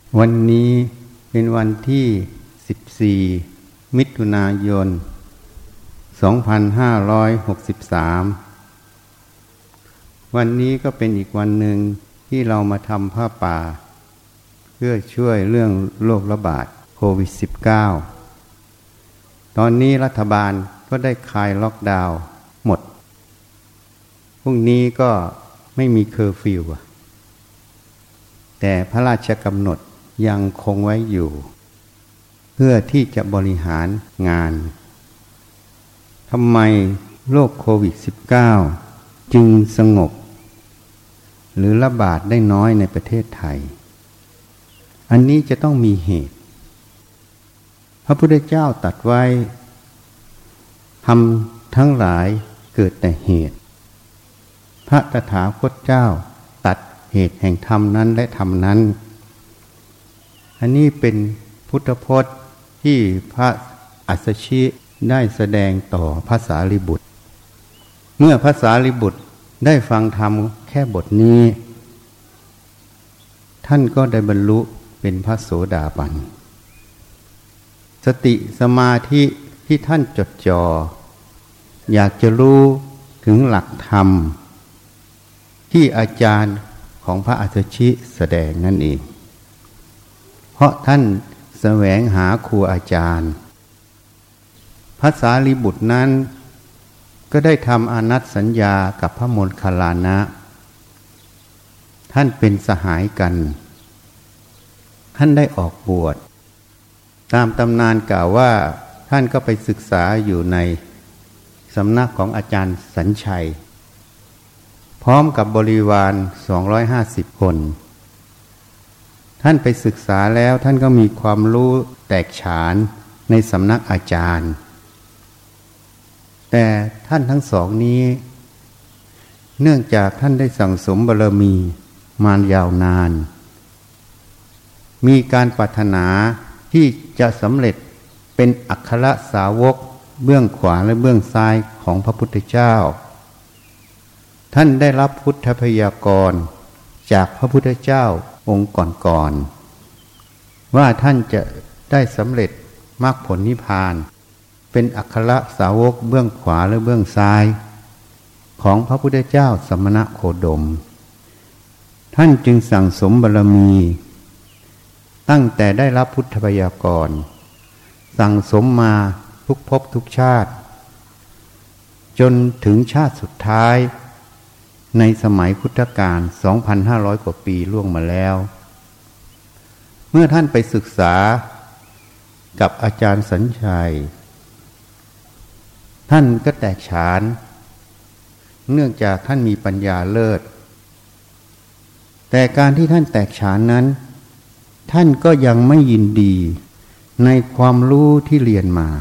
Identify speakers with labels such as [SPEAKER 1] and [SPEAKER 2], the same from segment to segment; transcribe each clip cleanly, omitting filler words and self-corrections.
[SPEAKER 1] วันนี้เป็นวันที่14มิถุนายน2563วันนี้ก็เป็นอีกวันหนึ่งที่เรามาทำผ้าป่าเพื่อช่วยเรื่องโรคระบาดโควิด -19 ตอนนี้รัฐบาลก็ได้คลายล็อกดาวน์หมดพรุ่งนี้ก็ไม่มีเคอร์ฟิวแต่พระราชกำหนดยังคงไว้อยู่เพื่อที่จะบริหารงานทำไมโรคโควิด -19 จึงสงบหรือระบาดได้น้อยในประเทศไทยอันนี้จะต้องมีเหตุพระพุทธเจ้าตรัสไว้ทำทั้งหลายเกิดแต่เหตุพระตถาคตเจ้าตัดเหตุแห่งธรรมนั้นและธรรมนั้นอันนี้เป็นพุทธพจน์ที่พระอัสสชิได้แสดงต่อพระสารีบุตรเมื่อพระสารีบุตรได้ฟังธรรมแค่บทนี้ท่านก็ได้บรรลุเป็นพระโสดาบันสติสมาธิที่ท่านจดจ่ออยากจะรู้ถึงหลักธรรมที่อาจารย์ของพระอัสสชิแสดงนั่นเองเพราะท่านแสวงหาครูอาจารย์พระสารีบุตรนั้นก็ได้ทำอานัตสัญญากับพระโมคคัลลานะท่านเป็นสหายกันท่านได้ออกบวชตามตำนานกล่าวว่าท่านก็ไปศึกษาอยู่ในสำนักของอาจารย์สัญชัยพร้อมกับบริวาร250 คนท่านไปศึกษาแล้วท่านก็มีความรู้แตกฉานในสำนักอาจารย์แต่ท่านทั้งสองนี้เนื่องจากท่านได้สั่งสมบารมีมายาวนานมีการปรารถนาที่จะสำเร็จเป็นอัครสาวกเบื้องขวาและเบื้องซ้ายของพระพุทธเจ้าท่านได้รับพุทธพยากรณ์จากพระพุทธเจ้าองค์ก่อนๆว่าท่านจะได้สำเร็จมรรคผลนิพพานเป็นอัครสาวกเบื้องขวาและเบื้องซ้ายของพระพุทธเจ้าสมณโคดมท่านจึงสั่งสมบารมีตั้งแต่ได้รับพุทธพยากรณ์สั่งสมมาทุกภพทุกชาติจนถึงชาติสุดท้ายในสมัยพุทธกาล 2,500 กว่าปีล่วงมาแล้วเมื่อท่านไปศึกษากับอาจารย์สัญชัยท่านก็แตกฉานเนื่องจากท่านมีปัญญาเลิศแต่การที่ท่านแตกฉานนั้นท่านก็ยังไม่ยินดีในความรู้ที่เรียนมา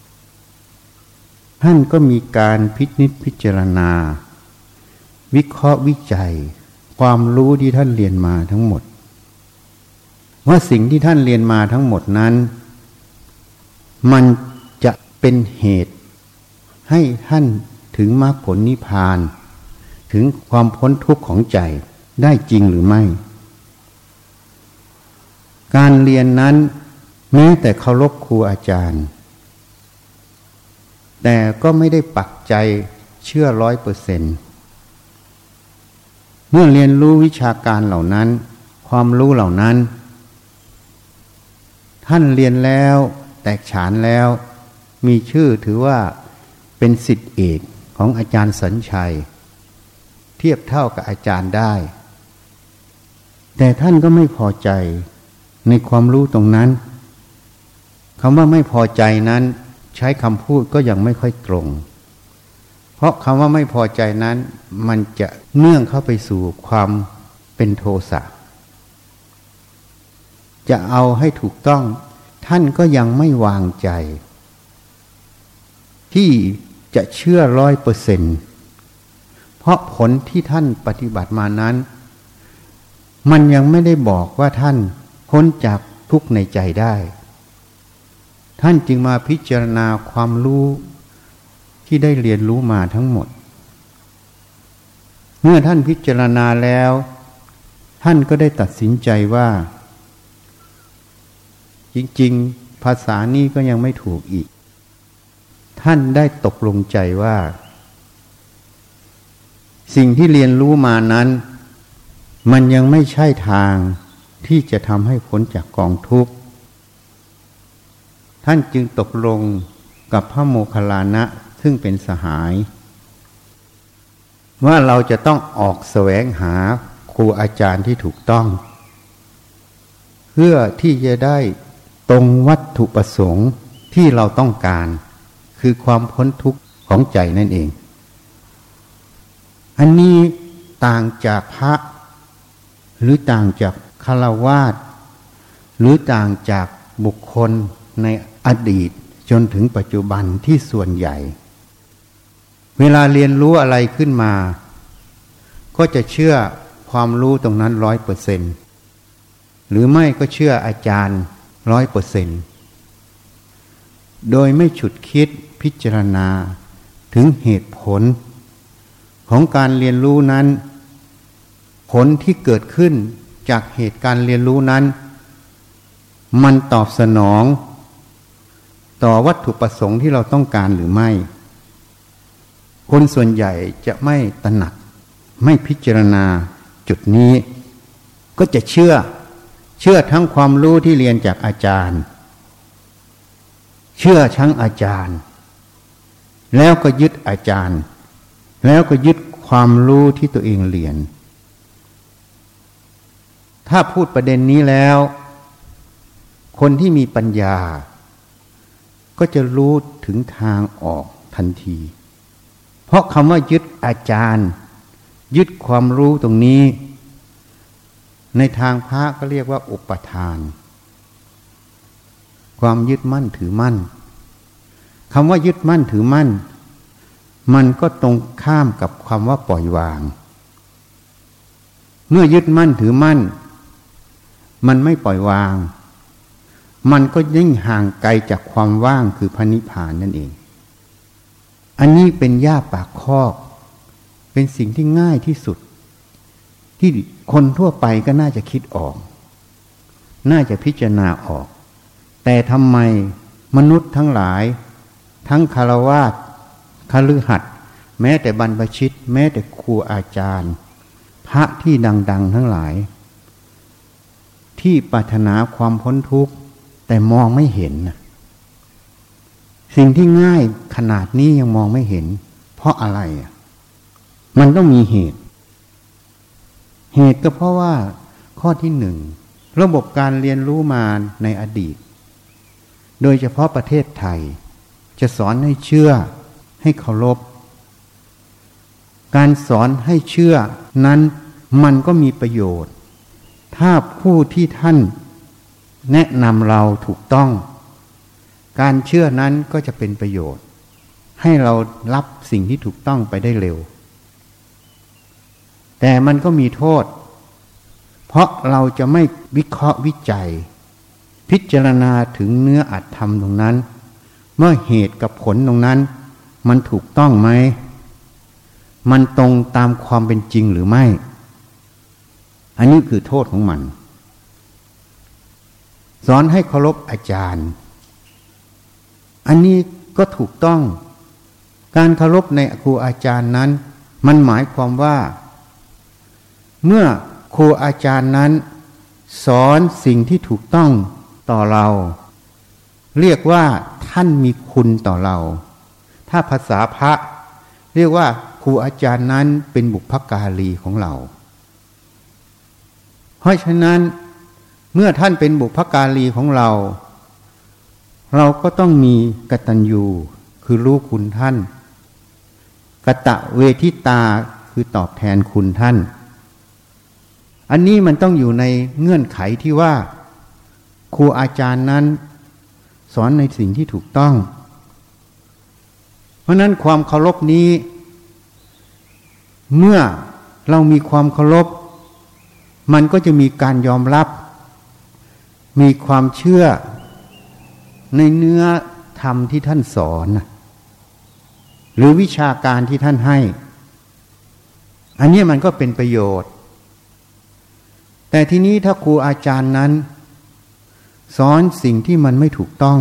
[SPEAKER 1] ท่านก็มีการพินิจพิจารณาวิเคราะห์วิจัยความรู้ที่ท่านเรียนมาทั้งหมดว่าสิ่งที่ท่านเรียนมาทั้งหมดนั้นมันจะเป็นเหตุให้ท่านถึงมรรคผลนิพพานถึงความพ้นทุกข์ของใจได้จริงหรือไม่การเรียนนั้นแม้แต่เคารพครูอาจารย์แต่ก็ไม่ได้ปักใจเชื่อ100%เมื่อเรียนรู้วิชาการเหล่านั้นความรู้เหล่านั้นท่านเรียนแล้วแตกฉานแล้วมีชื่อถือว่าเป็นศิษย์เอกของอาจารย์สัญชัยเทียบเท่ากับอาจารย์ได้แต่ท่านก็ไม่พอใจในความรู้ตรงนั้นคำว่าไม่พอใจนั้นใช้คำพูดก็ยังไม่ค่อยตรงเพราะคำว่าไม่พอใจนั้นมันจะเนื่องเข้าไปสู่ความเป็นโทสะจะเอาให้ถูกต้องท่านก็ยังไม่วางใจที่จะเชื่อ100%เพราะผลที่ท่านปฏิบัติมานั้นมันยังไม่ได้บอกว่าท่านพ้นจากทุกข์ในใจได้ท่านจึงมาพิจารณาความรู้ที่ได้เรียนรู้มาทั้งหมดเมื่อท่านพิจารณาแล้วท่านก็ได้ตัดสินใจว่าจริงๆภาษานี้ก็ยังไม่ถูกอีกท่านได้ตกลงใจว่าสิ่งที่เรียนรู้มานั้นมันยังไม่ใช่ทางที่จะทำให้พ้นจากกองทุกข์ท่านจึงตกลงกับพระโมคคัลลานะซึ่งเป็นสหายว่าเราจะต้องออกแสวงหาครูอาจารย์ที่ถูกต้องเพื่อที่จะได้ตรงวัตถุประสงค์ที่เราต้องการคือความพ้นทุกข์ของใจนั่นเองอันนี้ต่างจากพระหรือต่างจากฆราวาสหรือต่างจากบุคคลในอดีตจนถึงปัจจุบันที่ส่วนใหญ่เวลาเรียนรู้อะไรขึ้นมาก็จะเชื่อความรู้ตรงนั้น100%หรือไม่ก็เชื่ออาจารย์100%โดยไม่ฉุดคิดพิจารณาถึงเหตุผลของการเรียนรู้นั้นผลที่เกิดขึ้นจากเหตุการณ์เรียนรู้นั้นมันตอบสนองต่อวัตถุประสงค์ที่เราต้องการหรือไม่คนส่วนใหญ่จะไม่ตระหนักไม่พิจารณาจุดนี้ก็จะเชื่อทั้งความรู้ที่เรียนจากอาจารย์เชื่อทั้งอาจารย์แล้วก็ยึดอาจารย์แล้วก็ยึดความรู้ที่ตัวเองเรียนถ้าพูดประเด็นนี้แล้วคนที่มีปัญญาก็จะรู้ถึงทางออกทันทีเพราะคำว่ายึดอาจารย์ยึดความรู้ตรงนี้ในทางพระก็เรียกว่าอุปทานความยึดมั่นถือมั่นคำว่ายึดมั่นถือมั่นมันก็ตรงข้ามกับคำว่าปล่อยวางเมื่อยึดมั่นถือมั่นมันไม่ปล่อยวางมันก็ยิ่งห่างไกลจากความว่างคือพระนิพพานนั่นเองอันนี้เป็นหญ้าปากคอกเป็นสิ่งที่ง่ายที่สุดที่คนทั่วไปก็น่าจะคิดออกน่าจะพิจารณาออกแต่ทำไมมนุษย์ทั้งหลายทั้งฆราวาสคฤหัสถ์แม้แต่บรรพชิตแม้แต่ครูอาจารย์พระที่ดังๆทั้งหลายที่ปรารถนาความพ้นทุกข์แต่มองไม่เห็นสิ่งที่ง่ายขนาดนี้ยังมองไม่เห็นเพราะอะไรมันต้องมีเหตุก็เพราะว่าข้อที่1ระบบการเรียนรู้มาในอดีตโดยเฉพาะประเทศไทยจะสอนให้เชื่อให้เคารพการสอนให้เชื่อนั้นมันก็มีประโยชน์ถ้าผู้ที่ท่านแนะนำเราถูกต้องการเชื่อนั้นก็จะเป็นประโยชน์ให้เรารับสิ่งที่ถูกต้องไปได้เร็วแต่มันก็มีโทษเพราะเราจะไม่วิเคราะห์วิจัยพิจารณาถึงเนื้ออัตธรรมตรงนั้นเมื่อเหตุกับผลตรงนั้นมันถูกต้องไหมมันตรงตามความเป็นจริงหรือไม่อันนี้คือโทษของมันสอนให้เคารพอาจารย์อันนี้ก็ถูกต้องการเคารพในครูอาจารย์นั้นมันหมายความว่าเมื่อครูอาจารย์นั้นสอนสิ่งที่ถูกต้องต่อเราเรียกว่าท่านมีคุณต่อเราถ้าภาษาพระเรียกว่าครูอาจารย์นั้นเป็นบุพการีของเราเพราะฉะนั้นเมื่อท่านเป็นบุพการีของเราเราก็ต้องมีกตัญญูคือรู้คุณท่านกตเวทิตาคือตอบแทนคุณท่านอันนี้มันต้องอยู่ในเงื่อนไขที่ว่าครูอาจารย์นั้นสอนในสิ่งที่ถูกต้องเพราะนั้นความเคารพนี้เมื่อเรามีความเคารพมันก็จะมีการยอมรับมีความเชื่อในเนื้อธรรมที่ท่านสอนหรือวิชาการที่ท่านให้อันนี้มันก็เป็นประโยชน์แต่ทีนี้ถ้าครูอาจารย์นั้นสอนสิ่งที่มันไม่ถูกต้อง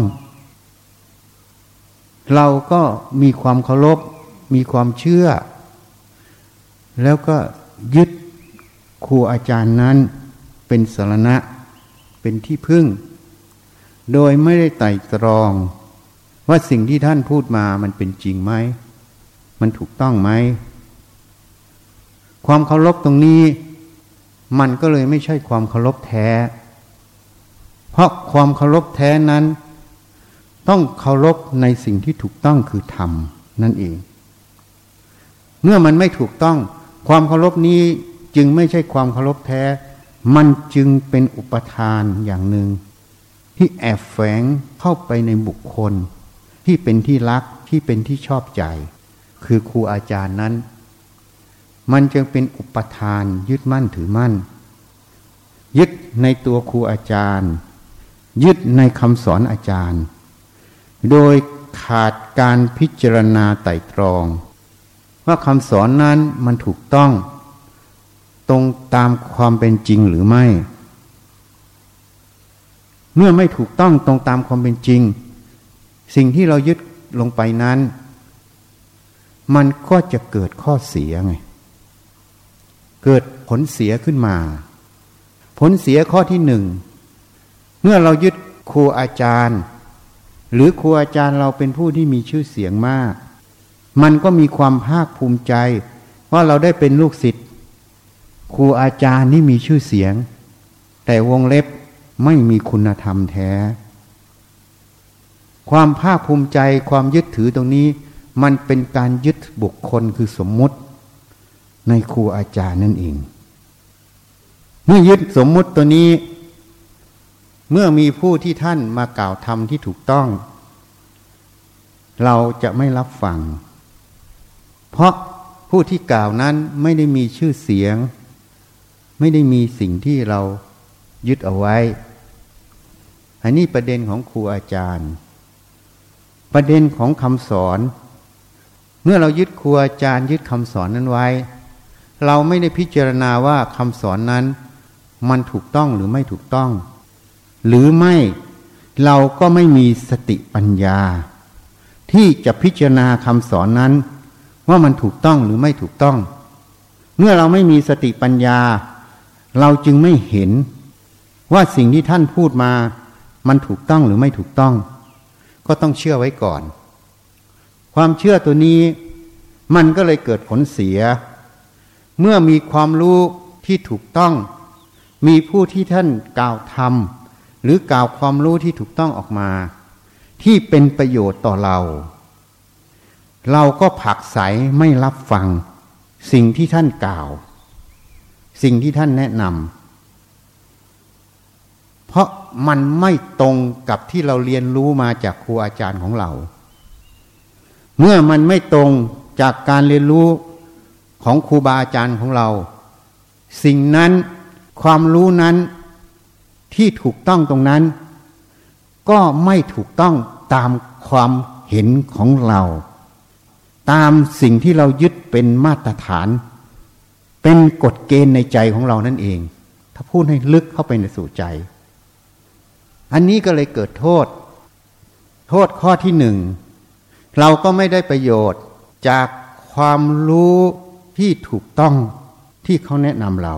[SPEAKER 1] เราก็มีความเคารพมีความเชื่อแล้วก็ยึดครูอาจารย์นั้นเป็นสรณะเป็นที่พึ่งโดยไม่ได้ไตร่ตรองว่าสิ่งที่ท่านพูดมามันเป็นจริงไหมมันถูกต้องไหมความเคารพตรงนี้มันก็เลยไม่ใช่ความเคารพแท้เพราะความเคารพแท้นั้นต้องเคารพในสิ่งที่ถูกต้องคือธรรมนั่นเองเมื่อมันไม่ถูกต้องความเคารพนี้จึงไม่ใช่ความเคารพแท้มันจึงเป็นอุปทานอย่างหนึ่งที่แอบแฝงเข้าไปในบุคคลที่เป็นที่รักที่เป็นที่ชอบใจคือครูอาจารย์นั้นมันจึงเป็นอุปทานยึดมั่นถือมั่นยึดในตัวครูอาจารย์ยึดในคำสอนอาจารย์โดยขาดการพิจารณาไตร่ตรองว่าคำสอนนั้นมันถูกต้องตรงตามความเป็นจริงหรือไม่เมื่อไม่ถูกต้องตรงตามความเป็นจริงสิ่งที่เรายึดลงไปนั้นมันก็จะเกิดข้อเสียไงเกิดผลเสียขึ้นมาผลเสียข้อที่หนึ่งเมื่อเรายึดครูอาจารย์หรือครูอาจารย์เราเป็นผู้ที่มีชื่อเสียงมากมันก็มีความภาคภูมิใจว่าเราได้เป็นลูกศิษย์ครูอาจารย์ที่มีชื่อเสียงแต่วงเล็บไม่มีคุณธรรมแท้ความภาคภูมิใจความยึดถือตรงนี้มันเป็นการยึดบุคคลคือสมมุติในครูอาจารย์นั่นเองเมื่อยึดสมมุติตัวนี้เมื่อมีผู้ที่ท่านมากล่าวธรรมที่ถูกต้องเราจะไม่รับฟังเพราะผู้ที่กล่าวนั้นไม่ได้มีชื่อเสียงไม่ได้มีสิ่งที่เรายึดเอาไว้อันนี้ประเด็นของครูอาจารย์ประเด็นของคำสอนเมื่อเรายึดครูอาจารย์ยึดคำสอนนั้นไว้เราไม่ได้พิจารณาว่าคำสอนนั้นมันถูกต้องหรือไม่ถูกต้องหรือไม่เราก็ไม่มีสติปัญญาที่จะพิจารณาคำสอนนั้นว่ามันถูกต้องหรือไม่ถูกต้องเมื่อเราไม่มีสติปัญญาเราจึงไม่เห็นว่าสิ่งที่ท่านพูดมามันถูกต้องหรือไม่ถูกต้องก็ต้องเชื่อไว้ก่อนความเชื่อตัวนี้มันก็เลยเกิดผลเสียเมื่อมีความรู้ที่ถูกต้องมีผู้ที่ท่านกล่าวธรรมหรือกล่าวความรู้ที่ถูกต้องออกมาที่เป็นประโยชน์ต่อเราก็ผลักไสไม่รับฟังสิ่งที่ท่านกล่าวสิ่งที่ท่านแนะนำเพราะมันไม่ตรงกับที่เราเรียนรู้มาจากครูอาจารย์ของเราเมื่อมันไม่ตรงจากการเรียนรู้ของครูบาอาจารย์ของเราสิ่งนั้นความรู้นั้นที่ถูกต้องตรงนั้นก็ไม่ถูกต้องตามความเห็นของเราตามสิ่งที่เรายึดเป็นมาตรฐานเป็นกฎเกณฑ์ในใจของเรานั่นเองถ้าพูดให้ลึกเข้าไปในสู่ใจอันนี้ก็เลยเกิดโทษข้อที่หนึ่งเราก็ไม่ได้ประโยชน์จากความรู้ที่ถูกต้องที่เขาแนะนำเรา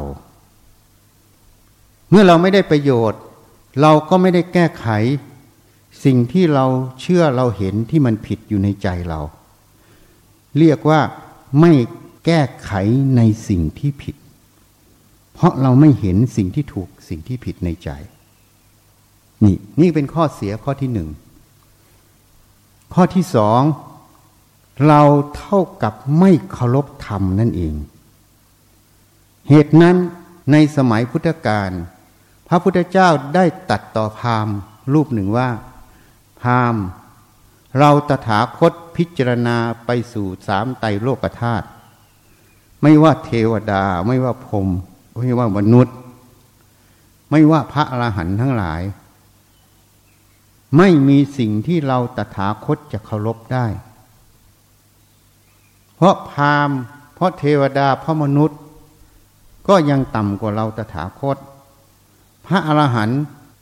[SPEAKER 1] เมื่อเราไม่ได้ประโยชน์เราก็ไม่ได้แก้ไขสิ่งที่เราเชื่อเราเห็นที่มันผิดอยู่ในใจเราเรียกว่าไม่แก้ไขในสิ่งที่ผิดเพราะเราไม่เห็นสิ่งที่ถูกสิ่งที่ผิดในใจนี่เป็นข้อเสียข้อที่หนึ่งข้อที่สองเราเท่ากับไม่เคารพธรรมนั่นเองเหตุนั้นในสมัยพุทธกาลพระพุทธเจ้าได้ตรัสต่อพราหมณ์รูปหนึ่งว่าพราหมณ์เราตถาคตพิจารณาไปสู่สามไตรโลกธาตุไม่ว่าเทวดาไม่ว่าพรหมไม่ว่ามนุษย์ไม่ว่าพระอรหันต์ทั้งหลายไม่มีสิ่งที่เราตถาคตจะเคารพได้เพราะพราหมณ์เพราะเทวดาเพราะมนุษย์ก็ยังต่ำกว่าเราตถาคตพระอรหันต์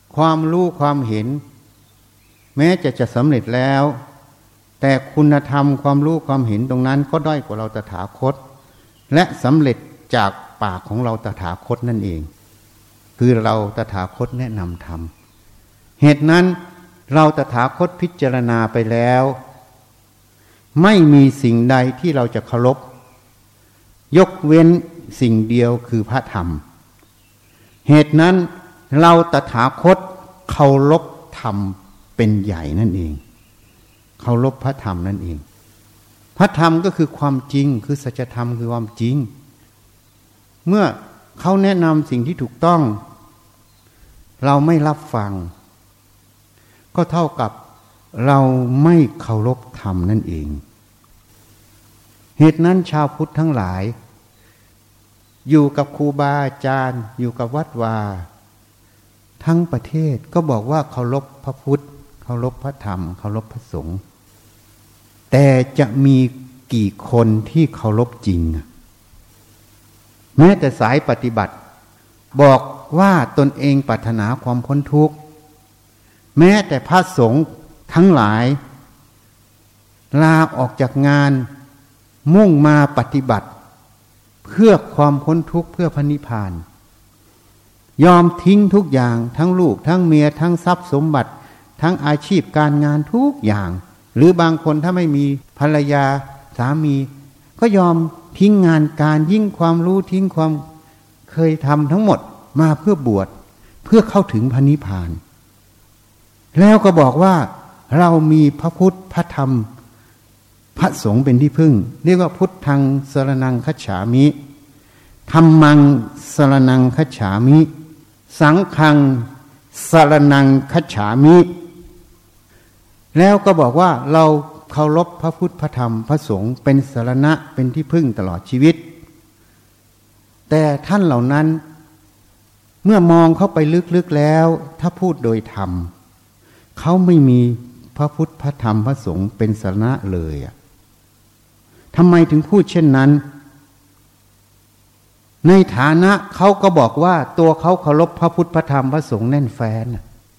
[SPEAKER 1] ความรู้ความเห็นแม้จะสำเร็จแล้วแต่คุณธรรมความรู้ความเห็นตรงนั้นก็ด้อยกว่าเราตถาคตและสำเร็จจากปากของเราตถาคตนั่นเองคือเราตถาคตแนะนำธรรมเหตุนั้นเราตถาคตพิจารณาไปแล้วไม่มีสิ่งใดที่เราจะเคารพยกเว้นสิ่งเดียวคือพระธรรมเหตุนั้นเราตถาคตเคารพธรรมเป็นใหญ่นั่นเองเคารพพระธรรมนั่นเองพระธรรมก็คือความจริงคือสัจธรรมคือความจริงเมื่อเขาแนะนำสิ่งที่ถูกต้องเราไม่รับฟังก็เท่ากับเราไม่เคารพธรรมนั่นเองเหตุนั้นชาวพุทธทั้งหลายอยู่กับครูบาอาจารย์อยู่กับวัดวาทั้งประเทศก็บอกว่าเคารพพระพุทธเคารพพระธรรมเคารพพระสงฆ์แต่จะมีกี่คนที่เคารพจริงแม้แต่สายปฏิบัติบอกว่าตนเองปรารถนาความพ้นทุกข์แม้แต่พระสงฆ์ทั้งหลายลาออกจากงานมุ่งมาปฏิบัติเพื่อความพ้นทุกข์เพื่อพระนิพพานยอมทิ้งทุกอย่างทั้งลูกทั้งเมียทั้งทรัพย์สมบัติทั้งอาชีพการงานทุกอย่างหรือบางคนถ้าไม่มีภรรยาสามีก็ยอมทิ้งงานการยิ่งความรู้ทิ้งความเคยทำทั้งหมดมาเพื่อบวชเพื่อเข้าถึงพระนิพพานแล้วก็บอกว่าเรามีพระพุทธพระธรรมพระสงฆ์เป็นที่พึ่งเรียกว่าพุทธังสรณังคัจฉามิธัมมังสรณังคัจฉามิสังฆังสรณังคัจฉามิแล้วก็บอกว่าเราเคารพพระพุทธพระธรรมพระสงฆ์เป็นสรณะเป็นที่พึ่งตลอดชีวิตแต่ท่านเหล่านั้นเมื่อมองเข้าไปลึกๆแล้วถ้าพูดโดยธรรมเขาไม่มีพระพุทธพระธรรมพระสงฆ์เป็นสรณะเลยทำไมถึงพูดเช่นนั้นในฐานะเขาก็บอกว่าตัวเขาเคารพพระพุทธพระธรรมพระสงฆ์แน่นแฟ้น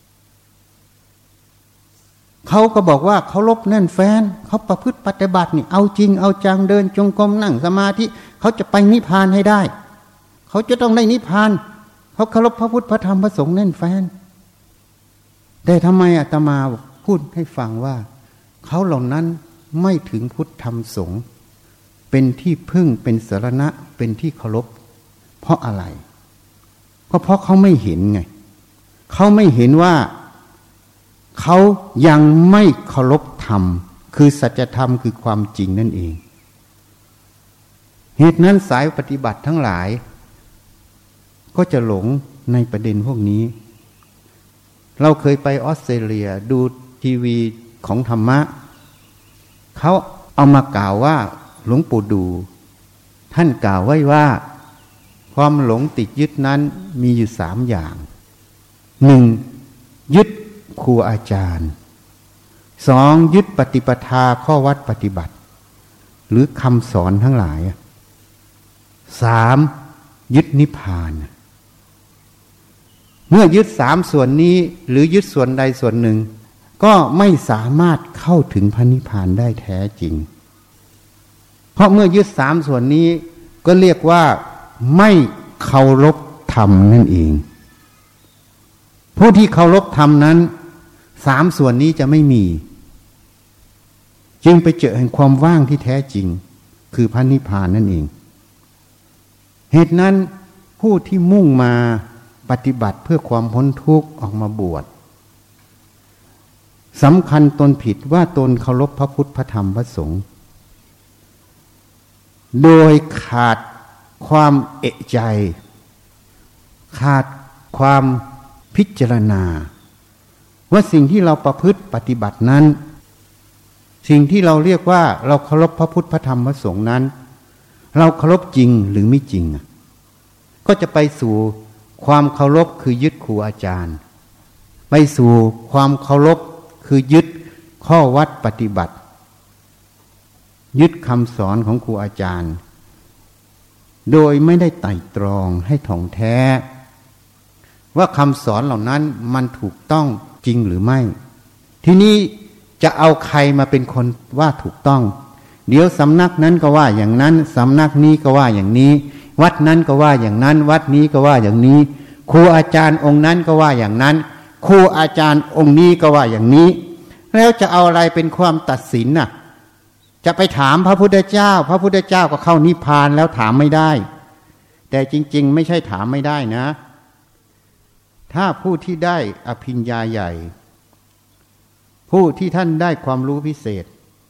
[SPEAKER 1] เขาก็บอกว่าเคารพแน่นแฟ้นเขาประพฤติปฏิบัตินี่เอาจริงเอาจังเดินจงกรมนั่งสมาธิเขาจะไปนิพพานให้ได้เขาจะต้องได้นิพพานเขาเคารพพระพุทธพระธรรมพระสงฆ์แน่นแฟ้นแต่ทำไมอาตมาพูดให้ฟังว่าเขาเหล่านั้นไม่ถึงพุทธธรรมสงฆ์เป็นที่พึ่งเป็นสรณะเป็นที่เคารพเพราะอะไรก็เพราะเขาไม่เห็นไงเขาไม่เห็นว่าเขายังไม่เคารพธรรมคือสัจธรรมคือความจริงนั่นเองเหตุนั้นสายปฏิบัติทั้งหลายก็จะหลงในประเด็นพวกนี้เราเคยไปออสเตรเลียดูทีวีของธรรมะเขาเอามากล่าวว่าหลวงปู่ดูท่านกล่าวไว้ว่าความหลงติดยึดนั้นมีอยู่3อย่าง1ยึดครูอาจารย์2ยึดปฏิปทาข้อวัดปฏิบัติหรือคำสอนทั้งหลาย3ยึดนิพพานเมื่อยึด3ส่วนนี้หรือยึดส่วนใดส่วนหนึ่งก็ไม่สามารถเข้าถึงพระนิพพานได้แท้จริงเพราะเมื่อยึด3ส่วนนี้ก็เรียกว่าไม่เคารพธรรมนั่นเองผู้ที่เคารพธรรมนั้น3ส่วนนี้จะไม่มีจึงไปเจอแห่งความว่างที่แท้จริงคือพระนิพพานนั่นเองเหตุนั้นผู้ที่มุ่งมาปฏิบัติเพื่อความพ้นทุกข์ออกมาบวชสำคัญตนผิดว่าตนเคารพพระพุทธพระธรรมพระสงฆ์โดยขาดความเอะใจขาดความพิจารณาว่าสิ่งที่เราประพฤติปฏิบัตินั้นสิ่งที่เราเรียกว่าเราเคารพพระพุทธพระธรรมพระสงฆ์นั้นเราเคารพจริงหรือไม่จริงก็จะไปสู่ความเคารพคือยึดครูอาจารย์ไปสู่ความเคารพคือยึดข้อวัดปฏิบัติยึดคำสอนของครูอาจารย์โดยไม่ได้ไต่ตรองให้ถ่องแท้ว่าคำสอนเหล่านั้นมันถูกต้องจริงหรือไม่ทีนี้จะเอาใครมาเป็นคนว่าถูกต้องเดี๋ยวสำนักนั้นก็ว่าอย่างนั้นสำนักนี้ก็ว่าอย่างนี้วัดนั้นก็ว่าอย่างนั้นวัดนี้ก็ว่าอย่างนี้ครูอาจารย์องค์นั้นก็ว่าอย่างนั้นครูอาจารย์องค์นี้ก็ว่าอย่างนี้แล้วจะเอาอะไรเป็นความตัดสินน่ะจะไปถามพระพุทธเจ้าพระพุทธเจ้าก็เข้านิพพานแล้วถามไม่ได้แต่จริงๆไม่ใช่ถามไม่ได้นะถ้าผู้ที่ได้อภิญญาใหญ่ผู้ที่ท่านได้ความรู้พิเศษ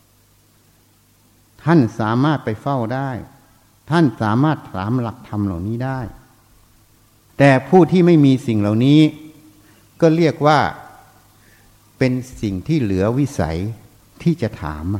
[SPEAKER 1] ท่านสามารถไปเฝ้าได้ท่านสามารถถามหลักธรรมเหล่านี้ได้แต่ผู้ที่ไม่มีสิ่งเหล่านี้ก็เรียกว่าเป็นสิ่งที่เหลือวิสัยที่จะถาม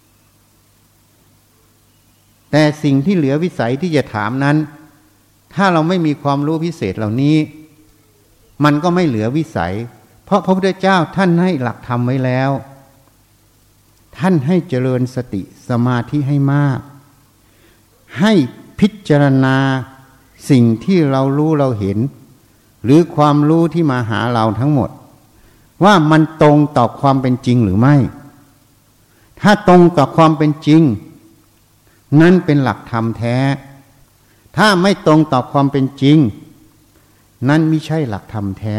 [SPEAKER 1] แต่สิ่งที่เหลือวิสัยที่จะถามนั้นถ้าเราไม่มีความรู้พิเศษเหล่านี้มันก็ไม่เหลือวิสัยเพราะพระพุทธเจ้าท่านให้หลักธรรมไว้แล้วท่านให้เจริญสติสมาธิให้มากให้พิจารณาสิ่งที่เรารู้เราเห็นหรือความรู้ที่มาหาเราทั้งหมดว่ามันตรงต่อความเป็นจริงหรือไม่ถ้าตรงต่อความเป็นจริงนั่นเป็นหลักธรรมแท้ถ้าไม่ตรงต่อความเป็นจริงนั่นไม่ใช่หลักธรรมแท้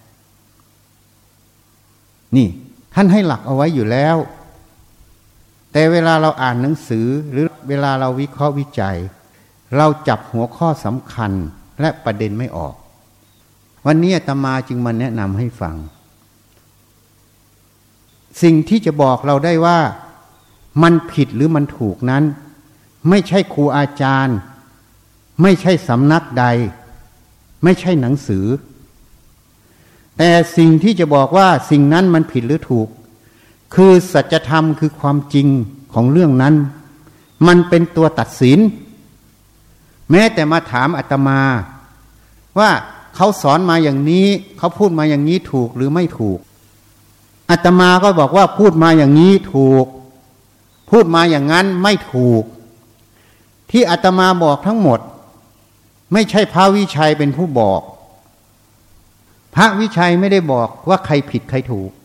[SPEAKER 1] นี่ท่านให้หลักเอาไว้อยู่แล้วแต่เวลาเราอ่านหนังสือหรือเวลาเราวิเคราะห์วิจัยเราจับหัวข้อสำคัญและประเด็นไม่ออกวันนี้อาตมาจึงมาแนะนำให้ฟังสิ่งที่จะบอกเราได้ว่ามันผิดหรือมันถูกนั้นไม่ใช่ครูอาจารย์ไม่ใช่สำนักใดไม่ใช่หนังสือแต่สิ่งที่จะบอกว่าสิ่งนั้นมันผิดหรือถูกคือสัจธรรมคือความจริงของเรื่องนั้นมันเป็นตัวตัดสินแม้แต่มาถามอาตมาว่าเขาสอนมาอย่างนี้เขาพูดมาอย่างนี้ถูกหรือไม่ถูกอาตมาก็บอกว่าพูดมาอย่างนี้ถูกพูดมาอย่างนั้นไม่ถูกที่อาตมาบอกทั้งหมดไม่ใช่พระวิชัยเป็นผู้บอกพระวิชัยไม่ได้บอกว่าใครผิดใครถูก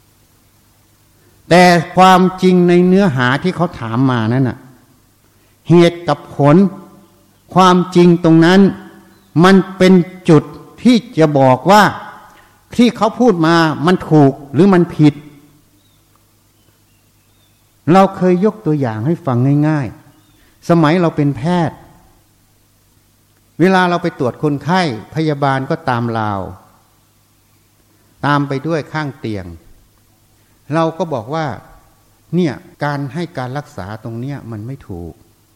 [SPEAKER 1] แต่ความจริงในเนื้อหาที่เขาถามมานั่นน่ะเหตุกับผลความจริงตรงนั้นมันเป็นจุดที่จะบอกว่าที่เขาพูดมามันถูกหรือมันผิดเราเคยยกตัวอย่างให้ฟังง่ายๆสมัยเราเป็นแพทย์เวลาเราไปตรวจคนไข้พยาบาลก็ตามเราตามไปด้วยข้างเตียงเราก็บอกว่าเนี่ยการให้การรักษาตรงเนี้ยมันไม่ถูก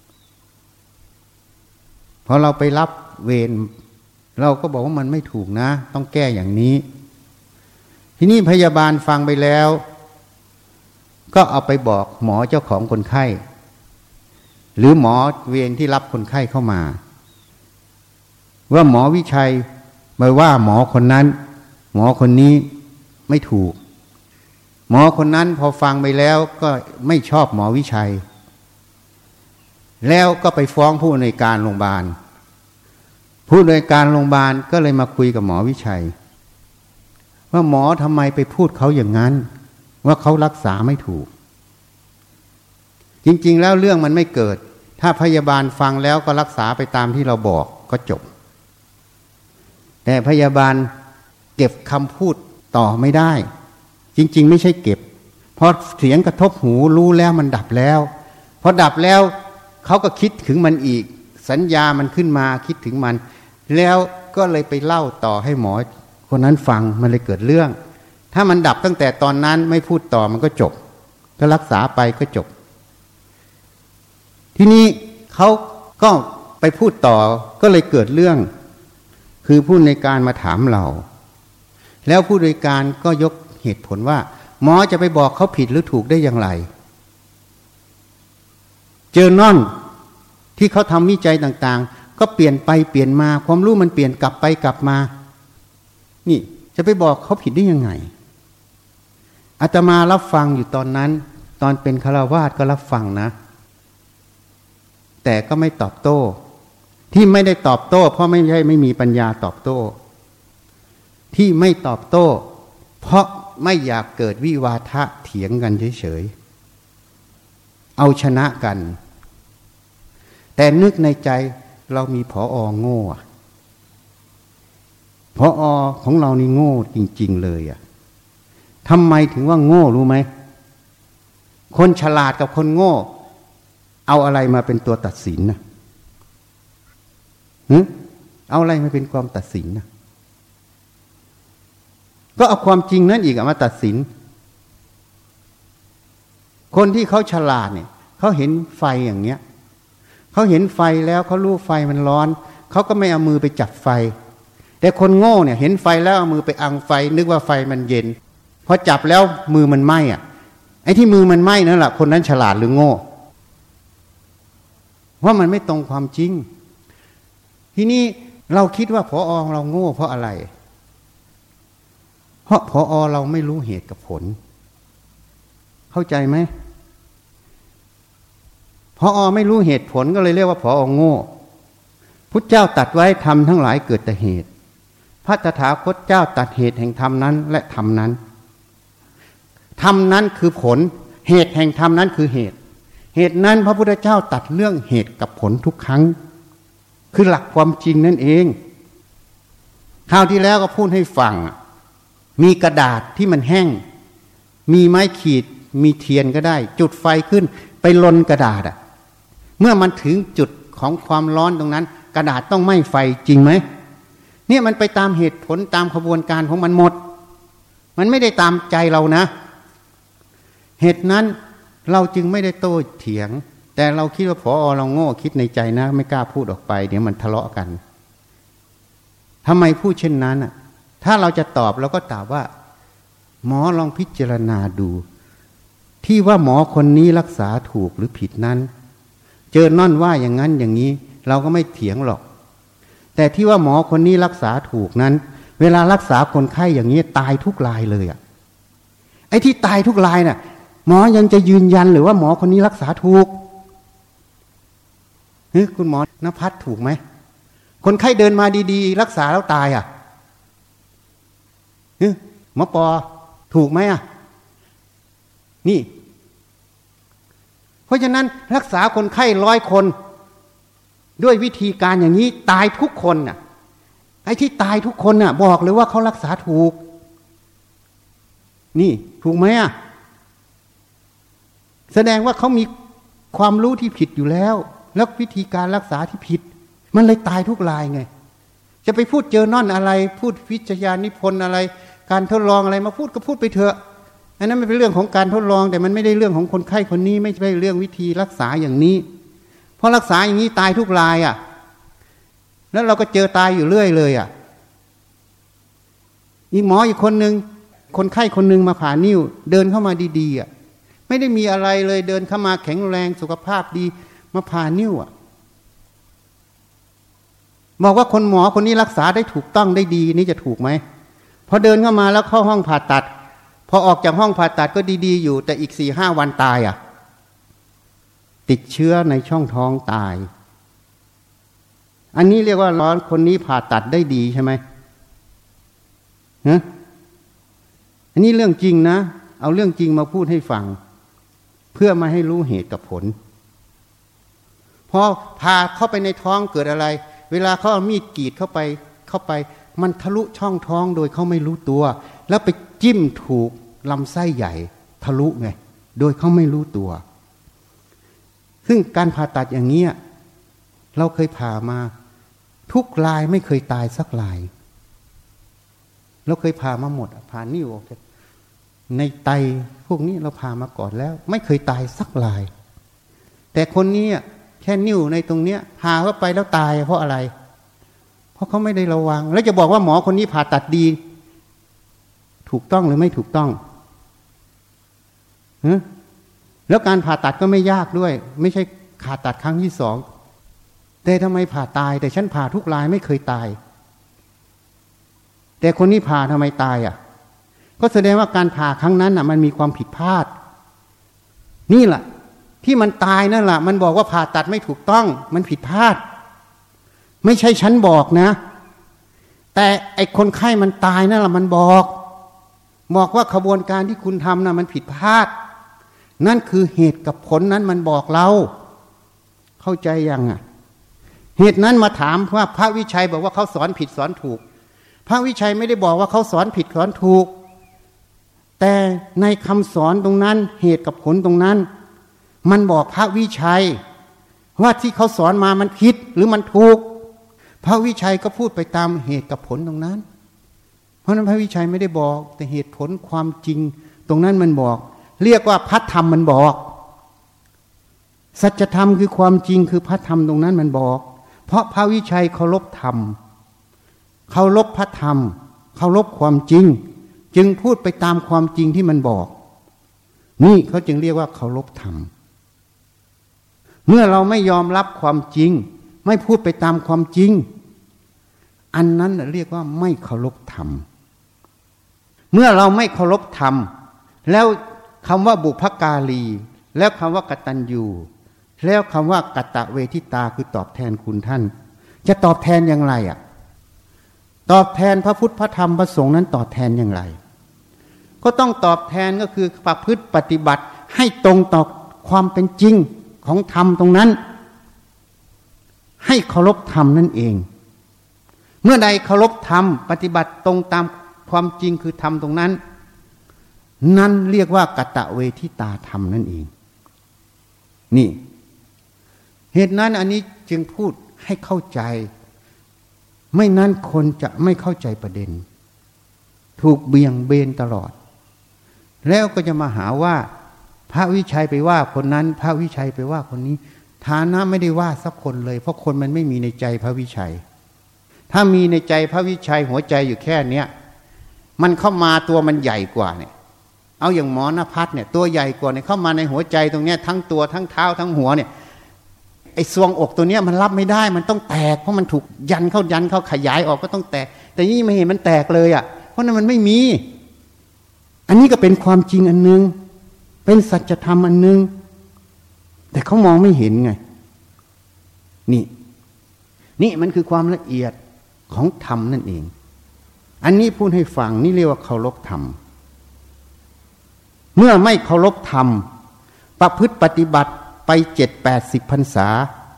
[SPEAKER 1] พอเราไปรับเวรเราก็บอกว่ามันไม่ถูกนะต้องแก้อย่างนี้ทีนี้พยาบาลฟังไปแล้วก็เอาไปบอกหมอเจ้าของคนไข้หรือหมอเวรที่รับคนไข้เข้ามาว่าหมอวิชัยมาว่าหมอคนนั้นหมอคนนี้ไม่ถูกหมอคนนั้นพอฟังไปแล้วก็ไม่ชอบหมอวิชัยแล้วก็ไปฟ้องผู้อำนวยการโรงพยาบาลผู้อำนวยการโรงพยาบาลก็เลยมาคุยกับหมอวิชัยว่าหมอทำไมไปพูดเขาอย่างนั้นว่าเขารักษาไม่ถูกจริงๆแล้วเรื่องมันไม่เกิดถ้าพยาบาลฟังแล้วก็รักษาไปตามที่เราบอกก็จบแต่พยาบาลเก็บคำพูดต่อไม่ได้จริงๆไม่ใช่เก็บพอเสียงกระทบหูรู้แล้วมันดับแล้วพอดับแล้วเขาก็คิดถึงมันอีกสัญญามันขึ้นมาคิดถึงมันแล้วก็เลยไปเล่าต่อให้หมอคนนั้นฟังมันเลยเกิดเรื่องถ้ามันดับตั้งแต่ตอนนั้นไม่พูดต่อมันก็จบก็รักษาไปก็จบทีนี้เขาก็ไปพูดต่อก็เลยเกิดเรื่องคือผู้ในการมาถามเราแล้วผู้โดยการก็ยกเหตุผลว่าหมอจะไปบอกเขาผิดหรือถูกได้อย่างไรเจอนอนที่เขาทำวิจัยต่างๆก็เปลี่ยนไปเปลี่ยนมาความรู้มันเปลี่ยนกลับไปกลับมานี่จะไปบอกเขาผิดได้ยังไงอาตมารับฟังอยู่ตอนนั้นตอนเป็นฆราวาสก็รับฟังนะแต่ก็ไม่ตอบโต้ที่ไม่ได้ตอบโต้เพราะไม่มีปัญญาตอบโต้ที่ไม่ตอบโต้เพราะไม่อยากเกิดวิวาทะเถียงกันเฉยๆเอาชนะกันแต่นึกในใจเรามีผอ.โง่ผอ.ของเรานี่โง่จริงๆเลยทำไมถึงว่าโง่รู้ไหมคนฉลาดกับคนโง่เอาอะไรมาเป็นตัวตัดสินนะเอาอะไรมาเป็นความตัดสินนะก็เอาความจริงนั่นอีกมาตัดสินคนที่เขาฉลาดเนี่ยเขาเห็นไฟอย่างเงี้ยเขาเห็นไฟแล้วเขารู้ไฟมันร้อนเขาก็ไม่เอามือไปจับไฟแต่คนโง่เนี่ยเห็นไฟแล้วเอามือไปอังไฟนึกว่าไฟมันเย็นพอจับแล้วมือมันไหม้ไอ้ที่มือมันไหม้นั่นแหละคนนั้นฉลาดหรือโง่เพราะมันไม่ตรงความจริงทีนี้เราคิดว่าผอ.เราโง่เพราะอะไรเพราะผอ.เราไม่รู้เหตุกับผลเข้าใจไหมผอ.ไม่รู้เหตุผลก็เลยเรียกว่าผอ.โง่พุทธเจ้าตรัสไว้ธรรมทั้งหลายเกิดแต่เหตุพระตถาคตเจ้าตรัสเหตุแห่งธรรมนั้นและธรรมนั้นธรรมนั้นคือผลเหตุแห่งธรรมนั้นคือเหตุเหตุนั้นพระพุทธเจ้าตรัสเรื่องเหตุกับผลทุกครั้งคือหลักความจริงนั่นเองคราวที่แล้วก็พูดให้ฟังมีกระดาษที่มันแห้งมีไม้ขีดมีเทียนก็ได้จุดไฟขึ้นไปลนกระดาษเมื่อมันถึงจุดของความร้อนตรงนั้นกระดาษต้องไหม้ไฟจริงไหมเนี่ยมันไปตามเหตุผลตามขบวนการของมันหมดมันไม่ได้ตามใจเรานะเหตุนั้นเราจึงไม่ได้โต้เถียงแต่เราคิดว่าผอ.เราโง่คิดในใจนะไม่กล้าพูดออกไปเดี๋ยวมันทะเลาะกันทำไมพูดเช่นนั้นถ้าเราจะตอบเราก็ตอบว่าหมอลองพิจารณาดูที่ว่าหมอคนนี้รักษาถูกหรือผิดนั้นเจอน่อนว่าอย่างนั้นอย่างนี้เราก็ไม่เถียงหรอกแต่ที่ว่าหมอคนนี้รักษาถูกนั้นเวลารักษาคนไข้อย่างนี้ตายทุกรายเลยไอ้ที่ตายทุกรายน่ะหมอยังจะยืนยันหรือว่าหมอคนนี้รักษาถูกคุณหมอนภัสถูกไหมคนไข้เดินมาดีๆรักษาแล้วตายหมอปอถูกไหมนี่เพราะฉะนั้นรักษาคนไข้100 คนด้วยวิธีการอย่างนี้ตายทุกคนไอ้ที่ตายทุกคนบอกเลยว่าเขารักษาถูกนี่ถูกไหมแสดงว่าเขามีความรู้ที่ผิดอยู่แล้วแล้ววิธีการรักษาที่ผิดมันเลยตายทุกรายไงจะไปพูดเจอน่อนอะไรพูดวิจัยนิพนธ์อะไรการทดลองอะไรมาพูดก็พูดไปเถอะอันนั้นมันเป็นเรื่องของการทดลองแต่มันไม่ได้เรื่องของคนไข้คนนี้ไม่ใช่เรื่องวิธีรักษาอย่างนี้เพราะรักษาอย่างนี้ตายทุกรายแล้วเราก็เจอตายอยู่เรื่อยเลยอีกหมออีกคนนึงคนไข้คนนึงมาผ่านิ้วเดินเข้ามาดีๆไม่ได้มีอะไรเลยเดินเข้ามาแข็งแรงสุขภาพดีมาผ่านิ้วบอกว่าคนหมอคนนี้รักษาได้ถูกต้องได้ดีนี่จะถูกไหมพอเดินเข้ามาแล้วเข้าห้องผ่าตัดพอออกจากห้องผ่าตัดก็ดีๆอยู่แต่อีก 4-5 วันตายติดเชื้อในช่องท้องตายอันนี้เรียกว่าร้อนคนนี้ผ่าตัดได้ดีใช่ไหมอันนี้เรื่องจริงนะเอาเรื่องจริงมาพูดให้ฟังเพื่อมาให้รู้เหตุกับผลพอพาเข้าไปในท้องเกิดอะไรเวลาเขาเอามีดกรีดเข้าไปมันทะลุช่องท้องโดยเขาไม่รู้ตัวแล้วไปจิ้มถูกลำไส้ใหญ่ทะลุไงโดยเขาไม่รู้ตัวซึ่งการผ่าตัดอย่างนี้เราเคยผ่ามาทุกรายไม่เคยตายสักรายเราเคยผ่ามาหมดผ่านิ้วในไตพวกนี้เราผ่ามาก่อนแล้วไม่เคยตายสักรายแต่คนนี้แค่นิ้วในตรงเนี้ยผ่าเข้าไปแล้วตายเพราะอะไรเพราะเขาไม่ได้ระวังแล้วจะบอกว่าหมอคนนี้ผ่าตัดดีถูกต้องหรือไม่ถูกต้องแล้วการผ่าตัดก็ไม่ยากด้วยไม่ใช่ผ่าตัดครั้งที่ 2แต่ทำไมผ่าตายแต่ฉันผ่าทุกรายไม่เคยตายแต่คนนี้ผ่าทำไมตายก็แสดงว่าการผ่าครั้งนั้นมันมีความผิดพลาดนี่แหละที่มันตายนั่นแหละมันบอกว่าผ่าตัดไม่ถูกต้องมันผิดพลาดไม่ใช่ฉันบอกนะแต่ไอ้คนไข้มันตายนั่นแหละมันบอกว่าขบวนการที่คุณทำน่ะมันผิดพลาดนั่นคือเหตุกับผลนั้นมันบอกเราเข้าใจยังอ่ะเหตุนั้นมาถามว่าพระวิชัยบอกว่าเขาสอนผิดสอนถูกพระวิชัยไม่ได้บอกว่าเขาสอนผิดสอนถูกแต่ในคำสอนตรงนั้นเหตุกับผลตรงนั้นมันบอกพระวิชัยว่าที่เขาสอนมามันผิดหรือมันถูกพระวิชัยก็พูดไปตามเหตุกับผลตรงนั้นเพราะนั้นพระวิชัยไม่ได้บอกแต่เหตุผลความจริงตรงนั้นมันบอกเรียกว่าพระธรรมมันบอกสัจธรรมคือความจริงคือพระธรรมตรงนั้นมันบอกเพราะพระวิชัยเคารพธรรมเคารพพระธรรมเคารพความจริงจึงพูดไปตามความจริงที่มันบอกนี่เขาจึงเรียกว่าเคารพธรรมเมื่อเราไม่ยอมรับความจริงไม่พูดไปตามความจริงอันนั้นเรียกว่าไม่เคารพธรรมเมื่อเราไม่เคารพธรรมแล้วคำว่าบุพการีแล้วคำว่ากตัญญูแล้วคำว่ากตเวทิตาคือตอบแทนคุณท่านจะตอบแทนอย่างไรอ่ะตอบแทนพระพุทธพระธรรมพระสงฆ์นั้นตอบแทนอย่างไรก็ต้องตอบแทนก็คือประพฤติปฏิบัติให้ตรงต่อความเป็นจริงของธรรมตรงนั้นให้เคารพธรรมนั่นเองเมื่อใดเคารพธรรมปฏิบัติตรงตามความจริงคือธรรมตรงนั้นนั่นเรียกว่ากตเวทิตาธรรมนั่นเองนี่เหตุนั้นอันนี้จึงพูดให้เข้าใจไม่นั้นคนจะไม่เข้าใจประเด็นถูกเบี่ยงเบนตลอดแล้วก็จะมาหาว่าพระวิชัยไปว่าคนนั้นพระวิชัยไปว่าคนนี้ฐานะไม่ได้ว่าสักคนเลยเพราะคนมันไม่มีในใจพระวิชัยถ้ามีในใจพระวิชัยหัวใจอยู่แค่เนี้ยมันเข้ามาตัวมันใหญ่กว่าเนี่ยเอาอย่างหมอนภัสเนี่ยตัวใหญ่กว่าเนี่ยเข้ามาในหัวใจตรงเนี้ยทั้งตัวทั้งเท้าทั้งหัวเนี่ยไอ้ทรวงอกตัวเนี้ยมันรับไม่ได้มันต้องแตกเพราะมันถูกยันเข้าขยายออกก็ต้องแตกแต่นี่ไม่เห็นมันแตกเลยอ่ะเพราะนั้นมันไม่มีอันนี้ก็เป็นความจริงอันนึงเป็นสัจธรรมอันนึงแต่เขามองไม่เห็นไงนี่มันคือความละเอียดของธรรมนั่นเองอันนี้พูดให้ฟังนี่เรียกว่าเคารพธรรมเมื่อไม่เคารพธรรมประพฤติปฏิบัติไป70-80 พรรษา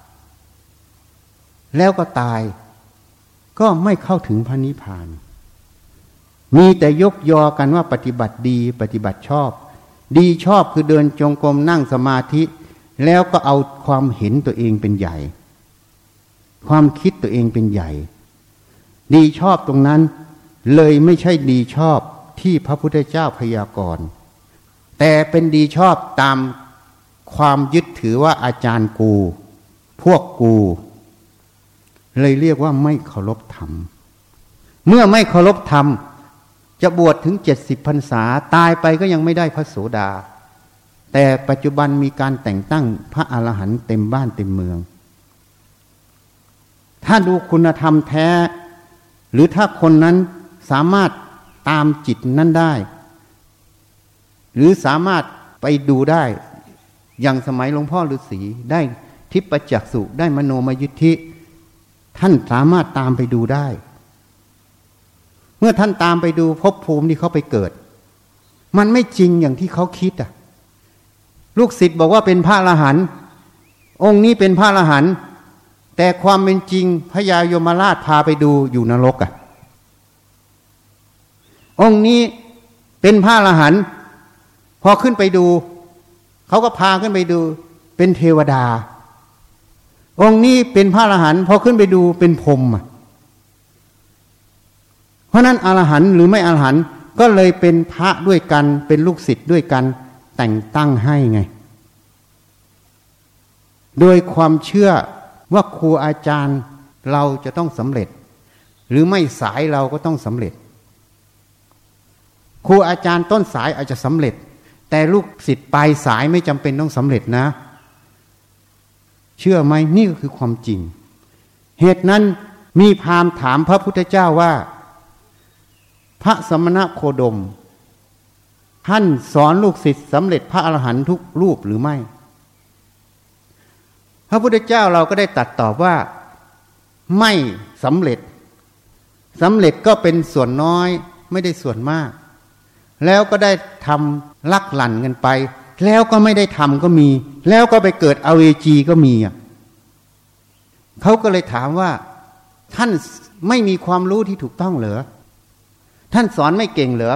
[SPEAKER 1] แล้วก็ตายก็ไม่เข้าถึงพระนิพพานมีแต่ยกยอกันว่าปฏิบัติดีปฏิบัติชอบดีชอบคือเดินจงกรมนั่งสมาธิแล้วก็เอาความเห็นตัวเองเป็นใหญ่ความคิดตัวเองเป็นใหญ่ดีชอบตรงนั้นเลยไม่ใช่ดีชอบที่พระพุทธเจ้าพยากรณ์แต่เป็นดีชอบตามความยึดถือว่าอาจารย์กูพวกกูเลยเรียกว่าไม่เคารพธรรมเมื่อไม่เคารพธรรมจะบวชถึง70 พรรษาตายไปก็ยังไม่ได้พระโสดาแต่ปัจจุบันมีการแต่งตั้งพระอรหันต์เต็มบ้านเต็มเมืองถ้าดูคุณธรรมแท้หรือถ้าคนนั้นสามารถตามจิตนั้นได้หรือสามารถไปดูได้อย่างสมัยหลวงพ่อฤาษีได้ทิพจักษุได้มโนมยิทธิท่านสามารถตามไปดูได้เมื่อท่านตามไปดูภพภูมิที่เขาไปเกิดมันไม่จริงอย่างที่เขาคิดลูกศิษย์บอกว่าเป็นพระอรหันต์องค์นี้เป็นพระอรหันต์แต่ความเป็นจริงพญายมราชพาไปดูอยู่นรกองค์นี้เป็นพระอรหันต์พอขึ้นไปดูเขาก็พาขึ้นไปดูเป็นเทวดาองค์นี้เป็นพระอรหันต์พอขึ้นไปดูเป็นพรหมเพราะนั้นอรหันต์หรือไม่อรหันต์ก็เลยเป็นพระด้วยกันเป็นลูกศิษย์ด้วยกันแต่งตั้งให้ไงโดยความเชื่อว่าครูอาจารย์เราจะต้องสำเร็จหรือไม่สายเราก็ต้องสำเร็จครูอาจารย์ต้นสายอาจจะสำเร็จแต่ลูกศิษย์ปลายสายไม่จำเป็นต้องสำเร็จนะเชื่อไหมนี่ก็คือความจริงเหตุนั้นมีพราหมณ์ถามพระพุทธเจ้าว่าพระสมณโคดมท่านสอนลูกศิษย์สำเร็จพระอรหันต์ทุกรูปหรือไม่พระพุทธเจ้าเราก็ได้ตรัสตอบว่าไม่สำเร็จสำเร็จก็เป็นส่วนน้อยไม่ได้ส่วนมากแล้วก็ได้ทำลักหลั่นกันไปแล้วก็ไม่ได้ทำก็มีแล้วก็ไปเกิดอเวจีก็มีเขาก็เลยถามว่าท่านไม่มีความรู้ที่ถูกต้องเหรอท่านสอนไม่เก่งเหรอ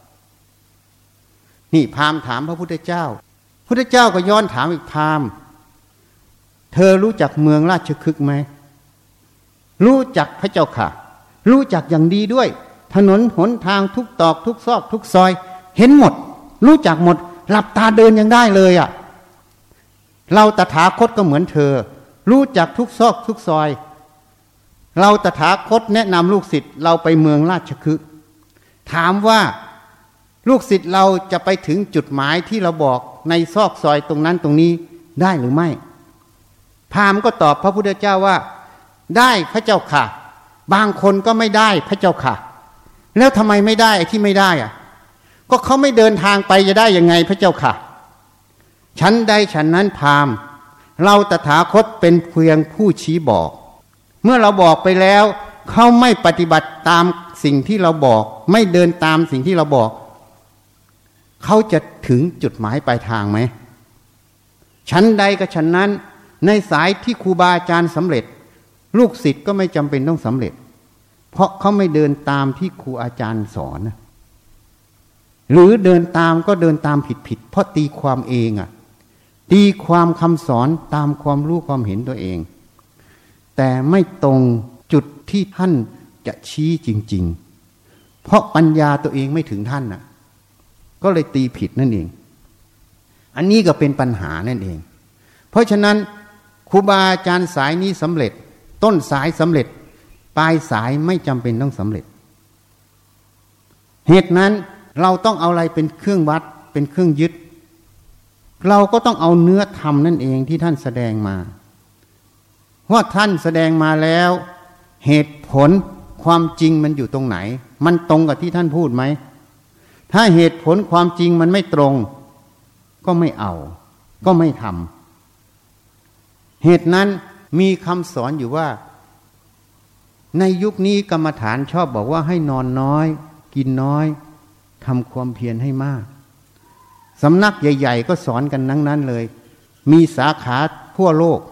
[SPEAKER 1] นี่พราหมณ์ถามพระพุทธเจ้าพุทธเจ้าก็ย้อนถามอีกพราหมณ์เธอรู้จักเมืองราชคฤห์ไหมรู้จักพระเจ้าค่ะรู้จักอย่างดีด้วยถนนหนทางทุกตอกทุกซอกทุกซอยเห็นหมดรู้จักหมดหลับตาเดินยังได้เลยเราตถาคตก็เหมือนเธอรู้จักทุกซอกทุกซอยเราตถาคตแนะนำลูกศิษย์เราไปเมืองราชคฤห์ถามว่าลูกศิษย์เราจะไปถึงจุดหมายที่เราบอกในซอกซอยตรงนั้นตรงนี้ได้หรือไม่พราหมณ์ก็ตอบพระพุทธเจ้าว่าได้พระเจ้าค่ะบางคนก็ไม่ได้พระเจ้าค่ะแล้วทำไมไม่ได้ที่ไม่ได้ก็เขาไม่เดินทางไปจะได้ยังไงพระเจ้าค่ะฉันใดฉันนั้นพราหมณ์เราตถาคตเป็นเพียงผู้ชี้บอกเมื่อเราบอกไปแล้วเขาไม่ปฏิบัติตามสิ่งที่เราบอกไม่เดินตามสิ่งที่เราบอกเขาจะถึงจุดหมายปลายทางไหมฉันใดกับฉันนั้นในสายที่ครูบาอาจารย์สำเร็จลูกศิษย์ก็ไม่จำเป็นต้องสำเร็จเพราะเขาไม่เดินตามที่ครูอาจารย์สอนหรือเดินตามก็เดินตามผิดเพราะตีความเองตีความคำสอนตามความรู้ความเห็นตัวเองแต่ไม่ตรงจุดที่ท่านจะชี้จริงๆเพราะปัญญาตัวเองไม่ถึงท่านก็เลยตีผิดนั่นเองอันนี้ก็เป็นปัญหานั่นเองเพราะฉะนั้นครูบาอาจารย์สายนี้สำเร็จต้นสายสำเร็จปลายสายไม่จำเป็นต้องสำเร็จเหตุนั้นเราต้องเอาอะไรเป็นเครื่องวัดเป็นเครื่องยึดเราก็ต้องเอาเนื้อธรรมนั่นเองที่ท่านแสดงมาว่าท่านแสดงมาแล้วเหตุผลความจริงมันอยู่ตรงไหนมันตรงกับที่ท่านพูดไหมถ้าเหตุผลความจริงมันไม่ตรงก็ไม่เอาก็ไม่ทำเหตุนั้นมีคำสอนอยู่ว่าในยุคนี้กรรมฐานชอบบอกว่าให้นอนน้อยกินน้อยทำความเพียรให้มากสำนักใหญ่ๆก็สอนกันทั้งนั้นเลยมีสาขาทั่วโลก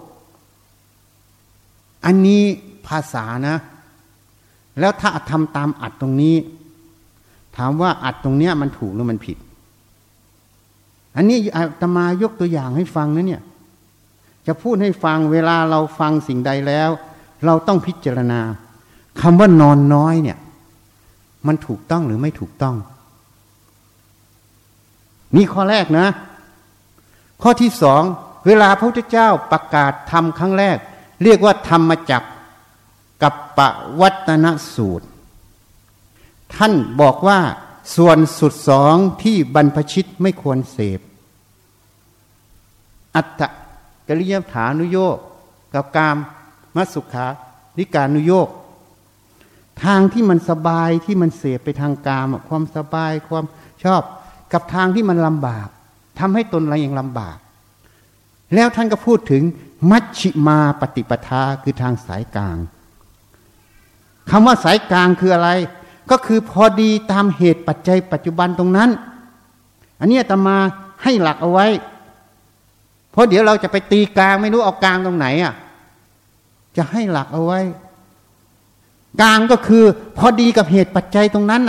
[SPEAKER 1] อันนี้ภาษานะแล้วถ้าทำตามอัดตรงนี้ถามว่าอัดตรงเนี้ยมันถูกหรือมันผิดอันนี้อาตมายกตัวอย่างให้ฟังนะเนี่ยจะพูดให้ฟังเวลาเราฟังสิ่งใดแล้วเราต้องพิจารณาคำว่านอนน้อยเนี่ยมันถูกต้องหรือไม่ถูกต้องนี่ข้อแรกนะข้อที่สองเวลาพระพุทธเจ้าประกาศธรรมครั้งแรกเรียกว่าธรรมจักรกัปปวัตตนสูตรท่านบอกว่าส่วนสุดสองที่บรรพชิตไม่ควรเสพอัตตกิริยฐานุโยคกับกามมัสสุขานิการนุโยคทางที่มันสบายที่มันเสพไปทางกามความสบายความชอบกับทางที่มันลำบากทำให้ตนเราเองลำบากแล้วท่านก็พูดถึงมัชฌิมาปฏิปทาคือทางสายกลางคำว่าสายกลางคืออะไรก็คือพอดีตามเหตุปัจจัยปัจจุบันตรงนั้นอันนี้อาตมาให้หลักเอาไว้เพราะเดี๋ยวเราจะไปตีกลางไม่รู้เอากลางตรงไหนจะให้หลักเอาไว้กลางก็คือพอดีกับเหตุปัจจัยตรงนั้น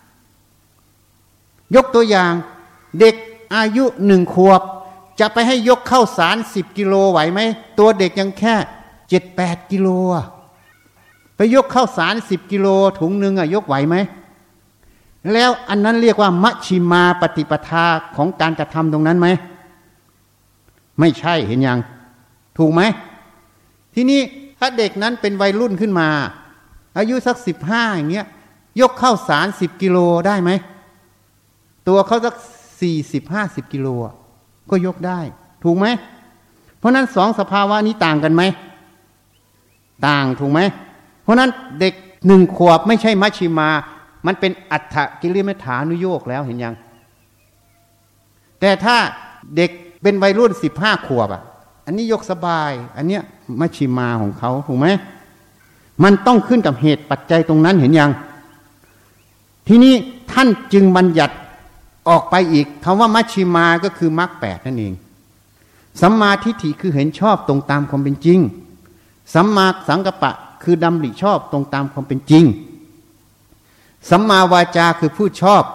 [SPEAKER 1] ยกตัวอย่างเด็กอายุ1 ขวบจะไปให้ยกข้าวสาร10 กิโลไหวไหมตัวเด็กยังแค่ 7-8 กิโลไปยกข้าวสาร10 กิโลถุงหนึ่งยกไหวไหมแล้วอันนั้นเรียกว่ามัชฌิมาปฏิปทาของการกระทำตรงนั้นไหมไม่ใช่เห็นยังถูกไหมทีนี้ถ้าเด็กนั้นเป็นวัยรุ่นขึ้นมาอายุสัก15อย่างเงี้ยยกข้าวสาร10 กิโลได้ไหมตัวเขาสัก40-50 กิโลก็ยกได้ถูกไหมเพราะนั้นสองสภาวะนี้ต่างกันไหมต่างถูกไหมเพราะนั้นเด็ก1 ขวบไม่ใช่มัชฌิมามันเป็นอัตถกิริยฐานุโยคแล้วเห็นยังแต่ถ้าเด็กเป็นวัยรุ่น15 ขวบอันนี้ยกสบายอันเนี้ยมัชฌิมาของเขาถูกไหมมันต้องขึ้นกับเหตุปัจจัยตรงนั้นเห็นยังทีนี้ท่านจึงบัญญัติออกไปอีกคำว่ามัชฌิมาก็คือมรรคแปดนั่นเองสัมมาทิฏฐิคือเห็นชอบตรงตามความเป็นจริงสัมมาสังกัปปะคือดำริชอบตรงตามความเป็นจริงสัมมาวาจาคือพูดชอบ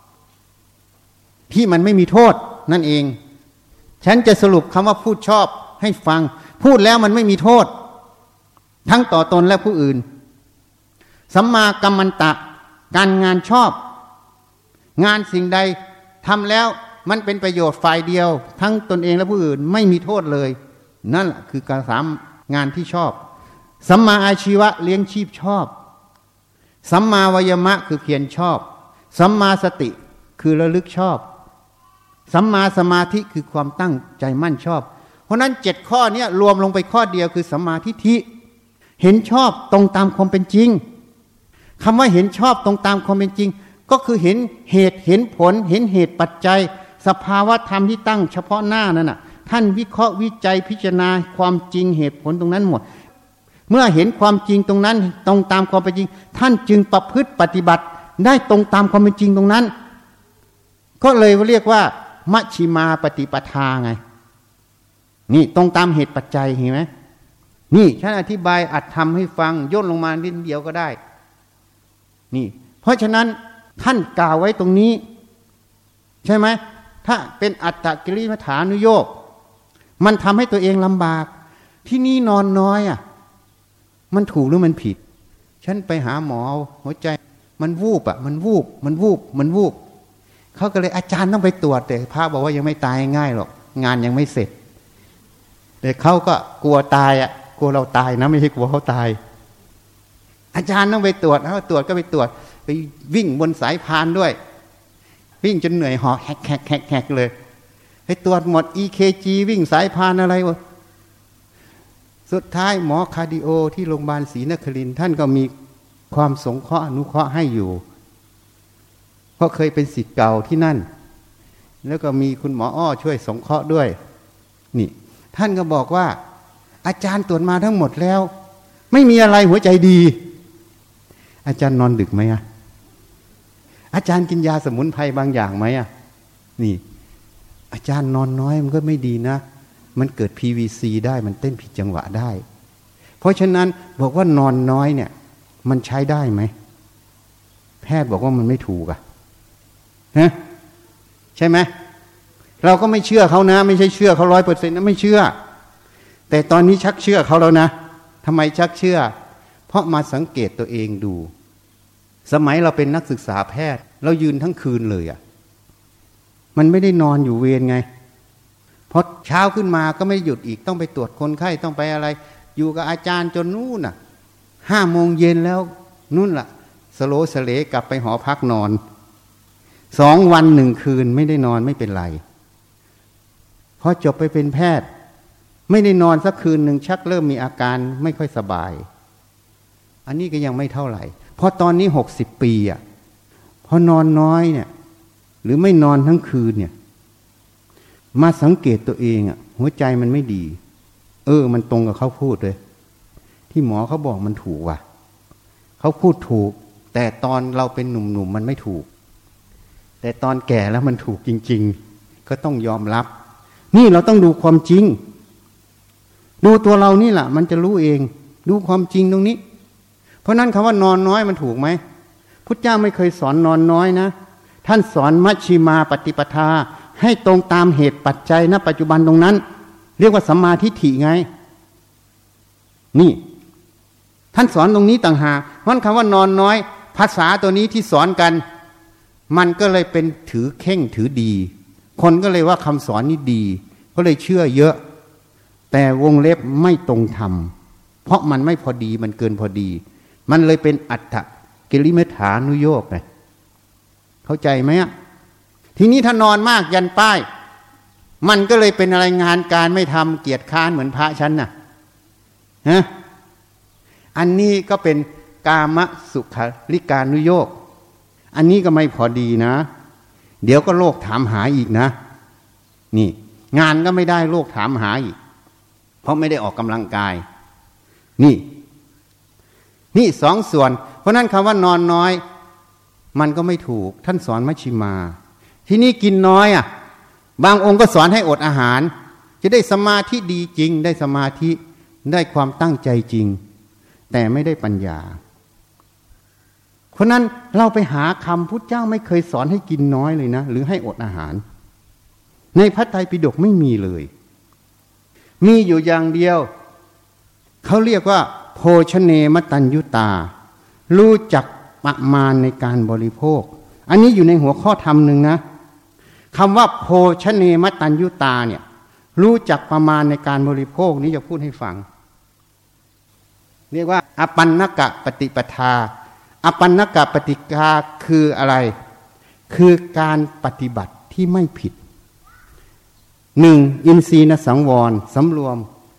[SPEAKER 1] ที่มันไม่มีโทษนั่นเองฉันจะสรุปคำว่าพูดชอบให้ฟังพูดแล้วมันไม่มีโทษทั้งต่อตนและผู้อื่นสัมมากัมมันตะการงานชอบงานสิ่งใดทำแล้วมันเป็นประโยชน์ฝ่ายเดียวทั้งตนเองและผู้อื่นไม่มีโทษเลยนั่นแหละคือการงานที่ชอบสัมมาอาชีวะเลี้ยงชีพชอบสัมมาวายามะคือเพียรชอบสัมมาสติคือระลึกชอบสัมมาสมาธิคือความตั้งใจมั่นชอบเพราะนั้น7ข้อนี้รวมลงไปข้อเดียวคือสัมมาทิฏฐิเห็นชอบตรงตามความเป็นจริงคำว่าเห็นชอบตรงตามความเป็นจริงก็คือเห็นเหตุเห็นผลเห็นเหตุปัจจัยสภาวะธรรมที่ตั้งเฉพาะหน้านั่นน่ะท่านวิเคราะห์วิจัยพิจารณาความจริงเหตุผลตรงนั้นหมดเมื่อเห็นความจริงตรงนั้นตรงตามความเป็นจริงท่านจึงประพฤติปฏิบัติได้ตรงตามความเป็นจริงตรงนั้นก็เลยเรียกว่ามัชฌิมาปฏิปทาไงนี่ตรงตามเหตุปัจจัยเห็นไหมนี่ฉันอธิบายอัดทำให้ฟังย่นลงมานิดเดียวก็ได้นี่เพราะฉะนั้นท่านกล่าวไว้ตรงนี้ใช่ไหมถ้าเป็นอัตตกิริมัฏฐานุโยคมันทำให้ตัวเองลำบากที่นี่นอนน้อยอ่ะมันถูกหรือมันผิดฉันไปหาหมอหัวใจมันวูบอ่ะมันวูบเขาก็เลยอาจารย์ต้องไปตรวจแต่พระบอกว่ายังไม่ตายง่ายหรอกงานยังไม่เสร็จแต่เขาก็กลัวตายอ่ะกลัวเราตายนะไม่ใช่กลัวเขาตายอาจารย์ต้องไปตรวจแล้วตรวจก็ไปตรวจไปวิ่งบนสายพานด้วยวิ่งจนเหนื่อยหอบแฮกเลยให้ตรวจหมด EKG วิ่งสายพานอะไรวะสุดท้ายหมอคาร์ดิโอที่โรงพยาบาลศรีนครินทร์ท่านก็มีความสงเคราะห์อนุเคราะห์ให้อยู่เพราะเคยเป็นศิษย์เก่าที่นั่นแล้วก็มีคุณหมออ้อช่วยสงเคราะห์ด้วยนี่ท่านก็บอกว่าอาจารย์ตรวจมาทั้งหมดแล้วไม่มีอะไรหัวใจดีอาจารย์นอนดึกไหมอ่ะอาจารย์กินยาสมุนไพรบางอย่างไหมอ่ะนี่อาจารย์นอนน้อยมันก็ไม่ดีนะมันเกิด PVC ได้มันเต้นผิดจังหวะได้เพราะฉะนั้นบอกว่านอนน้อยเนี่ยมันใช้ได้ไหมแพทย์บอกว่ามันไม่ถูกอ่ะฮะใช่ไหมเราก็ไม่เชื่อเขานะไม่ใช่เชื่อเขา 100% นะไม่เชื่อแต่ตอนนี้ชักเชื่อเขาแล้วนะทำไมชักเชื่อเพราะมาสังเกตตัวเองดูสมัยเราเป็นนักศึกษาแพทย์เรายืนทั้งคืนเลยอ่ะมันไม่ได้นอนอยู่เวรไงพอเช้าขึ้นมาก็ไม่หยุดอีกต้องไปตรวจคนไข้ต้องไปอะไรอยู่กับอาจารย์จนนู่นน่ะ5 โมงเย็นแล้วนู่นล่ะสโลสเลกลับไปหอพักนอน2 วัน 1 คืนไม่ได้นอนไม่เป็นไรพอจบไปเป็นแพทย์ไม่ได้นอนสักคืนหนึ่งชักเริ่มมีอาการไม่ค่อยสบายอันนี้ก็ยังไม่เท่าไหร่พอตอนนี้60 ปีอ่ะพอนอนน้อยเนี่ยหรือไม่นอนทั้งคืนเนี่ยมาสังเกตตัวเองอ่ะหัวใจมันไม่ดีมันตรงกับเขาพูดเลยที่หมอเขาบอกมันถูกว่ะเขาพูดถูกแต่ตอนเราเป็นหนุ่มๆมันไม่ถูกแต่ตอนแก่แล้วมันถูกจริงๆก็ต้องยอมรับนี่เราต้องดูความจริงดูตัวเรานี่แหละมันจะรู้เองดูความจริงตรงนี้เพราะนั้นคำว่านอนน้อยมันถูกไหมพุทธเจ้าไม่เคยสอนนอนน้อยนะท่านสอนมัชฌิมาปฏิปทาให้ตรงตามเหตุปัจจัยณปัจจุบันตรงนั้นเรียกว่าสัมมาทิฏฐิไงนี่ท่านสอนตรงนี้ต่างหากเพราะคำว่านอนน้อยภาษาตัวนี้ที่สอนกันมันก็เลยเป็นถือเข่งถือดีคนก็เลยว่าคำสอนนี้ดีก็เลยเชื่อเยอะแต่วงเล็บไม่ตรงธรรมเพราะมันไม่พอดีมันเกินพอดีมันเลยเป็นอัตถกิริมัฏฐานุโยคไงเข้าใจไหมอ่ะทีนี้ถ้านอนมากยันป้ายมันก็เลยเป็นอะไรงานการไม่ทำเกียจค้านเหมือนพระฉันน่ะฮะอันนี้ก็เป็นกามสุขลิกานุโยคอันนี้ก็ไม่พอดีนะเดี๋ยวก็โลกถามหาอีกนะนี่งานก็ไม่ได้โลกถามหาอีกเพราะไม่ได้ออกกำลังกายนี่นี่สองส่วนเพราะนั้นคำว่านอนน้อยมันก็ไม่ถูกท่านสอนมัชฌิมาที่นี่กินน้อยบางองค์ก็สอนให้อดอาหารจะได้สมาธิดีจริงได้สมาธิได้ความตั้งใจจริงแต่ไม่ได้ปัญญาเพราะนั้นเราไปหาคำพุทธเจ้าไม่เคยสอนให้กินน้อยเลยนะหรือให้อดอาหารในพระไตรปิฎกไม่มีเลยมีอยู่อย่างเดียวเขาเรียกว่าโภชเนมตัญญุตารู้จักประมาณในการบริโภคอันนี้อยู่ในหัวข้อธรรมหนึ่งนะคำว่าโภชเนมตัญญุตาเนี่ยรู้จักประมาณในการบริโภคนี้จะพูดให้ฟังเรียกว่าอปันนกะปฏิปทาอปันนกะปฏิกาคืออะไรคือการปฏิบัติที่ไม่ผิดหนึ่งอินทรีย์สังวรสำรวม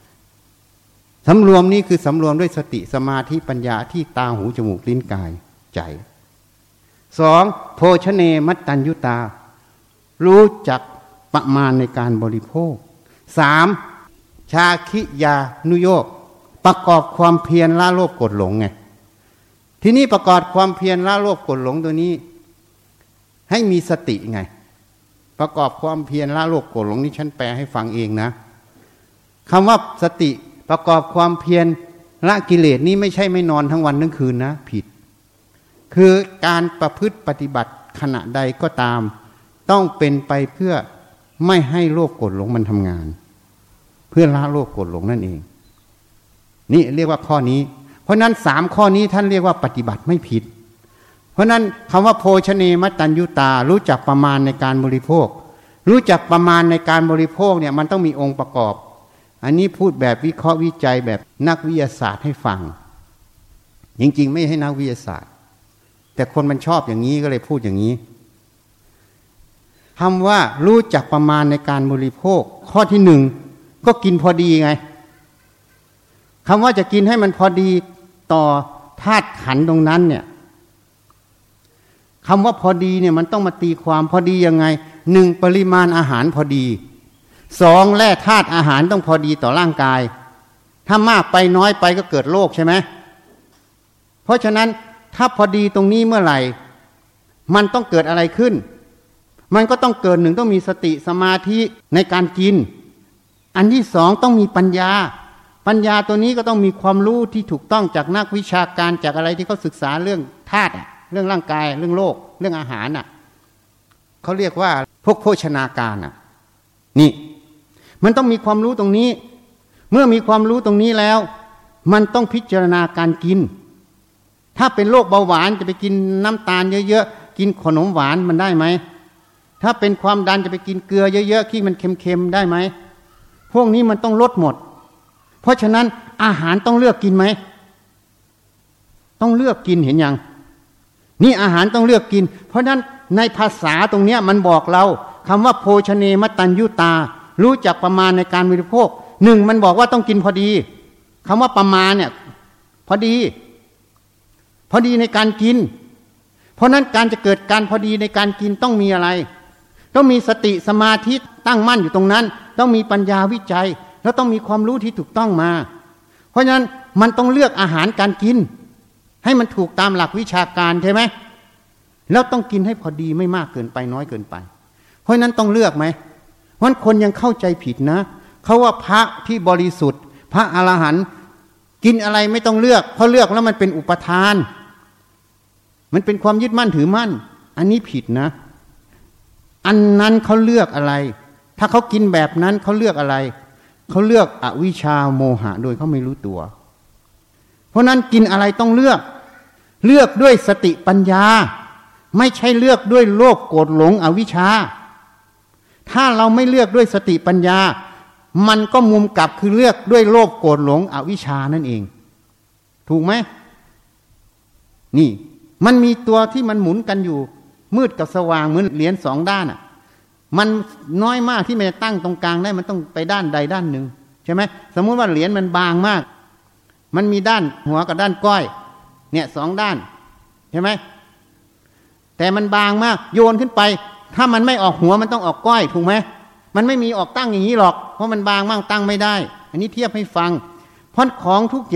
[SPEAKER 1] นี่คือสำรวมด้วยสติสมาธิปัญญาที่ตาหูจมูกลิ้นกายใจสองโภชเนมัตตัญญุตารู้จักประมาณในการบริโภคสามชาคิยานุโยคประกอบความเพียรละโลภโกรธหลงไงที่นี่ประกอบความเพียรละโลภโกรธหลงตัวนี้ให้มีสติไงประกอบความเพียรละโลภโกรธหลงนี่ฉันแปลให้ฟังเองนะคำว่าสติประกอบความเพียรละกิเลสนี่ไม่ใช่ไม่นอนทั้งวันทั้งคืนนะผิดคือการประพฤติปฏิบัติขณะใดก็ตามต้องเป็นไปเพื่อไม่ให้โลภโกรธหลงมันทำงานเพื่อละโลภโกรธหลงนั่นเองนี่เรียกว่าข้อนี้เพราะนั้นสามข้อนี้ท่านเรียกว่าปฏิบัติไม่ผิดเพราะนั้นคำว่าโภชเนมัตตัญญุตารู้จักประมาณในการบริโภครู้จักประมาณในการบริโภคเนี่ยมันต้องมีองค์ประกอบอันนี้พูดแบบวิเคราะห์วิจัยแบบนักวิทยาศาสตร์ให้ฟังจริงๆไม่ให้นักวิทยาศาสตร์แต่คนมันชอบอย่างนี้ก็เลยพูดอย่างนี้คำว่ารู้จักประมาณในการบริโภคข้อที่หนึ่งก็กินพอดีไงคำว่าจะกินให้มันพอดีต่อธาตุขันธ์ตรงนั้นเนี่ยคำว่าพอดีเนี่ยมันต้องมาตีความพอดียังไงหนึ่งปริมาณอาหารพอดีสองแร่ธาตุอาหารต้องพอดีต่อร่างกายถ้ามากไปน้อยไปก็เกิดโรคใช่ไหมเพราะฉะนั้นถ้าพอดีตรงนี้เมื่อไหร่มันต้องเกิดอะไรขึ้นมันก็ต้องเกิดหนึ่งต้องมีสติสมาธิในการกินอันที่สองต้องมีปัญญาตัวนี้ก็ต้องมีความรู้ที่ถูกต้องจากนักวิชาการจากอะไรที่เขาศึกษาเรื่องธาตุเรื่องร่างกายเรื่องโลกเรื่องอาหารเขาเรียกว่าพวกโภชนาการนี่มันต้องมีความรู้ตรงนี้เมื่อมีความรู้ตรงนี้แล้วมันต้องพิจารณาการกินถ้าเป็นโรคเบาหวานจะไปกินน้ำตาลเยอะๆกินขนมหวานมันได้ไหมถ้าเป็นความดันจะไปกินเกลือเยอะๆที่มันเค็มๆได้ไหมพวกนี้มันต้องลดหมดเพราะฉะนั้นอาหารต้องเลือกกินไหมต้องเลือกกินเห็นยังนี่อาหารต้องเลือกกินเพราะฉะนั้นในภาษาตรงเนี้ยมันบอกเราคำว่าโภชเนมัตตัญญุตารู้จักประมาณในการบริโภคหนึ่งมันบอกว่าต้องกินพอดีคำว่าประมาณเนี่ยพอดีในการกินเพราะนั้นการจะเกิดการพอดีในการกินต้องมีอะไรต้องมีสติสมาธิตั้งมั่นอยู่ตรงนั้นต้องมีปัญญาวิจัยแล้วต้องมีความรู้ที่ถูกต้องมาเพราะฉะนั้นมันต้องเลือกอาหารการกินให้มันถูกตามหลักวิชาการใช่ไหมแล้วต้องกินให้พอดีไม่มากเกินไปน้อยเกินไปเพราะนั้นต้องเลือกไหมเพราะคนยังเข้าใจผิดนะเขาว่าพระที่บริสุทธิ์พระอรหันต์กินอะไรไม่ต้องเลือกเพราะเลือกแล้วมันเป็นอุปทานมันเป็นความยึดมั่นถือมั่นอันนี้ผิดนะอันนั้นเขาเลือกอะไรถ้าเขากินแบบนั้นเขาเลือกอะไรเขาเลือกอวิชชาโมหะโดยเขาไม่รู้ตัวเพราะนั้นกินอะไรต้องเลือกด้วยสติปัญญาไม่ใช่เลือกด้วยโลภโกรธหลงอวิชชาถ้าเราไม่เลือกด้วยสติปัญญามันก็มุมกลับคือเลือกด้วยโลภโกรธหลงอวิชชานั่นเองถูกไหมนี่มันมีตัวที่มันหมุนกันอยู่มืดกับสว่างเหมือนเหรียญสองด้านมันน้อยมากที่มันจะตั้งตรงกลางได้มันต้องไปด้านใดด้านหนึ่งใช่ไหมสมมุติว่าเหรียญมันบางมากมันมีด้านหัวกับด้านก้อยเนี่ยสองด้านใช่ไหมแต่มันบางมากโยนขึ้นไปถ้ามันไม่ออกหัวมันต้องออกก้อยถูกไหมมันไม่มีออกตั้งอย่างนี้หรอกเพราะมันบางมากตั้งไม่ได้อันนี้เทียบให้ฟังเพราะของทุกอย่าง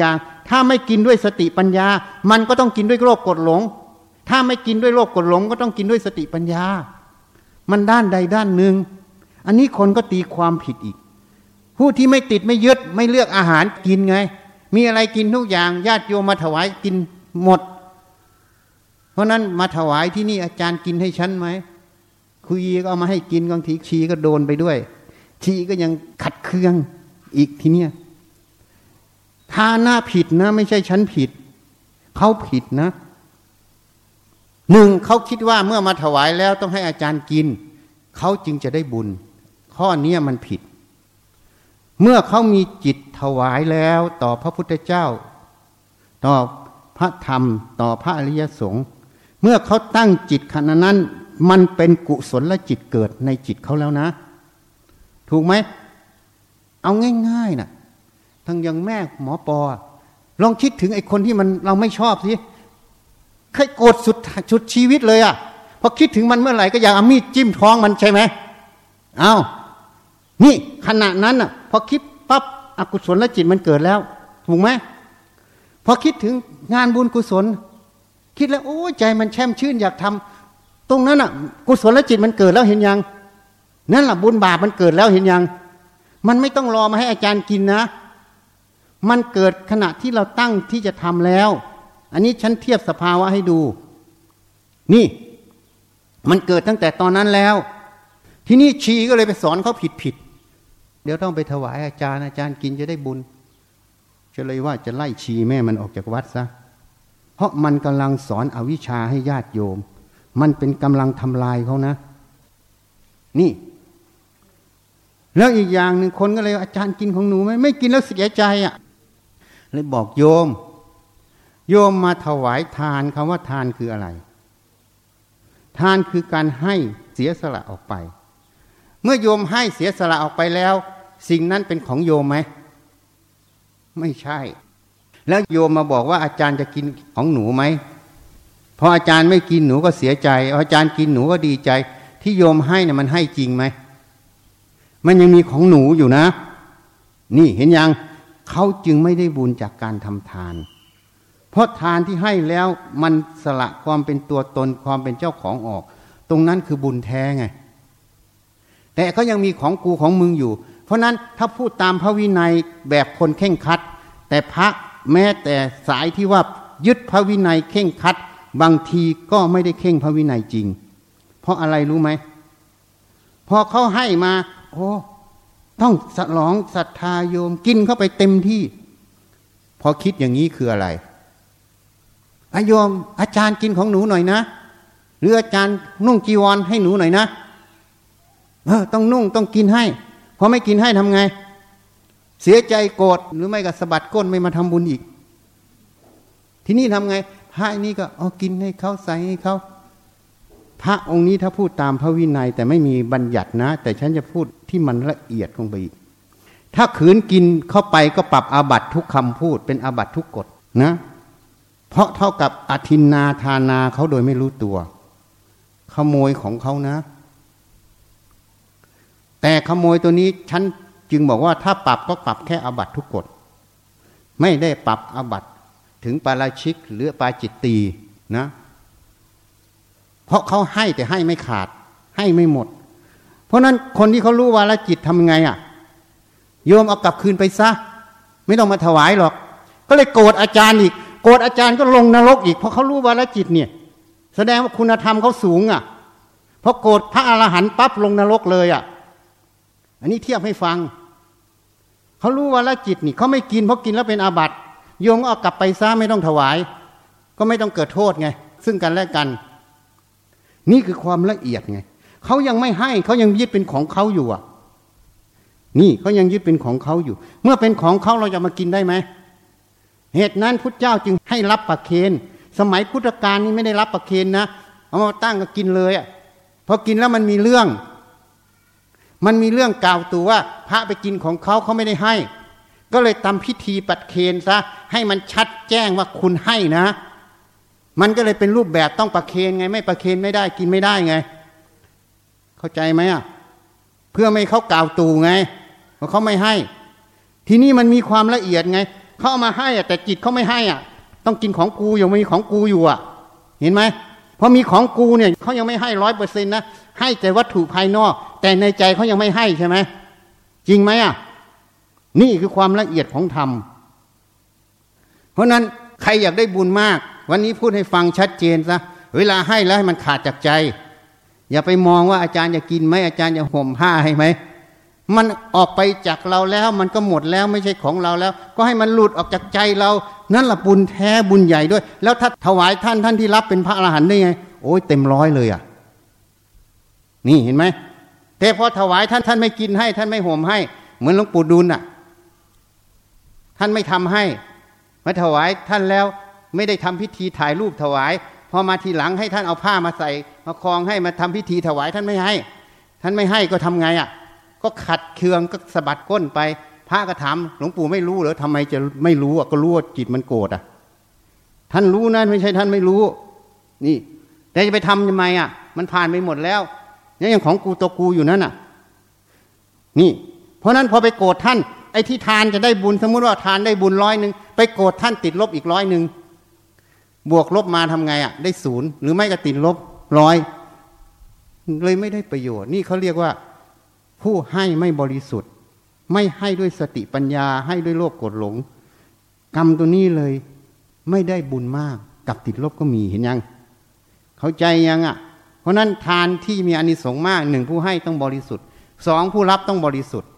[SPEAKER 1] ถ้าไม่กินด้วยสติปัญญามันก็ต้องกินด้วยโลภกดหลงถ้าไม่กินด้วยโลภกดหลงก็ต้องกินด้วยสติปัญญามันด้านใดด้านหนึ่งอันนี้คนก็ตีความผิดอีกผู้ที่ไม่ติดไม่ยึดไม่เลือกอาหารกินไงมีอะไรกินทุกอย่างญาติโยมมาถวายกินหมดเพราะนั้นมาถวายที่นี่อาจารย์กินให้ฉันไหมคุยก็เอามาให้กินบางทีชีก็โดนไปด้วยชีก็ยังขัดเคืองอีกทีเนี้ยทาหน้าผิดนะไม่ใช่ฉันผิดเขาผิดนะหนึ่งเขาคิดว่าเมื่อมาถวายแล้วต้องให้อาจารย์กินเขาจึงจะได้บุญข้อนี้มันผิดเมื่อเขามีจิตถวายแล้วต่อพระพุทธเจ้าต่อพระธรรมต่อพระอริยสงฆ์เมื่อเขาตั้งจิตขณะนั้นมันเป็นกุศลจิตเกิดในจิตเขาแล้วนะถูกไหมเอาง่ายๆนะทั้งอย่างแม่หมอปอลองคิดถึงไอ้คนที่มันเราไม่ชอบสิเคยโกรธสุดชีวิตเลยอ่ะพอคิดถึงมันเมื่อไหร่ก็อยากเอามีดจิ้มท้องมันใช่ไหมเอานี่ขณะนั้นอ่ะพอคิดปั๊บอกุศลจิตมันเกิดแล้วถูกไหมพอคิดถึงงานบุญกุศลคิดแล้วโอ้ใจมันแช่มชื่นอยากทำตรงนั้นอ่ะกุศลจิตมันเกิดแล้วเห็นยังนั่นแหละบุญบาปมันเกิดแล้วเห็นยังมันไม่ต้องรอมาให้อาจารย์กินนะมันเกิดขณะที่เราตั้งที่จะทำแล้วอันนี้ฉันเทียบสภาวะให้ดูนี่มันเกิดตั้งแต่ตอนนั้นแล้วที่นี่ชีก็เลยไปสอนเขาผิดเดี๋ยวต้องไปถวายอาจารย์กินจะได้บุญจะเลยว่าจะไล่ชีแม่มันออกจากวัดซะเพราะมันกำลังสอนอวิชชาให้ญาติโยมมันเป็นกำลังทำลายเขานะนี่แล้วอีกอย่างหนึ่งคนก็เลยอาจารย์กินของหนูไหมไม่กินแล้วเสียใจอ่ะเลยบอกโยมมาถวายทานคำว่าทานคืออะไรทานคือการให้เสียสละออกไปเมื่อโยมให้เสียสละออกไปแล้วสิ่งนั้นเป็นของโยมไหมไม่ใช่แล้วโยมมาบอกว่าอาจารย์จะกินของหนูไหมพออาจารย์ไม่กินหนูก็เสียใจอาจารย์กินหนูก็ดีใจที่โยมให้เนี่ยมันให้จริงไหมมันยังมีของหนูอยู่นะนี่เห็นยังเขาจึงไม่ได้บุญจากการทำทานเพราะทานที่ให้แล้วมันสละความเป็นตัวตนความเป็นเจ้าของออกตรงนั้นคือบุญแท้ไงแต่เขายังมีของกูของมึงอยู่เพราะนั้นถ้าพูดตามพระวินัยแบบคนเข่งครัดแต่พระแม้แต่สายที่ว่ายึดพระวินัยเข่งครัดบางทีก็ไม่ได้เข่งพระวินัยจริงเพราะอะไรรู้ไหมพอเขาให้มาโอ้ต้องฉลองศรัทธาโยมกินเข้าไปเต็มที่พอคิดอย่างนี้คืออะไรโยมอาจารย์กินของหนูหน่อยนะหรืออาจารย์นุ่งจีวรให้หนูหน่อยนะต้องนุ่งต้องกินให้พอไม่กินให้ทำไงเสียใจโกรธหรือไม่ก็สะบัดก้นไม่มาทำบุญอีกที่นี่ทำไงพระนี้ก็เอากินให้เขาใส่ให้เขาพระองค์นี้ถ้าพูดตามพระวินัยแต่ไม่มีบัญญัตินะแต่ฉันจะพูดที่มันละเอียดลงไปอีกถ้าขืนกินเข้าไปก็ปรับอาบัติทุกคำพูดเป็นอาบัติทุกกฎนะเพราะเท่ากับอทินนาทานาเขาโดยไม่รู้ตัวขโมยของเขานะแต่ขโมยตัวนี้ฉันจึงบอกว่าถ้าปรับก็ปรับแค่อาบัติทุกกฎไม่ได้ปรับอาบัติถึงปาราชิกหรือปาจิตตีนะเพราะเขาให้แต่ให้ไม่ขาดให้ไม่หมดเพราะนั้นคนที่เขารู้วาระจิตทำไงอ่ะโยมเอากลับคืนไปซะไม่ต้องมาถวายหรอกก็เลยโกรธอาจารย์อีกโกรธอาจารย์ก็ลงนรกอีกเพราะเขารู้วาระจิตเนี่ยแสดงว่าคุณธรรมเขาสูงอ่ะเพราะโกรธพระอรหันต์ปั๊บลงนรกเลยอ่ะอันนี้เทียบให้ฟังเขารู้วาระจิตนี่เขาไม่กินเพราะกินแล้วเป็นอาบัติโยมก็เอากลับไปซะไม่ต้องถวายก็ไม่ต้องเกิดโทษไงซึ่งกันและกันนี่คือความละเอียดไงเขายังไม่ให้เขายังยึดเป็นของเขาอยู่อ่ะนี่เขายังยึดเป็นของเขาอยู่เมื่อเป็นของเขาเราจะมากินได้ไหมเหตุนั้นพุทธเจ้าจึงให้รับประเคนสมัยพุทธกาลนี่ไม่ได้รับประเคนนะเอามาตั้งก็กินเลยอ่ะพอกินแล้วมันมีเรื่องกล่าวตัวว่าพระไปกินของเขาเขาไม่ได้ให้ก็เลยทำพิธีปัดเคนซะให้มันชัดแจ้งว่าคุณให้นะมันก็เลยเป็นรูปแบบต้องประเคนไงไม่ประเคนไม่ได้กินไม่ได้ไงเข้าใจไหมอ่ะเพื่อไม่เขากล่าวตู่ไงเพราะเขาไม่ให้ทีนี้มันมีความละเอียดไงเขาเอามาให้แต่จิตเขาไม่ให้ต้องกินของกูอยู่มีของกูอยู่เห็นไหมพอมีของกูเนี่ยเขายังไม่ให้100%นะให้แต่วัตถุภายนอกแต่ในใจเขายังไม่ให้ใช่ไหมจริงไหมนี่คือความละเอียดของธรรมเพราะนั้นใครอยากได้บุญมากวันนี้พูดให้ฟังชัดเจนซะเวลาให้แล้วให้มันขาดจากใจอย่าไปมองว่าอาจารย์จะกินไหมอาจารย์จะห่มผ้าให้ไหมมันออกไปจากเราแล้วมันก็หมดแล้วไม่ใช่ของเราแล้วก็ให้มันหลุดออกจากใจเรานั่นแหละบุญแท้บุญใหญ่ด้วยแล้วถ้าถวายท่านที่รับเป็นพระอรหันต์ได้ไงโอ้ยเต็ม100เลยนี่เห็นไหมแต่พอถวายท่านไม่กินให้ท่านไม่ห่มให้เหมือนหลวงปู่ดูลท่านไม่ทำให้มาถวายท่านแล้วไม่ได้ทำพิธีถ่ายรูปถวายพอมาทีหลังให้ท่านเอาผ้ามาใส่มาคล้องให้มาทำพิธีถวายท่านไม่ให้ก็ทำไงก็ขัดเคืองก็สะบัดก้นไปพระก็ถามหลวงปู่ไม่รู้เหรอทำไมจะไม่รู้ก็รู้ว่าจิตมันโกรธท่านรู้นะไม่ใช่ท่านไม่รู้นี่แต่จะไปทำทำไมมันผ่านไปหมดแล้วนี่ยังของกูตัวกูอยู่นั่นนี่เพราะนั้นพอไปโกรธท่านไอ้ที่ทานจะได้บุญสมมติว่าทานได้บุญ100ไปโกรธท่านติดลบอีก100บวกลบมาทำไงได้0หรือไม่ก็ติดลบ100เลยไม่ได้ประโยชน์นี่เขาเรียกว่าผู้ให้ไม่บริสุทธิ์ไม่ให้ด้วยสติปัญญาให้ด้วยโลภโกรธหลงกรรมตัวนี้เลยไม่ได้บุญมากกับติดลบก็มีเห็นยังเข้าใจยังเพราะนั้นทานที่มีอานิสงส์มาก1ผู้ให้ต้องบริสุทธิ์2ผู้รับต้องบริสุทธิ์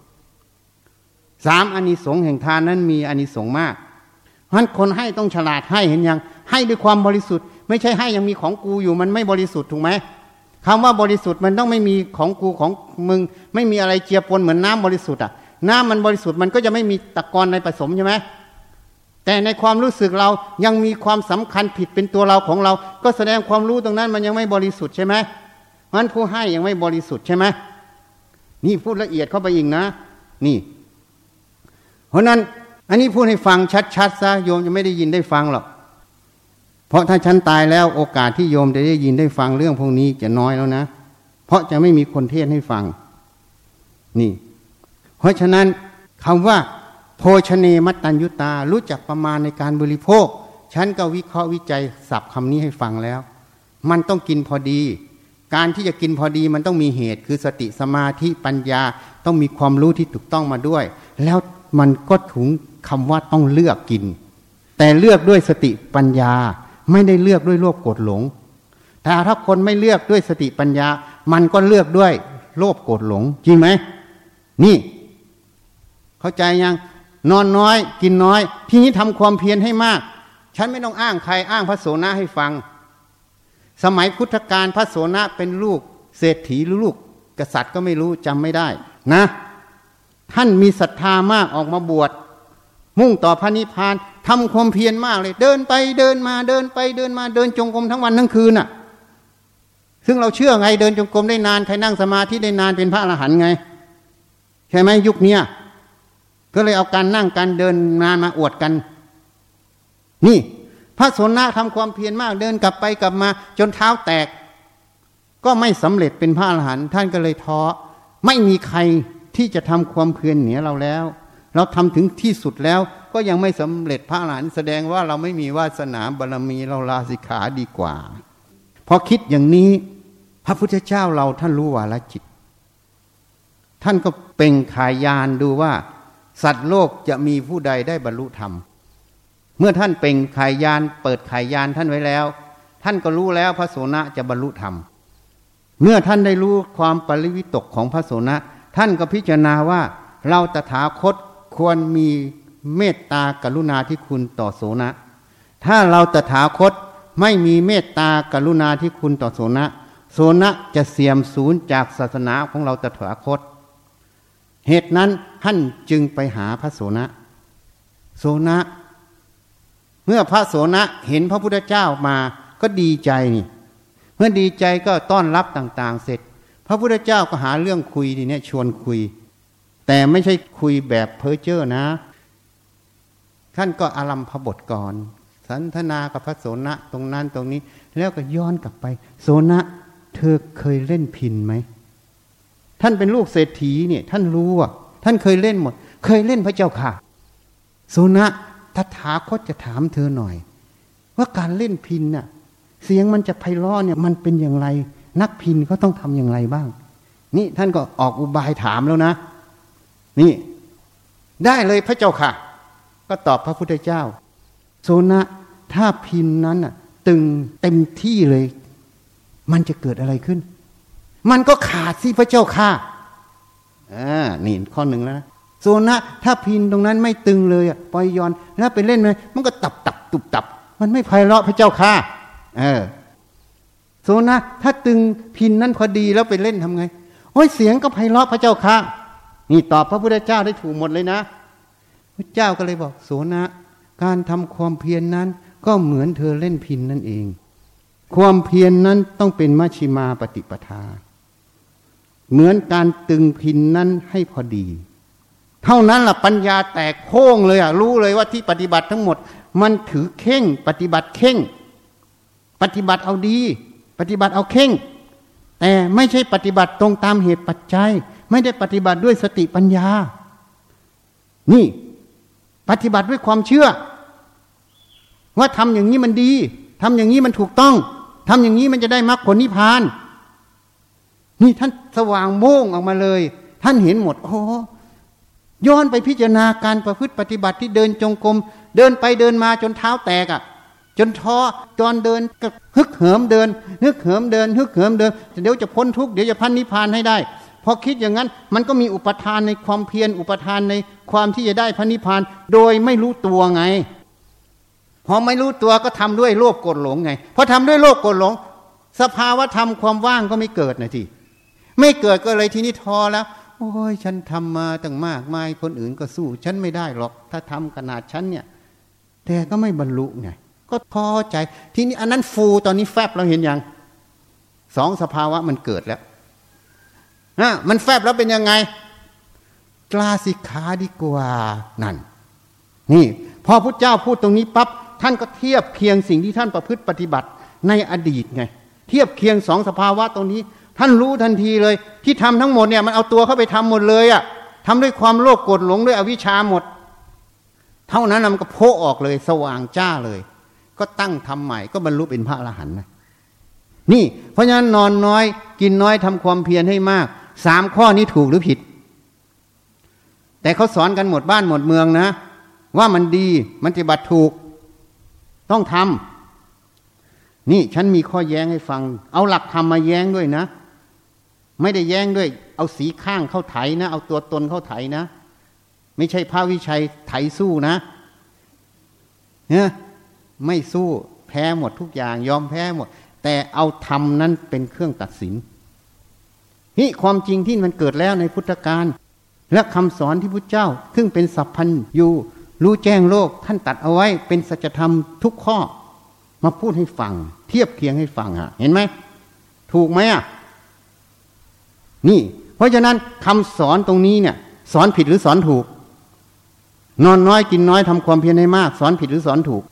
[SPEAKER 1] 3อานิสงส์แห่งทานนั้นมีอานิสงส์มากเพราะฉะนั้นคนให้ต้องฉลาดให้เห็นยังให้ด้วยความบริสุทธิ์ไม่ใช่ให้ยังมีของกูอยู่มันไม่บริสุทธิ์ถูกไหมคำว่าบริสุทธิ์มันต้องไม่มีของกูของมึงไม่มีอะไรเจือปนเหมือนน้ำบริสุทธิ์น้ำมันบริสุทธิ์มันก็จะไม่มีตะกอนในผสมใช่ไหมแต่ในความรู้สึกเรายังมีความสำคัญผิดเป็นตัวเราของเราก็แสดงความรู้ตรงนั้นมันยังไม่บริสุทธิ์ใช่ไหมเพราะฉะนั้นผู้ให้ยังไม่บริสุทธิ์ใช่ไหมนี่พูดละเอียดเข้าไปอีกนะนี่เพราะนั้นอันนี้พูดให้ฟังชัดๆซะโยมจะไม่ได้ยินได้ฟังหรอกเพราะถ้าฉันตายแล้วโอกาสที่โยมจะได้ยินได้ฟังเรื่องพวกนี้จะน้อยแล้วนะเพราะจะไม่มีคนเทศให้ฟังนี่เพราะฉะนั้นคำว่าโภชเนมัตตัญญุตารู้จักประมาณในการบริโภคฉันก็วิเคราะห์วิจัยศัพท์คำนี้ให้ฟังแล้วมันต้องกินพอดีการที่จะกินพอดีมันต้องมีเหตุคือสติสมาธิปัญญาต้องมีความรู้ที่ถูกต้องมาด้วยแล้วมันก็ถึงคำว่าต้องเลือกกินแต่เลือกด้วยสติปัญญาไม่ได้เลือกด้วยโลภโกรธหลงแต่ถ้าคนไม่เลือกด้วยสติปัญญามันก็เลือกด้วยโลภโกรธหลงจริงไหมนี่เข้าใจยังนอนน้อยกินน้อยทีนี้ทำความเพียรให้มากฉันไม่ต้องอ้างใครอ้างพระโสนะให้ฟังสมัยพุทธกาลพระโสนะเป็นลูกเศรษฐีหรือลูกกษัตริย์ก็ไม่รู้จำไม่ได้นะท่านมีศรัทธามากออกมาบวชมุ่งต่อพระนิพพานทำความเพียรมากเลยเดินไปเดินมาเดินไปเดินมาเดินจงกรมทั้งวันทั้งคืนซึ่งเราเชื่อไงเดินจงกรมได้นานใครนั่งสมาธิได้นานเป็นพระอรหันต์ไงใช่ไหมยุคนี้ก็เลยเอาการนั่งการเดินนานมาอวดกันนี่พระโสนะทำความเพียรมากเดินกลับไปกลับมาจนเท้าแตกก็ไม่สำเร็จเป็นพระอรหันต์ท่านก็เลยท้อไม่มีใครที่จะทำความเพียรเหนือเราแล้วเราทำถึงที่สุดแล้วก็ยังไม่สำเร็จพระอรหันต์แสดงว่าเราไม่มีวาสนาบารมีเราลาสิกขาดีกว่าพอคิดอย่างนี้พระพุทธเจ้าเราท่านรู้วาระจิตท่านก็เป่งขายานดูว่าสัตว์โลกจะมีผู้ใดได้บรรลุธรรมเมื่อท่านเป่งขายานเปิดขายานท่านไว้แล้วท่านก็รู้แล้วพระโสนะจะบรรลุธรรมเมื่อท่านได้รู้ความปริวิตกของพระโสนะท่านก็พิจารณาว่าเราตถาคตควรมีเมตตากรุณาธิคุณต่อโสนะถ้าเราตถาคตไม่มีเมตตากรุณาธิคุณต่อโสนะโสนะจะเสื่อมสูญจากศาสนาของเราตถาคตเหตุนั้นท่านจึงไปหาพระโสนะโสนะเมื่อพระโสนะเห็นพระพุทธเจ้ามาก็ดีใจนี่เมื่อดีใจก็ต้อนรับต่างๆเสร็จพระพุทธเจ้าก็หาเรื่องคุยทีนี้ชวนคุยแต่ไม่ใช่คุยแบบเพ้อเจ้อนะท่านก็อารัมภบทก่อนสันทนากับพระโสนะตรงนั้นตรงนี้แล้วก็ย้อนกลับไปโสนะเธอเคยเล่นพิณไหมท่านเป็นลูกเศรษฐีเนี่ยท่านรู้ท่านเคยเล่นหมดเคยเล่นพระเจ้าค่ะโสนะตถาคตจะถามเธอหน่อยว่าการเล่นพิณน่ะเสียงมันจะไพเราะเนี่ยมันเป็นอย่างไรนักพิณเขาต้องทำอย่างไรบ้างนี่ท่านก็ออกอุบายถามแล้วนะนี่ได้เลยพระเจ้าค่ะก็ตอบพระพุทธเจ้าโสนะถ้าพิณนั้นน่ะตึงเต็มที่เลยมันจะเกิดอะไรขึ้นมันก็ขาดสิพระเจ้าค่ะนี่ข้อหนึ่งแล้วนะโซนะถ้าพินตรงนั้นไม่ตึงเลยปล่อยย้อนแล้วไปเล่นมันก็ตับตุบตับมันไม่ไพเราะพระเจ้าค่ะโซนะถ้าตึงพินนั้นพอดีแล้วไปเล่นทำไงโอ้ยเสียงก็ไพเราะพระเจ้าค่ะนี่ตอบพระพุทธเจ้าได้ถูกหมดเลยนะพระเจ้าก็เลยบอกโสนะการทำความเพียรนั้นก็เหมือนเธอเล่นพินนั่นเองความเพียรนั้นต้องเป็นมัชฌิมาปฏิปทาเหมือนการตึงพินนั้นให้พอดีเท่านั้นล่ะปัญญาแตกโค้งเลยรู้เลยว่าที่ปฏิบัติทั้งหมดมันถือเข่งปฏิบัติเข่งปฏิบัติเอาดีปฏิบัติเอาเข่งแต่ไม่ใช่ปฏิบัติตรงตามเหตุปัจจัยไม่ได้ปฏิบัติด้วยสติปัญญานี่ปฏิบัติด้วยความเชื่อว่าทำอย่างนี้มันดีทำอย่างนี้มันถูกต้องทำอย่างนี้มันจะได้มรรคผลนิพพานนี่ท่านสว่างโม่งออกมาเลยท่านเห็นหมดโอ้ย้อนไปพิจารณาการประพฤติปฏิบัติที่เดินจงกรมเดินไปเดินมาจนเท้าแตกจนท้อตอนเดินก็ฮึกเหิมเดินฮึกเหิมเดินฮึกเหิมเดินเดี๋ยวจะพ้นทุกข์เดี๋ยวจะพันนิพพานให้ได้พอคิดอย่างนั้นมันก็มีอุปทานในความเพียรอุปทานในความที่จะได้พันนิพพานโดยไม่รู้ตัวไงพอไม่รู้ตัวก็ทำด้วยโลภโกรธหลงไงพอทำด้วยโลภโกรธหลงสภาวะธรรมความว่างก็ไม่เกิดนะทีไม่เกิดก็เลยทีนี้ท้อแล้วโอ้ยฉันทำมาตั้งมากมายคนอื่นก็สู้ฉันไม่ได้หรอกถ้าทำขนาดฉันเนี่ยแต่ก็ไม่บรรลุไงก็ท้อใจทีนี้อันนั้นฟูตอนนี้แฟบเราเห็นยังสองสภาวะมันเกิดแล้วมันแฟบแล้วเป็นยังไงกล้าสิกขาดีกว่านั่นนี่พอพุทธเจ้าพูดตรงนี้ปั๊บท่านก็เทียบเคียงสิ่งที่ท่านประพฤติปฏิบัติในอดีตไงเทียบเคียงสองสภาวะตรงนี้ท่านรู้ทันทีเลยที่ทำทั้งหมดเนี่ยมันเอาตัวเข้าไปทำหมดเลยทำด้วยความโลภโกรธหลงด้วยอวิชชาหมดเท่านั้นมันก็โผล่ออกเลยสว่างจ้าเลยก็ตั้งทำใหม่ก็บรรลุเป็นพระอรหันต์นะนี่เพราะฉะนั้นนอนน้อยกินน้อยทำความเพียรให้มาก3ข้อนี้ถูกหรือผิดแต่เขาสอนกันหมดบ้านหมดเมืองนะว่ามันดีมันปฏิบัติถูกต้องทำนี่ฉันมีข้อแย้งให้ฟังเอาหลักธรรมมาแย้งด้วยนะไม่ได้แย้งด้วยเอาสีข้างเข้าไถนะเอาตัวตนเข้าไถนะไม่ใช่พระวิชัยไถสู้นะเนี่ยไม่สู้แพ้หมดทุกอย่างยอมแพ้หมดแต่เอาธรรมนั้นเป็นเครื่องตัดสินนี่ความจริงที่มันเกิดแล้วในพุทธกาลและคำสอนที่พุทธเจ้าซึ่งเป็นสัพพัญญูรู้แจ้งโลกท่านตัดเอาไว้เป็นสัจธรรมทุกข้อมาพูดให้ฟังเทียบเคียงให้ฟังเห็นไหมถูกไหมนี่เพราะฉะนั้นคำสอนตรงนี้เนี่ยสอนผิดหรือสอนถูกนอนน้อยกินน้อยทำความเพียรให้มากสอนผิดหรือสอนถูก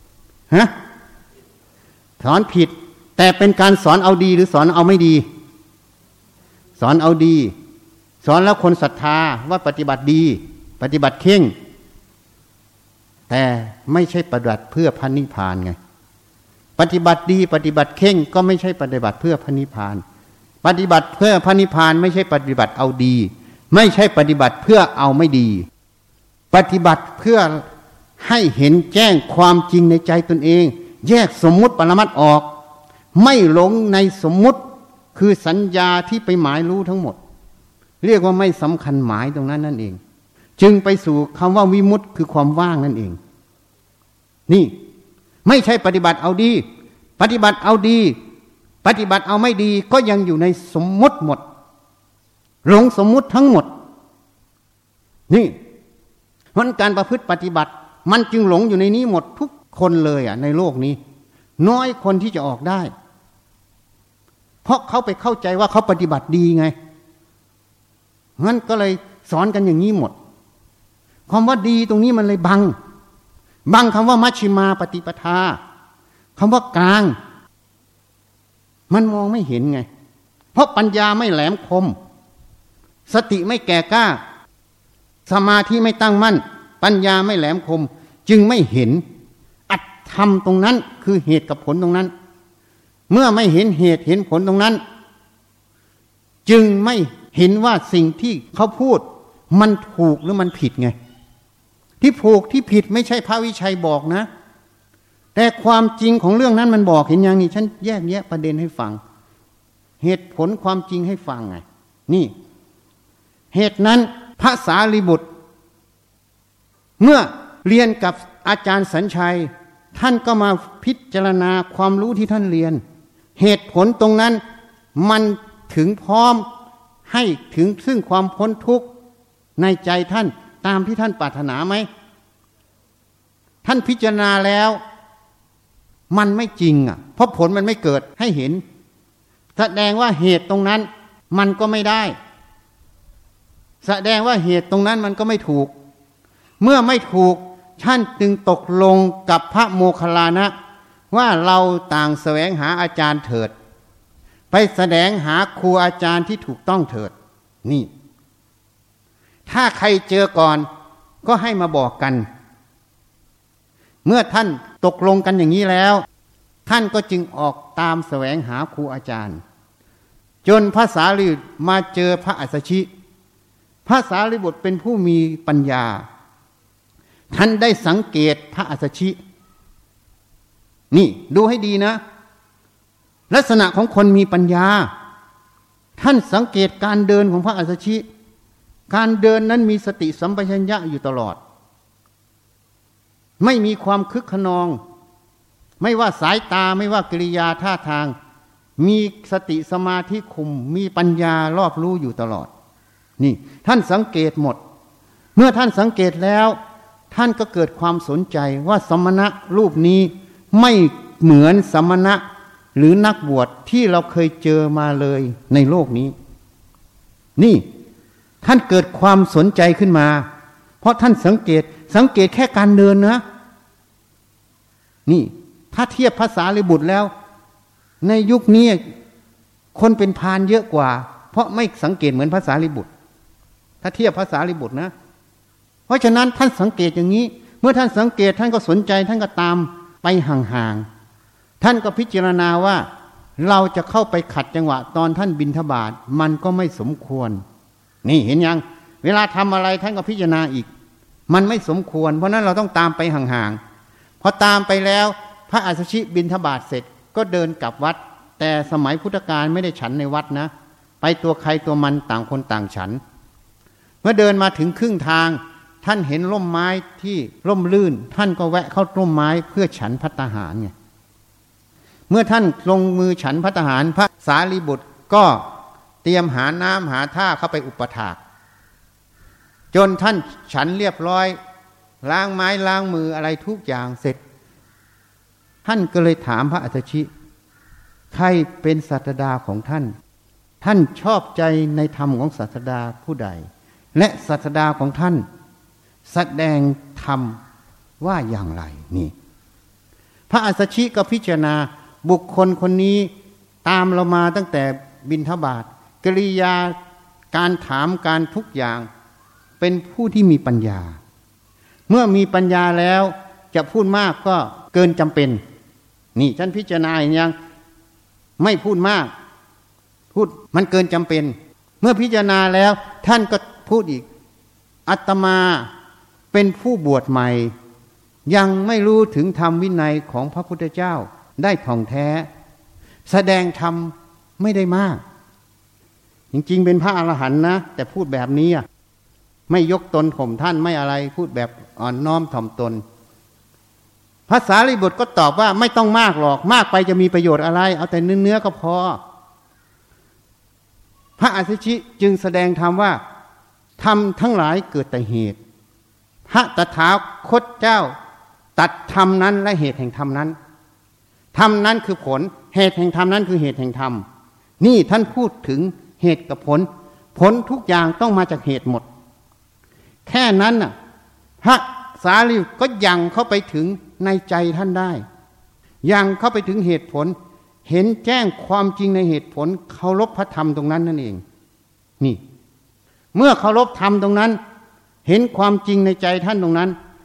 [SPEAKER 1] สอนผิดแต่เป็นการสอนเอาดีหรือสอนเอาไม่ดีสอนเอาดีสอนแล้วคนศรัทธาว่าปฏิบัติดีปฏิบัติเข่งแต่ไม่ใช่ปฏิบัติเพื่อพระนิพพานไงปฏิบัติดีปฏิบัติเข่งก็ไม่ใช่ปฏิบัติเพื่อพระนิพพานปฏิบัติเพื่อพระนิพพานไม่ใช่ปฏิบัติเอาดีไม่ใช่ปฏิบัติเพื่อเอาไม่ดีปฏิบัติเพื่อให้เห็นแจ้งความจริงในใจตนเองแยกสมมุติปรมัตถ์ออกไม่หลงในสมมุติคือสัญญาที่ไปหมายรู้ทั้งหมดเรียกว่าไม่สำคัญหมายตรงนั้นนั่นเองจึงไปสู่คำว่าวิมุตติคือความว่างนั่นเองนี่ไม่ใช่ปฏิบัติเอาดีปฏิบัติเอาดีปฏิบัติเอาไม่ดีก็ยังอยู่ในสมมุติหมดหลงสมมุติทั้งหมดนี่มันการประพฤติปฏิบัติมันจึงหลงอยู่ในนี้หมดทุกคนเลยในโลกนี้น้อยคนที่จะออกได้เพราะเขาไปเข้าใจว่าเขาปฏิบัติดีไงงั้นก็เลยสอนกันอย่างนี้หมดคำว่าดีตรงนี้มันเลยบังคำว่ามัชฌิมาปฏิปทาคำว่ากลางมันมองไม่เห็นไงเพราะปัญญาไม่แหลมคมสติไม่แก่กล้าสมาธิไม่ตั้งมั่นปัญญาไม่แหลมคมจึงไม่เห็นอัตธรรมตรงนั้นคือเหตุกับผลตรงนั้นเมื่อไม่เห็นเหตุเห็นผลตรงนั้นจึงไม่เห็นว่าสิ่งที่เขาพูดมันถูกหรือมันผิดไงที่ถูกที่ผิดไม่ใช่พระวิชัยบอกนะแต่ความจริงของเรื่องนั้นมันบอกเห็นอย่างนี้ฉันแยกแยะประเด็นให้ฟังเหตุผลความจริงให้ฟังไงนี่เหตุนั้นพระสารีบุตรเมื่อเรียนกับอาจารย์สัญชัยท่านก็มาพิจารณาความรู้ที่ท่านเรียนเหตุผลตรงนั้นมันถึงพร้อมให้ถึงซึ่งความพ้นทุกข์ในใจท่านตามที่ท่านปรารถนาไหมท่านพิจารณาแล้วมันไม่จริงเพราะผลมันไม่เกิดให้เห็นแสดงว่าเหตุตรงนั้นมันก็ไม่ได้แสดงว่าเหตุตรงนั้นมันก็ไม่ถูกเมื่อไม่ถูกท่านจึงตกลงกับพระโมคคัลลานะว่าเราต่างแสวงหาอาจารย์เถิดไปแสดงหาครูอาจารย์ที่ถูกต้องเถิดนี่ถ้าใครเจอก่อนก็ให้มาบอกกันเมื่อท่านตกลงกันอย่างนี้แล้วท่านก็จึงออกตามแสวงหาครูอาจารย์จนพระสารีบุตรมาเจอพระอัสสชิพระสารีบุตรเป็นผู้มีปัญญาท่านได้สังเกตพระอัสสชินี่ดูให้ดีนะลักษณะของคนมีปัญญาท่านสังเกตการเดินของพระอัสสชิการเดินนั้นมีสติสัมปชัญญะอยู่ตลอดไม่มีความคึกขนองไม่ว่าสายตาไม่ว่ากิริยาท่าทางมีสติสมาธิคุมมีปัญญารอบรู้อยู่ตลอดนี่ท่านสังเกตหมดเมื่อท่านสังเกตแล้วท่านก็เกิดความสนใจว่าสมณะรูปนี้ไม่เหมือนสมณะหรือนักบวชที่เราเคยเจอมาเลยในโลกนี้นี่ท่านเกิดความสนใจขึ้นมาเพราะท่านสังเกตแค่การเดินนะนี่ถ้าเทียบพระสารีบุตรแล้วในยุคนี้คนเป็นพาลเยอะกว่าเพราะไม่สังเกตเหมือนพระสารีบุตรถ้าเทียบพระสารีบุตรนะเพราะฉะนั้นท่านสังเกตอย่างนี้เมื่อท่านสังเกตท่านก็สนใจท่านก็ตามไปห่างๆท่านก็พิจารณาว่าเราจะเข้าไปขัดจังหวะตอนท่านบิณฑบาตมันก็ไม่สมควรนี่เห็นยังเวลาทำอะไรท่านก็พิจารณาอีกมันไม่สมควรเพราะนั้นเราต้องตามไปห่างๆพอตามไปแล้วพระอัสสชิบิณฑบาตเสร็จก็เดินกลับวัดแต่สมัยพุทธกาลไม่ได้ฉันในวัดนะไปตัวใครตัวมันต่างคนต่างฉันเมื่อเดินมาถึงครึ่งทางท่านเห็นร่มไม้ที่ร่มรื่นท่านก็แวะเข้าร่มไม้เพื่อฉันภัตตาหารไงเมื่อท่านลงมือฉันภัตตาหารพระสารีบุตรก็เตรียมหาน้ำหาท่าเข้าไปอุปถากจนท่านฉันเรียบร้อยล้างไม้ล้างมืออะไรทุกอย่างเสร็จท่านก็เลยถามพระอัสสชิใครเป็นศาสดาของท่านท่านชอบใจในธรรมของศาสดาผู้ใดและศาสดาของท่านแสดงธรรมว่าอย่างไรนี่พระอัสสชิก็พิจารณาบุคคลคนนี้ตามเรามาตั้งแต่บิณฑบาตกิริยาการถามการทุกอย่างเป็นผู้ที่มีปัญญาเมื่อมีปัญญาแล้วจะพูดมากก็เกินจำเป็นนี่ท่านพิจารณาอย่างยังไม่พูดมากพูดมันเกินจำเป็นเมื่อพิจารณาแล้วท่านก็พูดอีกอาตมาเป็นผู้บวชใหม่ยังไม่รู้ถึงธรรมวินัยของพระพุทธเจ้าได้ท่องแท้แสดงธรรมไม่ได้มากจริงๆเป็นพระอรหันต์นะแต่พูดแบบนี้ไม่ยกตนข่มท่านไม่อะไรพูดแบบอ่อนน้อมถ่อมตนพระสารีบุตรก็ตอบว่าไม่ต้องมากหรอกมากไปจะมีประโยชน์อะไรเอาแต่เนื้อก็พอพระอัสสชิจึงแสดงธรรมว่าธรรมทั้งหลายเกิดแต่เหตุพระตถาคตเจ้าตัดธรรมนั้นและเหตุแห่งธรรมนั้นธรรมนั้นคือผลเหตุแห่งธรรมนั้นคือเหตุแห่งธรรมนี่ท่านพูดถึงเหตุกับผลผลทุกอย่างต้องมาจากเหตุหมดแค่นั้นน่ะพระสารีบุตรก็ยังเข้าไปถึงในใจท่านได้ยังเข้าไปถึงเหตุผลเห็นแจ้งความจริงในเหตุผลเคารพพระธรรมตรงนั้นนั่นเองนี่เมื่อเคารพธรรมตรงนั้นเห็นความจริงในใจท่านตรงนั้น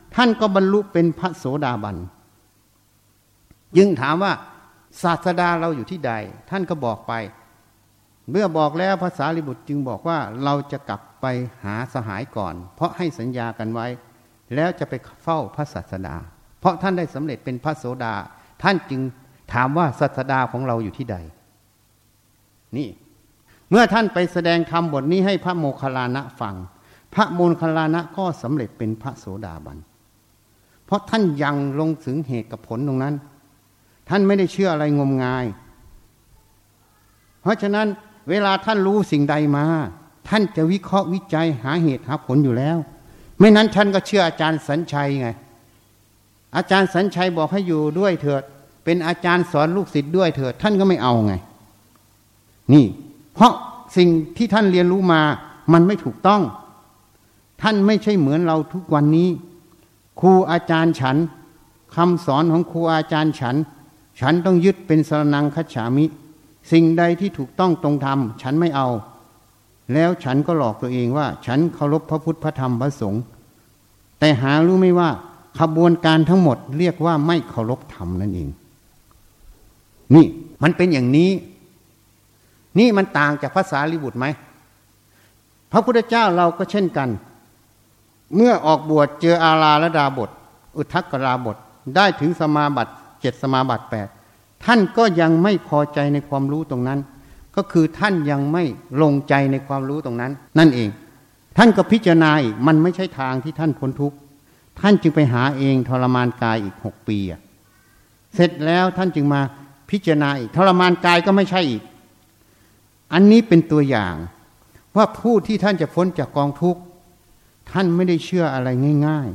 [SPEAKER 1] ท่านก็บรรลุเป็นพระโสดาบันยึงถามว่าศาสดาเราอยู่ที่ใดท่านก็บอกไปเมื่อบอกแล้วพระสารีบุตรจึงบอกว่าเราจะกลับไปหาสหายก่อนเพราะให้สัญญากันไว้แล้วจะไปเฝ้าพระศาสดาเพราะท่านได้สำเร็จเป็นพระโสดาท่านจึงถามว่าศาสดาของเราอยู่ที่ใดนี่เมื่อท่านไปแสดงธรรมบทนี้ให้พระโมคคัลลานะฟังพระโมคคัลลานะก็สำเร็จเป็นพระโสดาบันเพราะท่านยังลงถึงเหตุกับผลตรงนั้นท่านไม่ได้เชื่ออะไรงมงายเพราะฉะนั้นเวลาท่านรู้สิ่งใดมาท่านจะวิเคราะห์วิจัยหาเหตุหาผลอยู่แล้วไม่นั้นท่านก็เชื่ออาจารย์สัญชัยไงอาจารย์สัญชัยบอกให้อยู่ด้วยเถิดเป็นอาจารย์สอนลูกศิษย์ด้วยเถิดท่านก็ไม่เอาไงนี่เพราะสิ่งที่ท่านเรียนรู้มามันไม่ถูกต้องท่านไม่ใช่เหมือนเราทุกวันนี้ครูอาจารย์ฉันคำสอนของครูอาจารย์ฉันต้องยึดเป็นสรณังคัจฉามิสิ่งใดที่ถูกต้องตรงธรรมฉันไม่เอาแล้วฉันก็หลอกตัวเองว่าฉันเคารพพระพุทธพระธรรมพระสงฆ์แต่หารู้ไม่ว่าขบวนการทั้งหมดเรียกว่าไม่เคารพธรรมนั่นเองนี่มันเป็นอย่างนี้นี่มันต่างจากพระสารีบุตรไหมพระพุทธเจ้าเราก็เช่นกันเมื่อออกบวชเจออาราลดาบทอุทธักกราบทได้ถึงสมาบัติ7สมาบัติ8ท่านก็ยังไม่พอใจในความรู้ตรงนั้นก็คือท่านยังไม่ลงใจในความรู้ตรงนั้นนั่นเองท่านก็พิจารณาอีกมันไม่ใช่ทางที่ท่านพ้นทุกข์ท่านจึงไปหาเองทรมานกายอีก6 ปีเสร็จแล้วท่านจึงมาพิจารณาอีกทรมานกายก็ไม่ใช่อีกอันนี้เป็นตัวอย่างว่าผู้ที่ท่านจะพ้นจากกองทุกข์ท่านไม่ได้เชื่ออะไรง่าย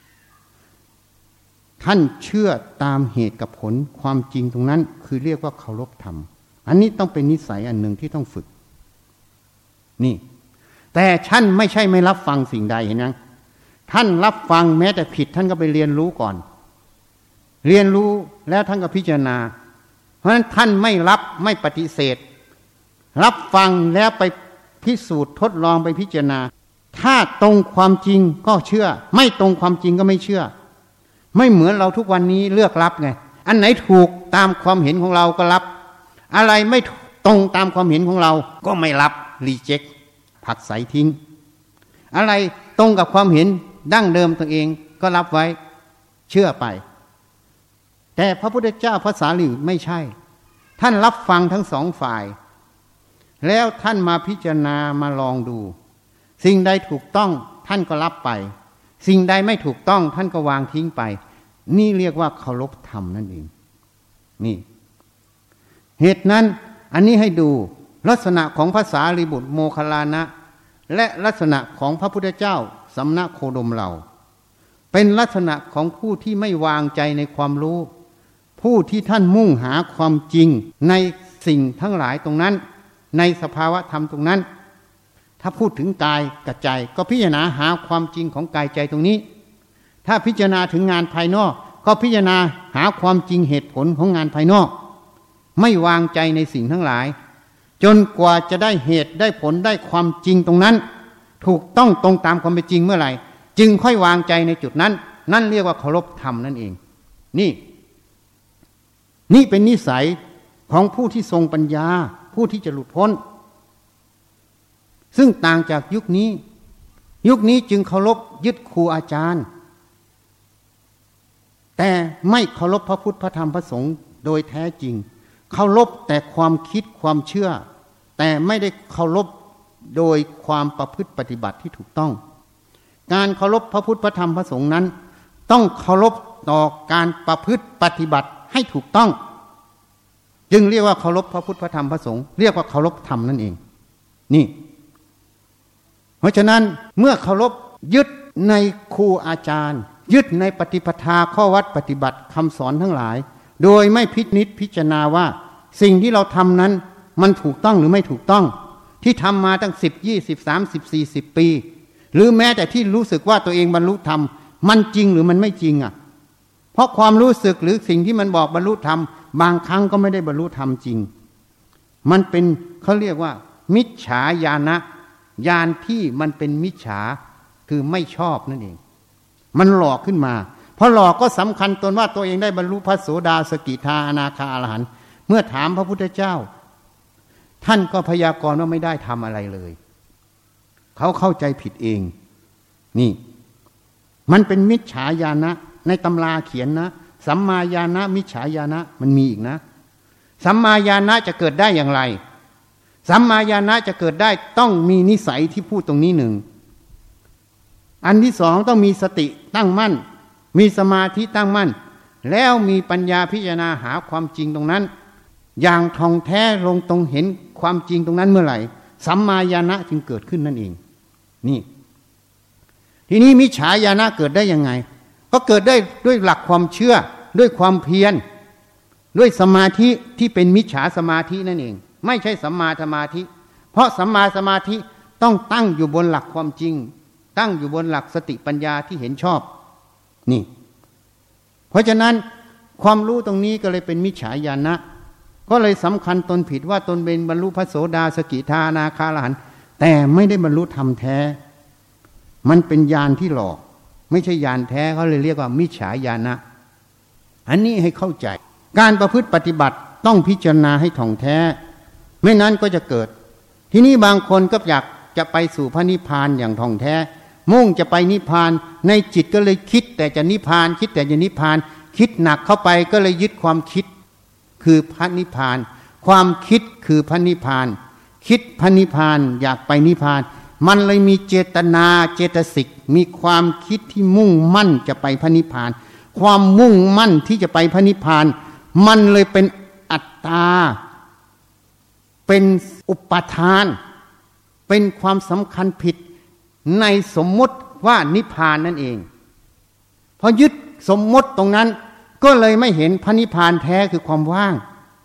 [SPEAKER 1] ๆท่านเชื่อตามเหตุกับผลความจริงตรงนั้นคือเรียกว่าเคารพธรรมอันนี้ต้องเป็นนิสัยอันหนึ่งที่ต้องฝึกนี่แต่ท่านไม่ใช่ไม่รับฟังสิ่งใดเห็นยังท่านรับฟังแม้แต่ผิดท่านก็ไปเรียนรู้ก่อนเรียนรู้แล้วท่านก็พิจารณาเพราะฉะนั้นท่านไม่รับไม่ปฏิเสธรับฟังแล้วไปพิสูจน์ทดลองไปพิจารณาถ้าตรงความจริงก็เชื่อไม่ตรงความจริงก็ไม่เชื่อไม่เหมือนเราทุกวันนี้เลือกรับไงอันไหนถูกตามความเห็นของเราก็รับอะไรไม่ตรงตามความเห็นของเราก็ไม่รับรีเจ็คผลักใสทิ้งอะไรตรงกับความเห็นดั้งเดิมตัวเองก็รับไว้เชื่อไปแต่พระพุทธเจ้าพระสารีบุตรไม่ใช่ท่านรับฟังทั้งสองฝ่ายแล้วท่านมาพิจารณามาลองดูสิ่งใดถูกต้องท่านก็รับไปสิ่งใดไม่ถูกต้องท่านก็วางทิ้งไปนี่เรียกว่าเคารพธรรมนั่นเองนี่เหตุนั้นอันนี้ให้ดูลักษณะของพระสารีบุตรโมคคัลลานะและลักษณะของพระพุทธเจ้าสมณโคดมเราเป็นลักษณะของผู้ที่ไม่วางใจในความรู้ผู้ที่ท่านมุ่งหาความจริงในสิ่งทั้งหลายตรงนั้นในสภาวะธรรมตรงนั้นถ้าพูดถึงกายกับใจก็พิจารณาหาความจริงของกายใจตรงนี้ถ้าพิจารณาถึงงานภายนอกก็พิจารณาหาความจริงเหตุผลของงานภายนอกไม่วางใจในสิ่งทั้งหลายจนกว่าจะได้เหตุได้ผลได้ความจริงตรงนั้นถูกต้องตรงตามความเป็นจริงเมื่อไหร่จึงค่อยวางใจในจุดนั้นนั่นเรียกว่าเคารพธรรมนั่นเองนี่เป็นนิสัยของผู้ที่ทรงปัญญาผู้ที่จะหลุดพ้นซึ่งต่างจากยุคนี้จึงเคารพยึดครูอาจารย์แต่ไม่เคารพพระพุทธพระธรรมพระสงฆ์โดยแท้จริงเคารพแต่ความคิดความเชื่อแต่ไม่ได้เคารพโดยความประพฤติปฏิบัติที่ถูกต้องการเคารพพระพุทธพระธรรมพระสงฆ์นั้นต้องเคารพต่อการประพฤติปฏิบัติให้ถูกต้องจึงเรียกว่าเคารพพระพุทธพระธรรมพระสงฆ์เรียกว่าเคารพธรรมนั่นเองนี่เพราะฉะนั้นเมื่อเคารพยึดในครูอาจารย์ยึดในปฏิปทาข้อวัดปฏิบัติคำสอนทั้งหลายโดยไม่พินิจพิจารณาว่าสิ่งที่เราทำนั้นมันถูกต้องหรือไม่ถูกต้องที่ทำมาตั้ง10 20 30 40 ปีหรือแม้แต่ที่รู้สึกว่าตัวเองบรรลุธรรมมันจริงหรือมันไม่จริงเพราะความรู้สึกหรือสิ่งที่มันบอกบรรลุธรรมบางครั้งก็ไม่ได้บรรลุธรรมจริงมันเป็นเขาเรียกว่ามิจฉาญาณะญาณที่มันเป็นมิจฉาคือไม่ชอบนั่นเองมันหลอกขึ้นมาพอหลอกก็สำคัญตนว่าตัวเองได้บรรลุพระโสดาสกิทาอนาคาอรหันต์เมื่อถามพระพุทธเจ้าท่านก็พยากรณ์ว่าไม่ได้ทำอะไรเลยเขาเข้าใจผิดเองนี่มันเป็นมิจฉาญาณะในตำราเขียนนะสัมมาญาณะมิจฉาญาณะมันมีอีกนะสัมมาญาณะจะเกิดได้อย่างไรสัมมาญาณะจะเกิดได้ต้องมีนิสัยที่พูดตรงนี้หนึ่งอันที่สองต้องมีสติตั้งมั่นมีสมาธิตั้งมั่นแล้วมีปัญญาพิจารณาหาความจริงตรงนั้นอย่างท่องแท้ลงตรงเห็นความจริงตรงนั้นเมื่อไหร่สัมมาญาณะจึงเกิดขึ้นนั่นเองนี่ทีนี้มิจฉาญาณะเกิดได้ยังไงก็เกิดได้ด้วยหลักความเชื่อด้วยความเพียรด้วยสมาธิที่เป็นมิจฉาสมาธินั่นเองไม่ใช่สัมมาสมาธิเพราะสัมมาสมาธิต้องตั้งอยู่บนหลักความจริงตั้งอยู่บนหลักสติปัญญาที่เห็นชอบนี่เพราะฉะนั้นความรู้ตรงนี้ก็เลยเป็นมิจฉาญาณะก็เลยสำคัญตนผิดว่าตนเป็นบรรลุพระโสดาสกิทาอนาคาอรหันต์แต่ไม่ได้บรรลุธรรมแท้มันเป็นญาณที่หลอกไม่ใช่ญาณแท้เขาเลยเรียกว่ามิจฉาญาณะอันนี้ให้เข้าใจการประพฤติปฏิบัติต้องพิจารณาให้ท่องแท้ไม่นั้นก็จะเกิดทีนี้บางคนก็อยากจะไปสู่พระนิพพานอย่างท่องแท้มุ่งจะไปนิพพานในจิตก็เลยคิดแต่จะนิพพานคิดแต่จะนิพพานคิดหนักเข้าไปก็เลยยึดความคิดคือพระนิพพานความคิดคือพระนิพพานคิดพระนิพพานอยากไปนิพพานมันเลยมีเจตนาเจตสิกมีความคิดที่มุ่งมั่นจะไปพระนิพพานความมุ่งมั่นที่จะไปพระนิพพานมันเลยเป็นอัตตาเป็นอุปทานเป็นความสำคัญผิดในสมมุติว่านิพพานนั่นเองพอยึดสมมุติตรงนั้นก็เลยไม่เห็นพระนิพพานแท้คือความว่าง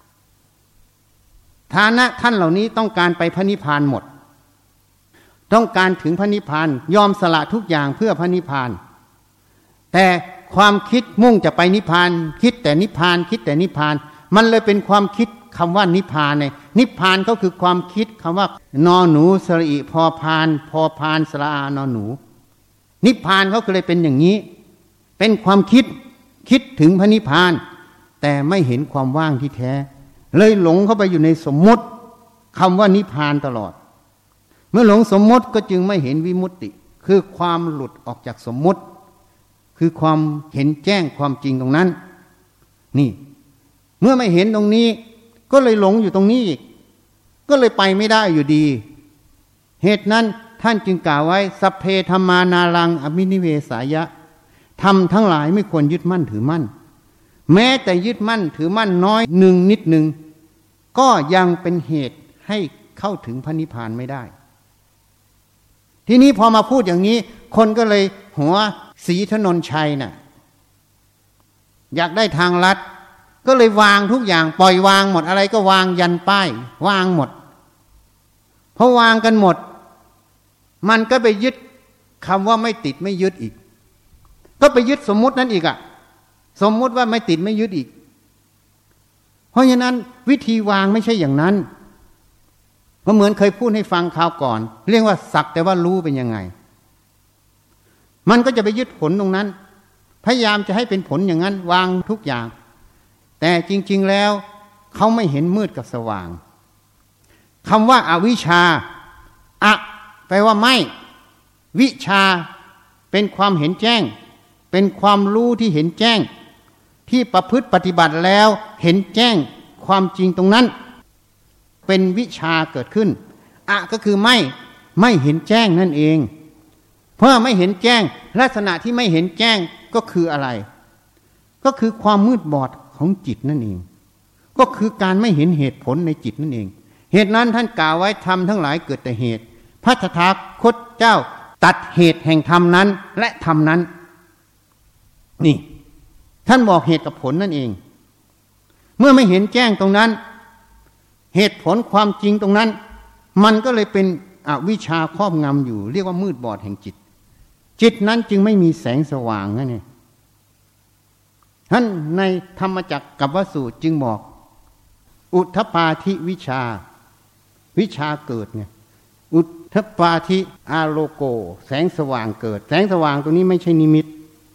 [SPEAKER 1] ฐานะท่านเหล่านี้ต้องการไปพระนิพพานหมดต้องการถึงพระนิพพานยอมสละทุกอย่างเพื่อพระนิพพานแต่ความคิดมุ่งจะไปนิพพานคิดแต่นิพพานคิดแต่นิพพานมันเลยเป็นความคิดคำว่านิพพานเนี่ยนิพพานก็คือความคิดคำว่านอหนูสระอิพอพานพอพานสระอานอหนูนิพพานเขาก็เลยเป็นอย่างนี้เป็นความคิดถึงพระนิพพานแต่ไม่เห็นความว่างที่แท้เลยหลงเข้าไปอยู่ในสมมติคำว่านิพพานตลอดเมื่อหลงสมมติก็จึงไม่เห็นวิมุตติคือความหลุดออกจากสมมติคือความเห็นแจ้งความจริงตรงนั้นนี่เมื่อไม่เห็นตรงนี้ก็เลยหลงอยู่ตรงนี้อีกก็เลยไปไม่ได้อยู่ดีเหตุนั้นท่านจึงกล่าวไว้สัพเพธัมมานารังอภินิเวสายะธรรมทั้งหลายไม่ควรยึดมั่นถือมั่นแม้แต่ยึดมั่นถือมั่นน้อยหนึ่งนิดหนึ่งก็ยังเป็นเหตุให้เข้าถึงพระนิพพานไม่ได้ทีนี้พอมาพูดอย่างนี้คนก็เลยหัวศรีถนนชัยน่ะอยากได้ทางลัดก็เลยวางทุกอย่างปล่อยวางหมดอะไรก็วางยันป้ายวางหมดพอวางกันหมดมันก็ไปยึดคำว่าไม่ติดไม่ยึดอีกก็ไปยึดสมมุตินั้นอีกอะสมมุติว่าไม่ติดไม่ยึดอีกเพราะฉะนั้นวิธีวางไม่ใช่อย่างนั้นเพราะเหมือนเคยพูดให้ฟังคราวก่อนเรียกว่าสักแต่ว่ารู้เป็นยังไงมันก็จะไปยึดผลตรงนั้นพยายามจะให้เป็นผลอย่างนั้นวางทุกอย่างแต่จริงๆแล้วเขาไม่เห็นมืดกับสว่างคำว่าอวิชชาอะแปลว่าไม่วิชาเป็นความเห็นแจ้งเป็นความรู้ที่เห็นแจ้งที่ประพฤติปฏิบัติแล้วเห็นแจ้งความจริงตรงนั้นเป็นวิชาเกิดขึ้นอะก็คือไม่เห็นแจ้งนั่นเองเพราะไม่เห็นแจ้งลักษณะที่ไม่เห็นแจ้งก็คืออะไรก็คือความมืดบอดของจิตนั่นเองก็คือการไม่เห็นเหตุผลในจิตนั่นเองเหตุนั้นท่านกล่าวไว้ธรรมทั้งหลายเกิดแต่เหตุพระตถาคตเจ้าตัดเหตุแห่งธรรมนั้นและธรรมนั้นนี่ท่านบอกเหตุกับผลนั่นเองเมื่อไม่เห็นแจ้งตรงนั้นเหตุผลความจริงตรงนั้นมันก็เลยเป็นอวิชชาครอบงำอยู่เรียกว่ามืดบอดแห่งจิตจิตนั้นจึงไม่มีแสงสว่างนั่นเองท่านในธรรมจักรกับวสูตรจึงบอกอุทธปาธิวิชาเกิดไงอุทธปาธิอาโลโกแสงสว่างเกิดแสงสว่างตรงนี้ไม่ใช่นิมิต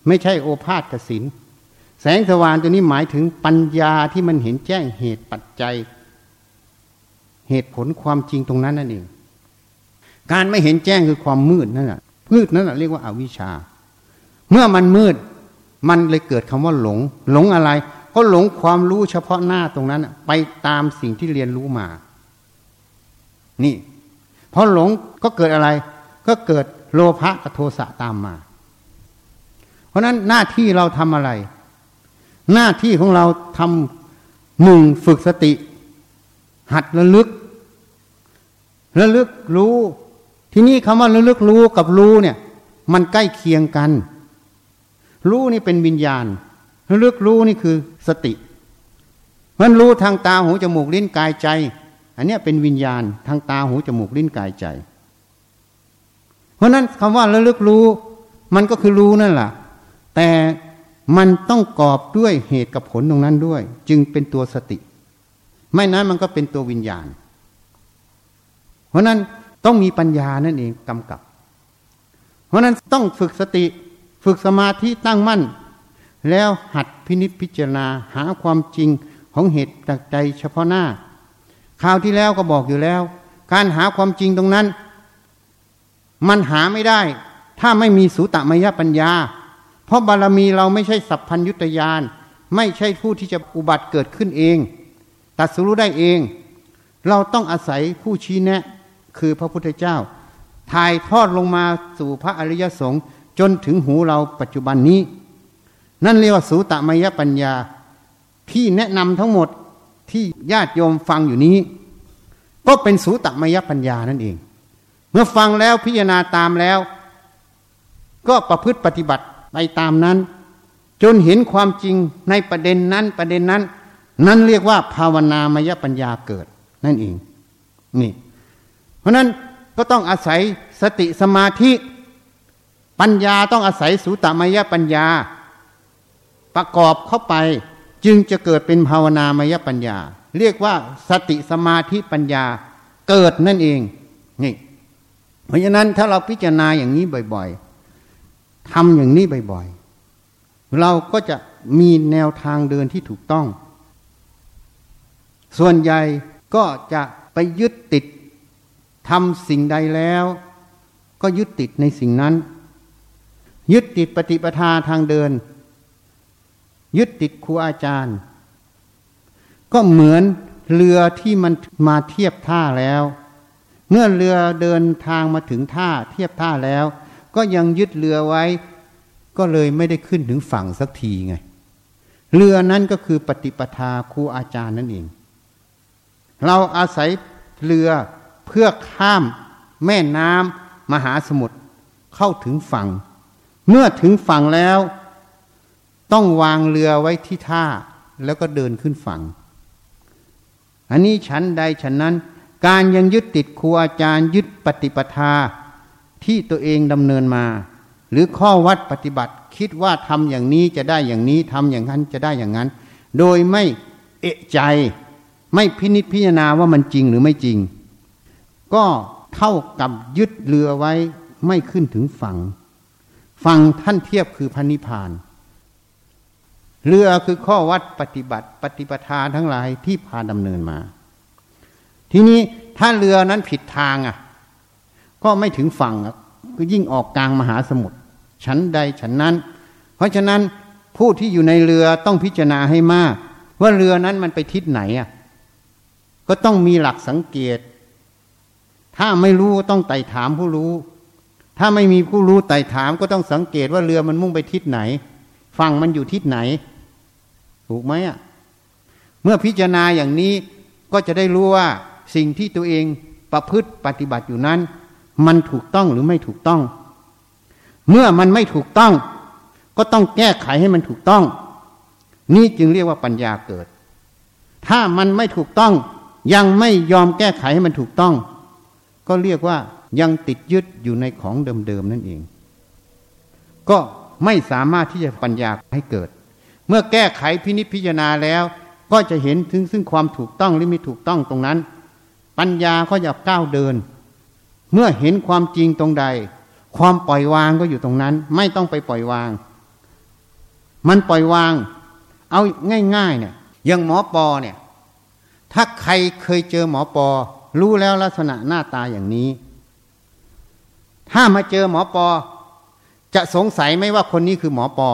[SPEAKER 1] ไม่ใช่โอภาสกสินแสงสว่างตัวนี้หมายถึงปัญญาที่มันเห็นแจ้งเหตุปัจจัยเหตุผลความจริงตรงนั้นนั่นเองการไม่เห็นแจ้งคือความมืดนั่นแหละมืดนั่นแหละเรียกว่าอวิชชาเมื่อมันมืดมันเลยเกิดคำว่าหลงหลงอะไรก็หลงความรู้เฉพาะหน้าตรงนั้นไปตามสิ่งที่เรียนรู้มานี่พอหลงก็เกิดอะไรก็เกิดโลภะกับโทสะตามมาเพราะนั้นหน้าที่เราทำอะไรหน้าที่ของเราทำหนึ่งฝึกสติหัดระลึกรู้ทีนี้คำว่าระลึกรู้กับรู้เนี่ยมันใกล้เคียงกันรู้นี่เป็นวิญญาณระลึกรู้นี่คือสติมันรู้ทางตาหูจมูกลิ้นกายใจอันนี้เป็นวิญญาณทางตาหูจมูกลิ้นกายใจเพราะนั้นคำว่าระลึกรู้มันก็คือรู้นั่นแหละแต่มันต้องกอบด้วยเหตุกับผลตรงนั้นด้วยจึงเป็นตัวสติไม่นั้นมันก็เป็นตัววิญญาณเพราะนั้นต้องมีปัญญานั่นเองกำกับเพราะนั้นต้องฝึกสติฝึกสมาธิตั้งมั่นแล้วหัดพินิจพิจารณาหาความจริงของเหตุปัจจัยเฉพาะหน้าคราวที่แล้วก็บอกอยู่แล้วการหาความจริงตรงนั้นมันหาไม่ได้ถ้าไม่มีสูตมยปัญญาเพราะบารมีเราไม่ใช่สัพพัญญุตญาณไม่ใช่ผู้ที่จะอุบัติเกิดขึ้นเองตรัสรู้ได้เองเราต้องอาศัยผู้ชี้แนะคือพระพุทธเจ้าถ่ายทอดลงมาสู่พระอริยสงฆ์จนถึงหูเราปัจจุบันนี้นั่นเรียกว่าสูตมยปัญญาที่แนะนำทั้งหมดที่ญาติโยมฟังอยู่นี้ก็เป็นสูตมยปัญญานั่นเองเมื่อฟังแล้วพิจารณาตามแล้วก็ประพฤติปฏิบัติไปตามนั้นจนเห็นความจริงในประเด็นนั้นนั่นเรียกว่าภาวนามยปัญญาเกิดนั่นเองนี่เพราะนั้นก็ต้องอาศัยสติสมาธิปัญญาต้องอาศัยสูตมยปัญญาประกอบเข้าไปจึงจะเกิดเป็นภาวนามยปัญญาเรียกว่าสติสมาธิปัญญาเกิดนั่นเองนี่เพราะฉะนั้นถ้าเราพิจารณาอย่างนี้บ่อยๆทำอย่างนี้บ่อยๆเราก็จะมีแนวทางเดินที่ถูกต้องส่วนใหญ่ก็จะไปยึดติดทำสิ่งใดแล้วก็ยึดติดในสิ่งนั้นยึดติดปฏิปทาทางเดินยึดติดครูอาจารย์ก็เหมือนเรือที่มันมาเทียบท่าแล้วเมื่อเรือเดินทางมาถึงท่าเทียบท่าแล้วก็ยังยึดเรือไว้ก็เลยไม่ได้ขึ้นถึงฝั่งสักทีไงเรือนั้นก็คือปฏิปทาครูอาจารย์นั่นเองเราอาศัยเรือเพื่อข้ามแม่น้ำมหาสมุทรเข้าถึงฝั่งเมื่อถึงฝั่งแล้วต้องวางเรือไว้ที่ท่าแล้วก็เดินขึ้นฝั่งอันนี้ฉันใดฉันนั้นการยังยึดติดครูอาจารย์ยึดปฏิปทาที่ตัวเองดำเนินมาหรือข้อวัดปฏิบัติคิดว่าทำอย่างนี้จะได้อย่างนี้ทำอย่างนั้นจะได้อย่างนั้นโดยไม่เอะใจไม่พินิจพิจารณาว่ามันจริงหรือไม่จริงก็เท่ากับยึดเรือไว้ไม่ขึ้นถึงฝั่งท่านเทียบคือพระนิพพานเรือคือข้อวัดปฏิบัติปฏิปทาทั้งหลายที่พาดำเนินมาทีนี้ถ้าเรือนั้นผิดทางก็ไม่ถึงฝั่งก็ยิ่งออกกลางมหาสมุทรฉันใดฉันนั้นเพราะฉะนั้นผู้ที่อยู่ในเรือต้องพิจารณาให้มากว่าเรือนั้นมันไปทิศไหนก็ต้องมีหลักสังเกตถ้าไม่รู้ต้องไต่ถามผู้รู้ถ้าไม่มีผู้รู้ไต่ถามก็ต้องสังเกตว่าเรือมันมุ่งไปทิศไหนฝั่งมันอยู่ทิศไหนถูกไหมเมื่อพิจารณาอย่างนี้ก็จะได้รู้ว่าสิ่งที่ตัวเองประพฤติปฏิบัติอยู่นั้นมันถูกต้องหรือไม่ถูกต้องเมื่อมันไม่ถูกต้องก็ต้องแก้ไขให้มันถูกต้องนี่จึงเรียกว่าปัญญาเกิดถ้ามันไม่ถูกต้องยังไม่ยอมแก้ไขให้มันถูกต้องก็เรียกว่ายังติดยึดอยู่ในของเดิมๆนั่นเองก็ไม่สามารถที่จะปัญญาให้เกิดเมื่อแก้ไขพินิจพิจารณาแล้วก็จะเห็นถึงซึ่งความถูกต้องหรือไม่ถูกต้องตรงนั้นปัญญาก็จะก้าวเดินเมื่อเห็นความจริงตรงใดความปล่อยวางก็อยู่ตรงนั้นไม่ต้องไปปล่อยวางมันปล่อยวางเอาง่ายๆเนี่ยอย่างหมอปอเนี่ยถ้าใครเคยเจอหมอปอรู้แล้วลักษณะหน้าตาอย่างนี้ถ้ามาเจอหมอปอจะสงสัยไหมว่าคนนี้คือหมอปอ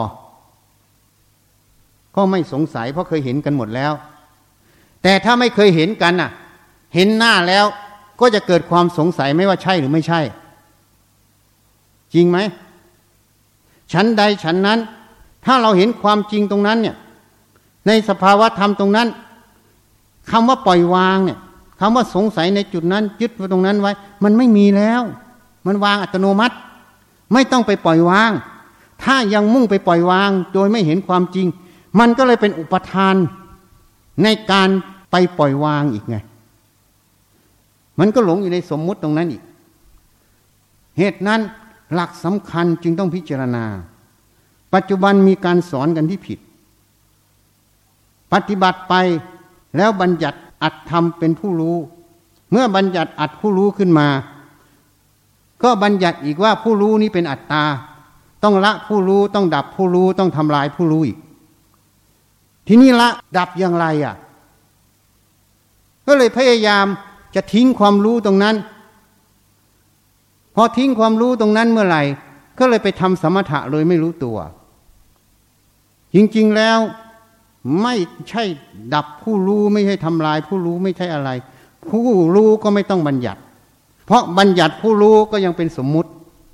[SPEAKER 1] ก็ไม่สงสัยเพราะเคยเห็นกันหมดแล้วแต่ถ้าไม่เคยเห็นกันน่ะเห็นหน้าแล้วก็จะเกิดความสงสัยไม่ว่าใช่หรือไม่ใช่จริงไหมฉันใดฉันนั้นถ้าเราเห็นความจริงตรงนั้นเนี่ยในสภาวะธรรมตรงนั้นคำว่าปล่อยวางเนี่ยคำว่าสงสัยในจุดนั้นยึดไว้ตรงนั้นไว้มันไม่มีแล้วมันวางอัตโนมัติไม่ต้องไปปล่อยวางถ้ายังมุ่งไปปล่อยวางโดยไม่เห็นความจริงมันก็เลยเป็นอุปทานในการไปปล่อยวางอีกไงมันก็หลงอยู่ในสมมุติตรงนั้นอีกเหตุนั้นหลักสำคัญจึงต้องพิจารณาปัจจุบันมีการสอนกันที่ผิดปฏิบัติไปแล้วบัญญัติอัตธรรมเป็นผู้รู้เมื่อบัญญัติอัตผู้รู้ขึ้นมาก็บัญญัติอีกว่าผู้รู้นี้เป็นอัตตาต้องละผู้รู้ต้องดับผู้รู้ต้องทำลายผู้รู้อีกทีนี้ละดับอย่างไรอ่ะก็เลยพยายามจะทิ้งความรู้ตรงนั้นพอทิ้งความรู้ตรงนั้นเมื่อไหร่ก็เลยไปทำสมถะเลยไม่รู้ตัวจริงๆแล้วไม่ใช่ดับผู้รู้ไม่ใช่ทำลายผู้รู้ไม่ใช่อะไรผู้รู้ก็ไม่ต้องบัญญัติเพราะบัญญัติผู้รู้ก็ยังเป็นสมมุติ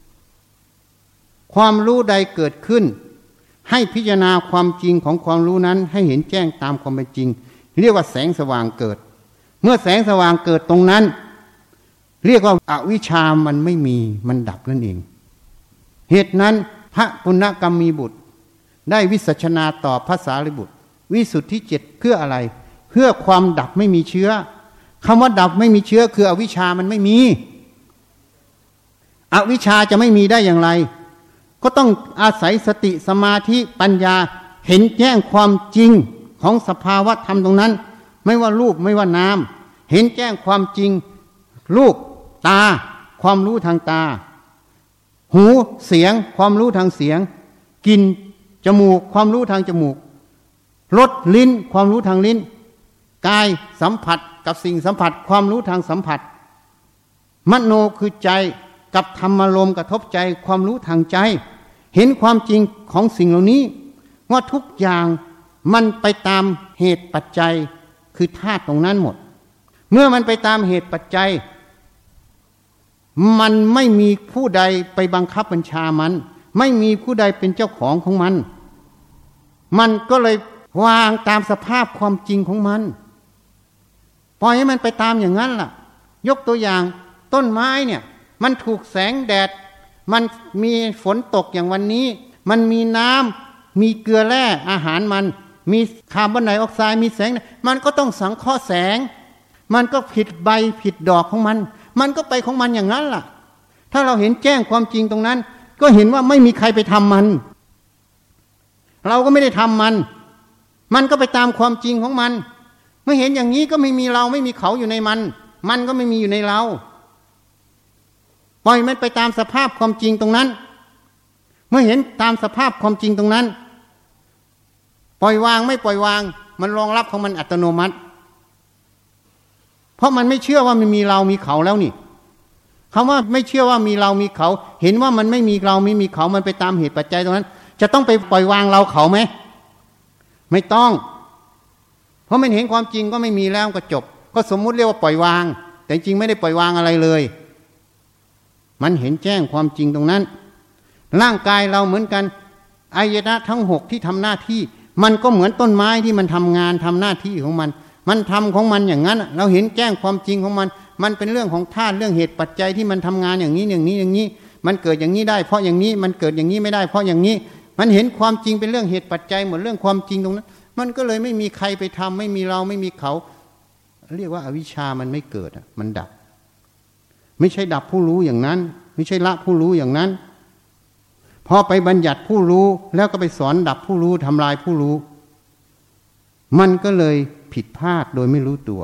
[SPEAKER 1] ความรู้ใดเกิดขึ้นให้พิจารณาความจริงของความรู้นั้นให้เห็นแจ้งตามความเป็นจริงเรียกว่าแสงสว่างเกิดเมื่อแสงสว่างเกิดตรงนั้นเรียกว่าอวิชชามันไม่มีมันดับนั่นเองเหตุนั้นพระปุณณกัมมีบุตรได้วิสัชนาตอบพระสารีบุตรวิสุทธิเจ็ดเพื่ออะไรเพื่อความดับไม่มีเชื้อคำว่าดับไม่มีเชื้อคืออวิชชามันไม่มีอวิชชาจะไม่มีได้อย่างไรก็ต้องอาศัยสติสมาธิปัญญาเห็นแจ้งความจริงของสภาวะธรรมตรงนั้นไม่ว่ารูปไม่ว่านามเห็นแจ้งความจริงรูปตาความรู้ทางตาหูเสียงความรู้ทางเสียงกลิ่นจมูกความรู้ทางจมูกรสลิ้นความรู้ทางลิ้นกายสัมผัสกับสิ่งสัมผัสความรู้ทางสัมผัสมโนคือใจกับธรรมารมณ์กระทบใจความรู้ทางใจเห็นความจริงของสิ่งเหล่านี้ว่าทุกอย่างมันไปตามเหตุปัจจัยคือธาตุตรงนั้นหมดเมื่อมันไปตามเหตุปัจจัยมันไม่มีผู้ใดไปบังคับบัญชามันไม่มีผู้ใดเป็นเจ้าของของมันมันก็เลยวางตามสภาพความจริงของมันปล่อยให้มันไปตามอย่างนั้นล่ะยกตัวอย่างต้นไม้เนี่ยมันถูกแสงแดดมันมีฝนตกอย่างวันนี้มันมีน้ำมีเกลือแร่อาหารมันมีคาร์บอนไดออกไซด์มีแสงมันก็ต้องสังเคราะห์แสงมันก็ผิดใบผิดดอกของมันมันก็ไปของมันอย่างนั้นล่ะถ้าเราเห็นแจ้งความจริงตรงนั้นก็เห็นว่าไม่มีใครไปทำมันเราก็ไม่ได้ทำมันมันก็ไปตามความจริงของมันเมื่อเห็นอย่างนี้ก็ไม่มีเราไม่มีเขาอยู่ในมันมันก็ไม่มีอยู่ในเราปล่อยมันไปตามสภาพความจริงตรงนั้นเมื่อเห็นตามสภาพความจริงตรงนั้นปล่อยวางไม่ปล่อยวางมันรองรับของมันอัตโนมัติเพราะมันไม่เชื่อว่ามันมีเรามีเขาแล้วนี่คำว่าไม่เชื่อว่ามีเรามีเขาเห็นว่ามันไม่มีเราไม่มีเขามันไปตามเหตุปัจจัยตรงนั้นจะต้องไปปล่อยวางเราเขาไหมไม่ต้องเพราะมันเห็นความจริงก็ไม่มีแล้วก็จบก็สมมุติเรียกว่าปล่อยวางแต่จริงไม่ได้ปล่อยวางอะไรเลยมันเห็นแจ้งความจริงตรงนั้นร่างกายเราเหมือนกันอายตนะทั้ง6ที่ทำหน้าที่มันก็เหมือนต้นไม้ที่มันทำงานทำหน้าที่ของมันมันทำของมันอย่างนั้นเราเห็นแจ้งความจริงของมันมันเป็นเรื่องของธาตุเรื่องเหตุปัจจัยที่มันทำงานอย่างนี้อย่างนี้อย่างนี้มันเกิดอย่างนี้ได้เพราะอย่างนี้มันเกิดอย่างนี้ไม่ได้เพราะอย่างนี้มันเห็นความจริงเป็นเรื่องเหตุปัจจัยหมดเรื่องความจริงตรงนั้นมันก็เลยไม่มีใครไปทำไม่มีเราไม่มีเขาเรียกว่าอวิชชามันไม่เกิดมันดับไม่ใช่ดับผู้รู้อย่างนั้นไม่ใช่ละผู้รู้อย่างนั้นพอไปบัญญัติผู้รู้แล้วก็ไปสอนดับผู้รู้ทำลายผู้รู้มันก็เลยผิดพลาดโดยไม่รู้ตัว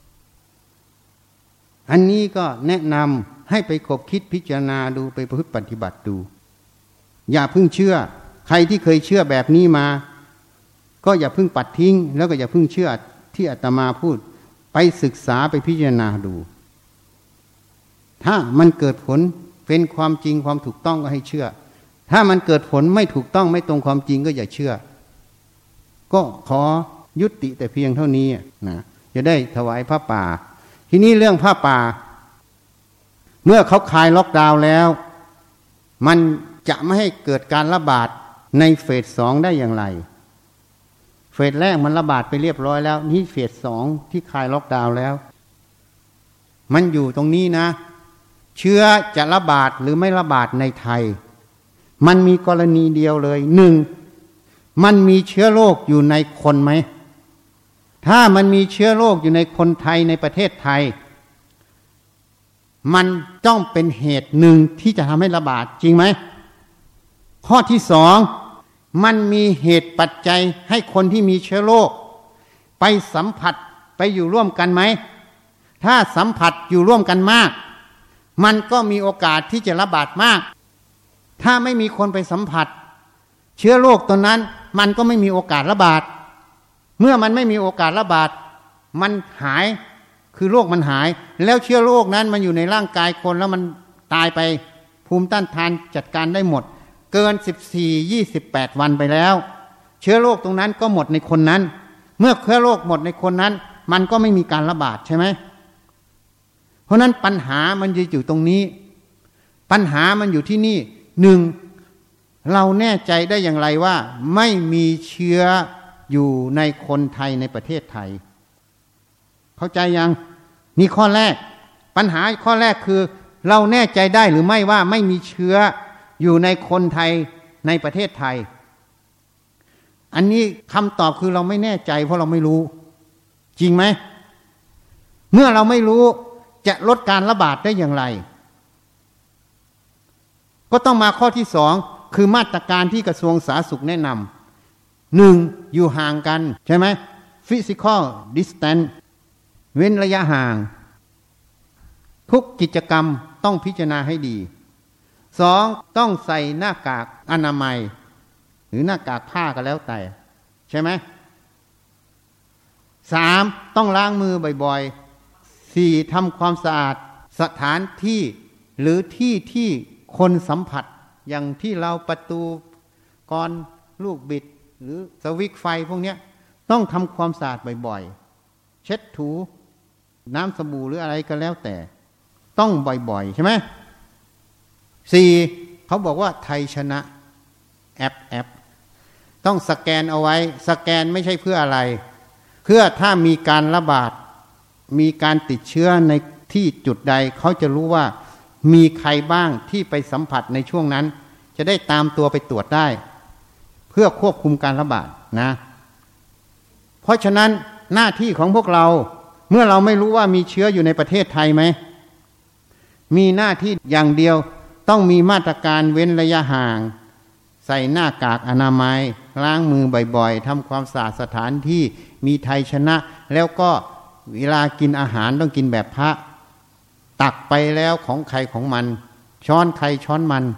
[SPEAKER 1] อันนี้ก็แนะนำให้ไปคบคิดพิจารณาดูไปประพฤติปฏิบัติดูอย่าเพิ่งเชื่อใครที่เคยเชื่อแบบนี้มาก็อย่าเพิ่งปัดทิ้งแล้วก็อย่าเพิ่งเชื่อที่อาตมาพูดไปศึกษาไปพิจารณาดูถ้ามันเกิดผลเป็นความจริงความถูกต้องก็ให้เชื่อถ้ามันเกิดผลไม่ถูกต้องไม่ตรงความจริงก็อย่าเชื่อก็ขอยุติแต่เพียงเท่านี้นะจะได้ถวายผ้าป่าทีนี้เรื่องผ้าป่าเมื่อเขาคลายล็อกดาวน์แล้วมันจะไม่ให้เกิดการระบาดในเฟส 2ได้อย่างไรเฟสแรกมันระบาดไปเรียบร้อยแล้วนี่เฟส 2ที่คลายล็อกดาวน์แล้วมันอยู่ตรงนี้นะเชื้อจะระบาดหรือไม่ระบาดในไทยมันมีกรณีเดียวเลย1มันมีเชื้อโรคอยู่ในคนไหมถ้ามันมีเชื้อโรคอยู่ในคนไทยในประเทศไทยมันต้องเป็นเหตุหนึ่งที่จะทำให้ระบาดจริงไหมข้อที่2มันมีเหตุปัจจัยให้คนที่มีเชื้อโรคไปสัมผัสไปอยู่ร่วมกันไหมถ้าสัมผัสอยู่ร่วมกันมากมันก็มีโอกาสที่จะระบาดมากถ้าไม่มีคนไปสัมผัสเชื้อโรคตัวนั้นมันก็ไม่มีโอกาสระบาดเมื่อมันไม่มีโอกาสระบาดมันหายคือโรคมันหายแล้วเชื้อโรคนั้นมันอยู่ในร่างกายคนแล้วมันตายไปภูมิต้านทานจัดการได้หมดเกิน14-28 วันไปแล้วเชื้อโรคตรงนั้นก็หมดในคนนั้นเมื่อเชื้อโรคหมดในคนนั้นมันก็ไม่มีการระบาดใช่ไหมเพราะนั้นปัญหามันอยู่ตรงนี้ปัญหามันอยู่ที่นี่1เราแน่ใจได้อย่างไรว่าไม่มีเชื้ออยู่ในคนไทยในประเทศไทยเข้าใจยังนี่ข้อแรกปัญหาข้อแรกคือเราแน่ใจได้หรือไม่ว่าไม่มีเชื้ออยู่ในคนไทยในประเทศไทยอันนี้คำตอบคือเราไม่แน่ใจเพราะเราไม่รู้จริงไหมเมื่อเราไม่รู้จะลดการระบาดได้อย่างไรก็ต้องมาข้อที่2คือมาตรการที่กระทรวงสาธารณสุขแนะนำ1อยู่ห่างกันใช่ไหม physical distance เว้นระยะห่างทุกกิจกรรมต้องพิจารณาให้ดี2ต้องใส่หน้ากากอนามัยหรือหน้ากากผ้าก็แล้วแต่ใช่ไหม3ต้องล้างมือบ่อยๆ4ทำความสะอาดสถานที่หรือที่คนสัมผัสอย่างที่เราประตูกรลูกบิดหรือสวิตช์ไฟพวกนี้ต้องทำความสะอาดบ่อยๆเช็ดถูน้ำสบู่หรืออะไรก็แล้วแต่ต้องบ่อยๆใช่ไหม4เขาบอกว่าไทยชนะแอปต้องสแกนเอาไว้สแกนไม่ใช่เพื่ออะไรเพื่อถ้ามีการระบาดมีการติดเชื้อในที่จุดใดเขาจะรู้ว่ามีใครบ้างที่ไปสัมผัสในช่วงนั้นจะได้ตามตัวไปตรวจได้เพื่อควบคุมการระบาดนะเพราะฉะนั้นหน้าที่ของพวกเราเมื่อเราไม่รู้ว่ามีเชื้ออยู่ในประเทศไทยไหมมีหน้าที่อย่างเดียวต้องมีมาตรการเว้นระยะห่างใส่หน้ากากอนามัยล้างมือบ่อยๆทำความสะอาดสถานที่มีไทยชนะแล้วก็เวลากินอาหารต้องกินแบบพระตักไปแล้วของใครของมันช้อนใครช้อนมัน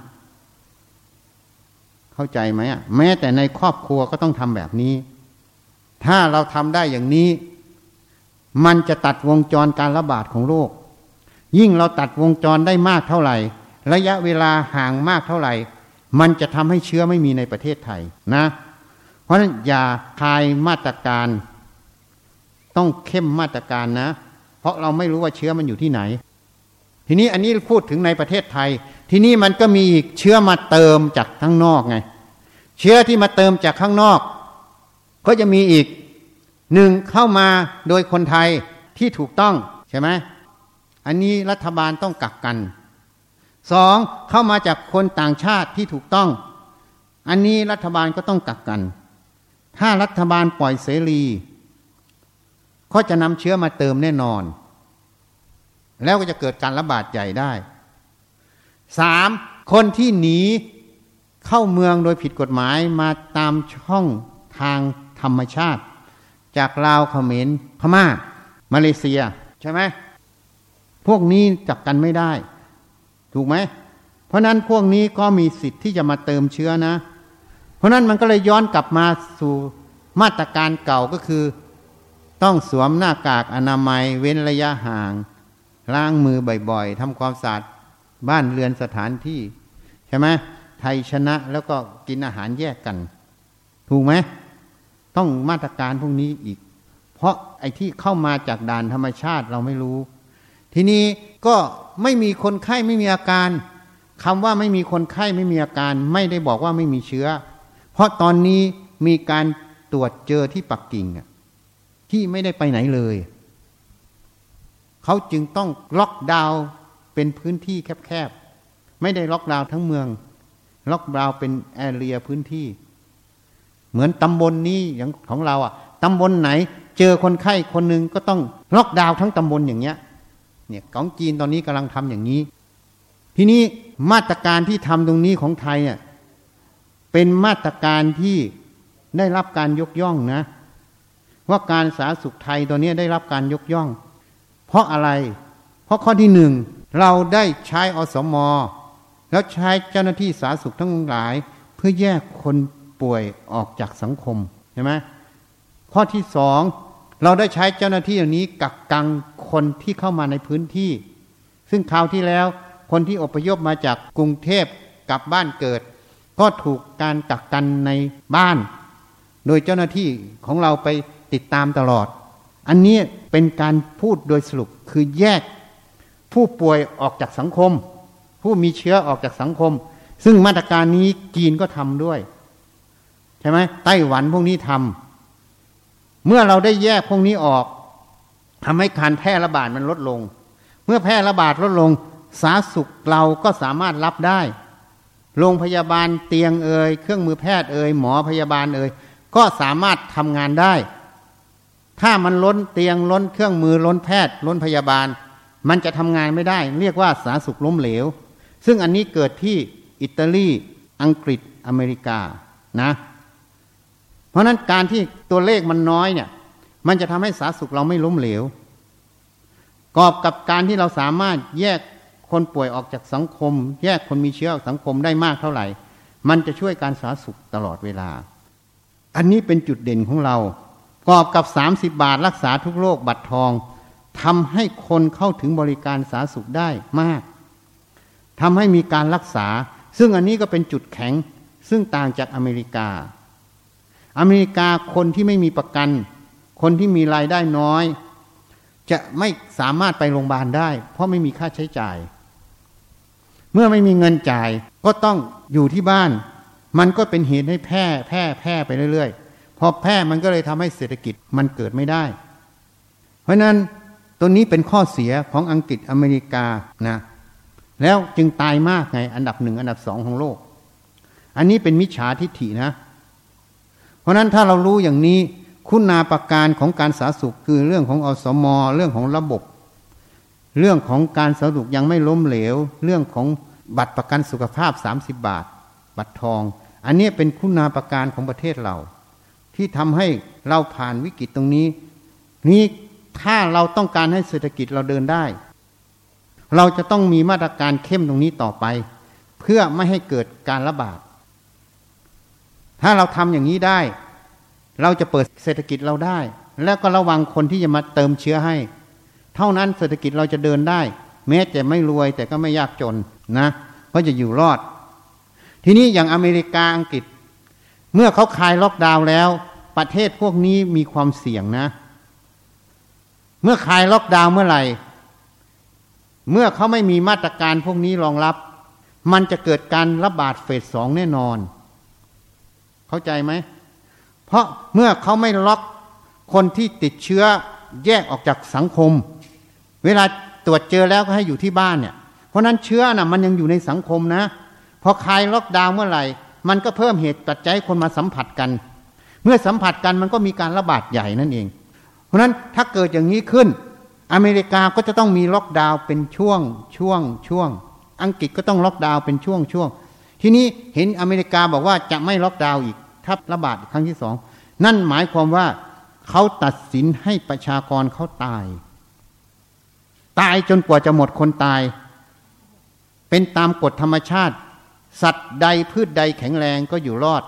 [SPEAKER 1] เข้าใจไหมแม้แต่ในครอบครัวก็ต้องทำแบบนี้ถ้าเราทำได้อย่างนี้มันจะตัดวงจรการระบาดของโรคยิ่งเราตัดวงจรได้มากเท่าไหร่ระยะเวลาห่างมากเท่าไหร่มันจะทำให้เชื้อไม่มีในประเทศไทยนะเพราะฉะนั้นอย่าคลายมาตรการต้องเข้มมาตรการนะเพราะเราไม่รู้ว่าเชื้อมันอยู่ที่ไหนทีนี้อันนี้พูดถึงในประเทศไทยทีนี้มันก็มีอีกเชื้อมาเติมจากข้างนอกไงเชื้อที่มาเติมจากข้างนอกก็จะมีอีก1เข้ามาโดยคนไทยที่ถูกต้องใช่ไหมอันนี้รัฐบาลต้องกักกัน2เข้ามาจากคนต่างชาติที่ถูกต้องอันนี้รัฐบาลก็ต้องกักกันถ้ารัฐบาลปล่อยเสรีก็จะนำเชื้อมาเติมแน่นอนแล้วก็จะเกิดการระบาดใหญ่ได้3คนที่หนีเข้าเมืองโดยผิดกฎหมายมาตามช่องทางธรรมชาติจากลาวเขมรพม่ามาเลเซียใช่ไหมพวกนี้จับกันไม่ได้ถูกไหมเพราะนั้นพวกนี้ก็มีสิทธิ์ที่จะมาเติมเชื้อนะเพราะนั้นมันก็เลยย้อนกลับมาสู่มาตรการเก่าก็คือต้องสวมหน้ากากอนามัยเว้นระยะห่างล้างมือบ่อยๆทำความสะอาดบ้านเรือนสถานที่ใช่ไหมไทยชนะแล้วก็กินอาหารแยกกันถูกไหมต้องมาตรการพวกนี้อีกเพราะไอ้ที่เข้ามาจากด่านธรรมชาติเราไม่รู้ทีนี้ก็ไม่มีคนไข้ไม่มีอาการคำว่าไม่มีคนไข้ไม่มีอาการไม่ได้บอกว่าไม่มีเชื้อเพราะตอนนี้มีการตรวจเจอที่ปักกิ่งที่ไม่ได้ไปไหนเลยเขาจึงต้องล็อกดาวน์เป็นพื้นที่แคบๆไม่ได้ล็อกดาวน์ทั้งเมืองล็อกดาวน์เป็นแอเรียพื้นที่เหมือนตำบลนี้อย่างของเราตำบลไหนเจอคนไข้คนหนึ่งก็ต้องล็อกดาวน์ทั้งตำบลอย่างเงี้ยเนี่ยของจีนตอนนี้กำลังทำอย่างนี้ทีนี้มาตรการที่ทำตรงนี้ของไทยเป็นมาตรการที่ได้รับการยกย่องนะว่าการสาธารณสุขไทยตัวนี้ได้รับการยกย่องเพราะอะไรเพราะข้อที่หนึ่งเราได้ใช้อสม.แล้วใช้เจ้าหน้าที่สาธารณสุขทั้งหลายเพื่อแยกคนป่วยออกจากสังคมใช่ไหมข้อที่สองเราได้ใช้เจ้าหน้าที่เหล่านี้กักกันคนที่เข้ามาในพื้นที่ซึ่งคราวที่แล้วคนที่อพยพมาจากกรุงเทพกลับบ้านเกิดก็ถูกการกักกันในบ้านโดยเจ้าหน้าที่ของเราไปติดตามตลอดอันนี้เป็นการพูดโดยสรุปคือแยกผู้ป่วยออกจากสังคมผู้มีเชื้อออกจากสังคมซึ่งมาตรการนี้จีนก็ทำด้วยใช่ไหมไต้หวันพวกนี้ทำเมื่อเราได้แยกพวกนี้ออกทำให้การแพร่ระบาดมันลดลงเมื่อแพร่ระบาดลดลงสาธารณสุขเราก็สามารถรับได้โรงพยาบาลเตียงเครื่องมือแพทย์หมอพยาบาลก็สามารถทำงานได้ถ้ามันล้นเตียงล้นเครื่องมือล้นแพทย์ล้นพยาบาลมันจะทำงานไม่ได้เรียกว่าสาธารณสุขล้มเหลวซึ่งอันนี้เกิดที่อิตาลีอังกฤษอเมริกานะเพราะนั้นการที่ตัวเลขมันน้อยเนี่ยมันจะทำให้สาธารณสุขเราไม่ล้มเหลวกอบกับการที่เราสามารถแยกคนป่วยออกจากสังคมแยกคนมีเชื้อออกสังคมได้มากเท่าไหร่มันจะช่วยการสาธารณสุขตลอดเวลาอันนี้เป็นจุดเด่นของเรากอบกับ30 บาทรักษาทุกโรคบัตรทองทำให้คนเข้าถึงบริการสาธารณสุขได้มากทำให้มีการรักษาซึ่งอันนี้ก็เป็นจุดแข็งซึ่งต่างจากอเมริกาคนที่ไม่มีประกันคนที่มีรายได้น้อยจะไม่สามารถไปโรงพยาบาลได้เพราะไม่มีค่าใช้จ่ายเมื่อไม่มีเงินจ่ายก็ต้องอยู่ที่บ้านมันก็เป็นเหตุให้แพร่ไปเรื่อยๆพอแพร่มันก็เลยทำให้เศรษฐกิจมันเกิดไม่ได้เพราะนั้นตัวนี้เป็นข้อเสียของอังกฤษอเมริกานะแล้วจึงตายมากไงอันดับ1อันดับ2ของโลกอันนี้เป็นมิจฉาทิฏฐินะเพราะนั้นถ้าเรารู้อย่างนี้คุณาประการของการสาธารณสุขคือเรื่องของอสม.เรื่องของระบบเรื่องของการสาธารณสุขยังไม่ล้มเหลวเรื่องของบัตรประกันสุขภาพ30 บาทบัตรทองอันนี้เป็นคุณาประการของประเทศเราที่ทำให้เราผ่านวิกฤตตรงนี้ถ้าเราต้องการให้เศรษฐกิจเราเดินได้เราจะต้องมีมาตรการเข้มตรงนี้ต่อไปเพื่อไม่ให้เกิดการระบาดถ้าเราทำอย่างนี้ได้เราจะเปิดเศรษฐกิจเราได้แล้วก็ระวังคนที่จะมาเติมเชื้อให้เท่านั้นเศรษฐกิจเราจะเดินได้แม้จะไม่รวยแต่ก็ไม่ยากจนนะเพราะจะอยู่รอดทีนี้อย่างอเมริกาอังกฤษเมื่อเขาคลายล็อกดาวน์แล้วประเทศพวกนี้มีความเสี่ยงนะเมื่อคลายล็อกดาวน์เมื่อไหร่เมื่อเขาไม่มีมาตรการพวกนี้รองรับมันจะเกิดการระบาดเฟส 2แน่นอนเข้าใจไหมเพราะเมื่อเขาไม่ล็อกคนที่ติดเชื้อแยกออกจากสังคมเวลาตรวจเจอแล้วก็ให้อยู่ที่บ้านเนี่ยเพราะนั้นเชื้อน่ะมันยังอยู่ในสังคมนะพอคลายล็อกดาวน์เมื่อไหร่มันก็เพิ่มเหตุปัจจัยคนมาสัมผัสกันเมื่อสัมผัสกันมันก็มีการระบาดใหญ่นั่นเองเพราะนั้นถ้าเกิดอย่างนี้ขึ้นอเมริกาก็จะต้องมีล็อกดาวน์เป็นช่วงอังกฤษก็ต้องล็อกดาวน์เป็นช่วงทีนี้เห็นอเมริกาบอกว่าจะไม่ล็อกดาวน์อีกถ้าระบาดครั้งที่2นั่นหมายความว่าเขาตัดสินให้ประชากรเขาตายจนกว่าจะหมดคนตายเป็นตามกฎธรรมชาติสัตว์ใดพืชใดแข็งแรงก็อยู่รอด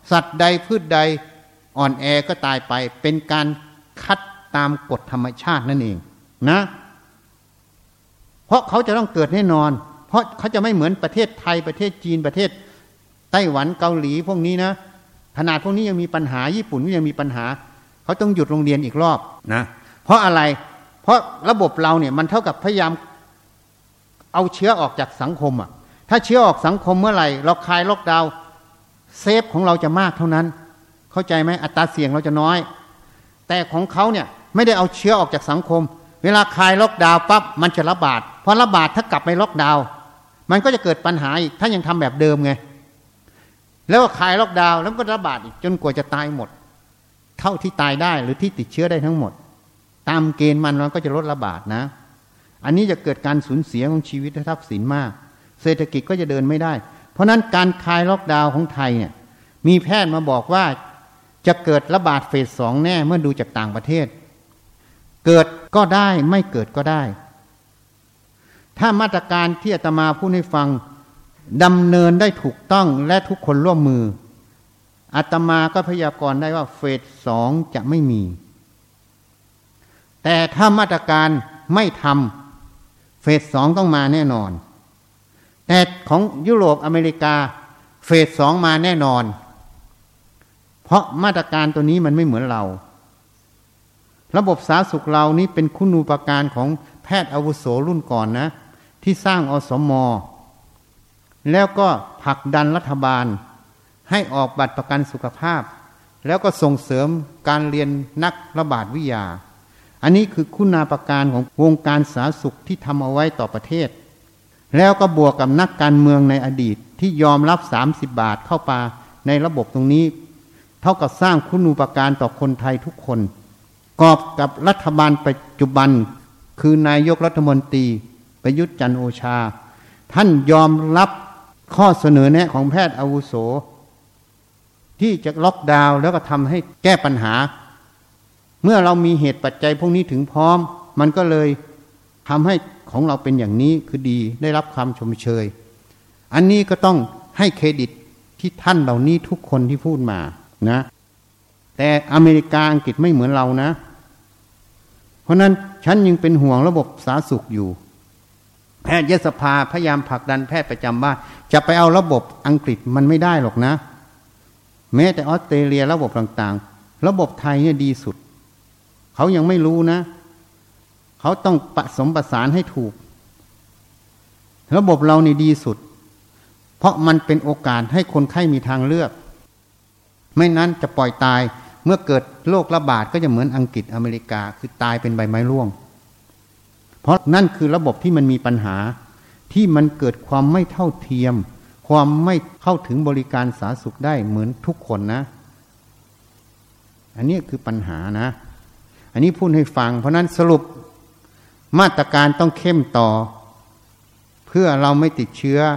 [SPEAKER 1] สัตว์ใดพืชใดอ่อนแอก็ตายไปเป็นการคัดตามกฎธรรมชาตินั่นเองนะเพราะเขาจะต้องเกิดแน่นอนเพราะเขาจะไม่เหมือนประเทศไทยประเทศจีนประเทศไต้หวันเกาหลีพวกนี้นะขนาดพวกนี้ยังมีปัญหาญี่ปุ่นก็ยังมีปัญหาเขาต้องหยุดโรงเรียนอีกรอบนะเพราะอะไรเพราะระบบเราเนี่ยมันเท่ากับพยายามเอาเชื้อออกจากสังคมอ่ะถ้าเชื้อออกสังคมเมื่อไหร่เราคลายล็อกดาวน์เซฟของเราจะมากเท่านั้นเข้าใจไหมอัตราเสี่ยงเราจะน้อยแต่ของเขาเนี่ยไม่ได้เอาเชื้อออกจากสังคมเวลาคลายล็อกดาวน์ปั๊บมันจะระบาดพอระบาดถ้ากลับไปล็อกดาวน์มันก็จะเกิดปัญหาอีกถ้ายังทำแบบเดิมไงแล้วก็คลายล็อกดาวน์แล้วก็ระบาดอีกจนกว่าจะตายหมดเท่าที่ตายได้หรือที่ติดเชื้อได้ทั้งหมดตามเกณฑ์มันก็จะลดระบาดนะอันนี้จะเกิดการสูญเสียของชีวิตและทรัพย์สินมากเศรษฐกิจก็จะเดินไม่ได้เพราะนั้นการคลายล็อกดาวน์ของไทยเนี่ยมีแพทย์มาบอกว่าจะเกิดระบาดเฟส 2แน่เมื่อดูจากต่างประเทศเกิดก็ได้ไม่เกิดก็ได้ถ้ามาตรการที่อาตมาพูดให้ฟังดำเนินได้ถูกต้องและทุกคนร่วมมืออาตมาก็พยากรณ์ได้ว่าเฟส 2จะไม่มีแต่ถ้ามาตรการไม่ทำเฟส 2ต้องมาแน่นอนแต่ของยุโรปอเมริกาเฟส 2มาแน่นอนเพราะมาตรการตัวนี้มันไม่เหมือนเราระบบสาธารณสุขเรานี้เป็นคุณูปการของแพทย์อาวุโสรุ่นก่อนนะที่สร้างอสม.แล้วก็ผลักดันรัฐบาลให้ออกบัตรประกันสุขภาพแล้วก็ส่งเสริมการเรียนนักระบาดวิทยาอันนี้คือคุณูปการของวงการสาธารณสุขที่ทำเอาไว้ต่อประเทศแล้วก็บวกกับนักการเมืองในอดีตที่ยอมรับ30 บาทเข้ามาในระบบตรงนี้เท่ากับสร้างคุณูปการต่อคนไทยทุกคนกอบกับรัฐบาลปัจจุบันคือนายกรัฐมนตรีประยุทธ์จันทร์โอชาท่านยอมรับข้อเสนอแนะของแพทย์อาวุโสที่จะล็อกดาวน์แล้วก็ทำให้แก้ปัญหาเมื่อเรามีเหตุปัจจัยพวกนี้ถึงพร้อมมันก็เลยทำให้ของเราเป็นอย่างนี้คือดีได้รับคำชมเชยอันนี้ก็ต้องให้เครดิตที่ท่านเหล่านี้ทุกคนที่พูดมานะแต่อเมริกาอังกฤษไม่เหมือนเรานะเพราะนั้นฉันยังเป็นห่วงระบบสาธารณสุขอยู่แพทยสภาพยายามผลักดันแพทย์ประจำบ้านจะไปเอาระบบอังกฤษมันไม่ได้หรอกนะแม้แต่ออสเตรเลียระบบต่างๆระบบไทยเนี่ยดีสุดเขายังไม่รู้นะเขาต้องผสมประสานให้ถูกระบบเรานี่ดีสุดเพราะมันเป็นโอกาสให้คนไข้มีทางเลือกไม่นั้นจะปล่อยตายเมื่อเกิดโรคระบาดก็จะเหมือนอังกฤษอเมริกาคือตายเป็นใบไม้ร่วงเพราะนั่นคือระบบที่มันมีปัญหาที่มันเกิดความไม่เท่าเทียมความไม่เข้าถึงบริการสาธารณสุขได้เหมือนทุกคนนะอันนี้คือปัญหานะอันนี้พูดให้ฟังเพราะนั้นสรุปมาตรการต้องเข้มต่อเพื่อเราไม่ติดเชื้อ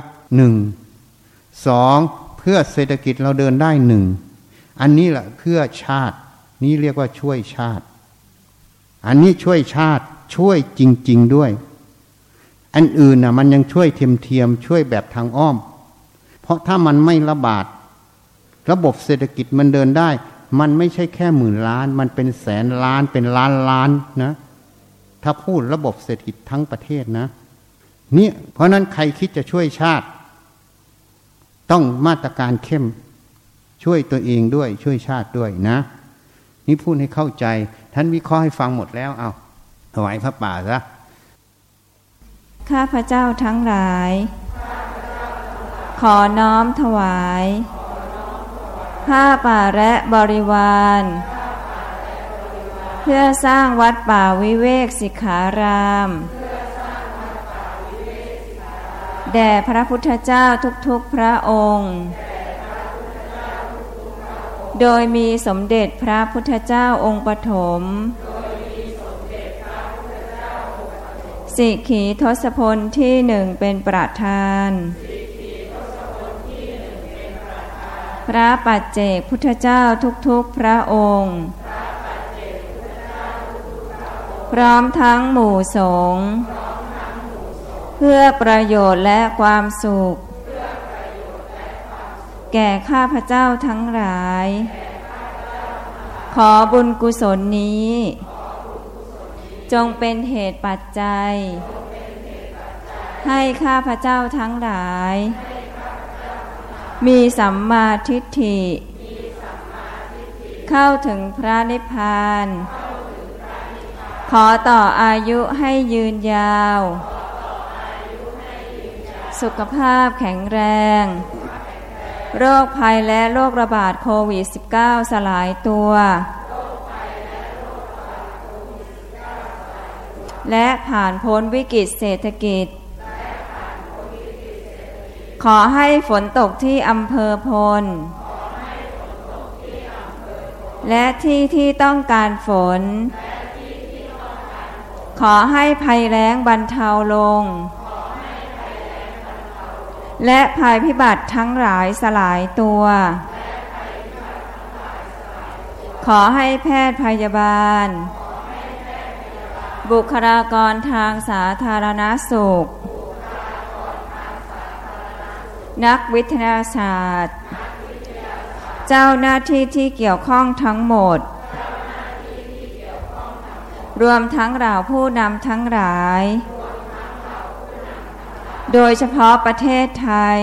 [SPEAKER 1] 1 2เพื่อเศรษฐกิจเราเดินได้1อันนี้แหละเพื่อชาตินี่เรียกว่าช่วยชาติอันนี้ช่วยชาติช่วยจริงๆด้วยอันอื่นน่ะมันยังช่วยเทียมๆช่วยแบบทางอ้อมเพราะถ้ามันไม่ระบาดระบบเศรษฐกิจมันเดินได้มันไม่ใช่แค่หมื่นล้านมันเป็นแสนล้านเป็นล้านล้านนะถ้าพูดระบบเศรษฐกิจทั้งประเทศนะเนี่ยเพราะนั้นใครคิดจะช่วยชาติต้องมาตรการเข้มช่วยตัวเองด้วยช่วยชาติด้วยนะนี่พูดให้เข้าใจท่านวิเคราะห์ให้ฟังหมดแล้วเอาถวายพระป่าซะ
[SPEAKER 2] ข้าพเจ้าทั้งหลายขอน้อมถวายผ้าป่าและบริวารเพื่อสร้างวัดป่าวิเวกสิกขารามแด่พระพุทธเจ้าทุกๆพระองค์โดยมีสมเด็จพระพุทธเจ้าองค์ปฐมสิกขีทศพลที่1เป็นประธานพระปัจเจกพุทธเจ้าทุกๆพระองค์พร้อมทั้งหมู่สงฆ์เพื่อประโยชน์และความสุขแก่ข้าพเจ้าทั้งหลายขอบุญกุศลนี้จงเป็นเหตุปัจจัยให้ข้าพเจ้าทั้งหลายมีสัมมาทิฏฐิเข้าถึงพระนิพพานขอต่ออายุให้ยืนยาวสุขภาพแข็งแรงโรคภัยและโรคระบาดโควิด -19 สลายตัวและผ่านพ้นวิกฤตเศรษฐกิจขอให้ฝนตกที่อำเภอพลและที่ต้องการฝนขอให้ภัยแล้งบรรเทาลงและภัยพิบัติทั้งหลายสลายตัวขอให้แพทย์พยาบาลบุคลากรทางสาธารณสุขนักวิทยาศาสตร์เจ้าหน้าที่ที่เกี่ยวข้องทั้งหมดรวมทั้งเหล่าผู้นำทั้งหลายโดยเฉพาะประเทศไทย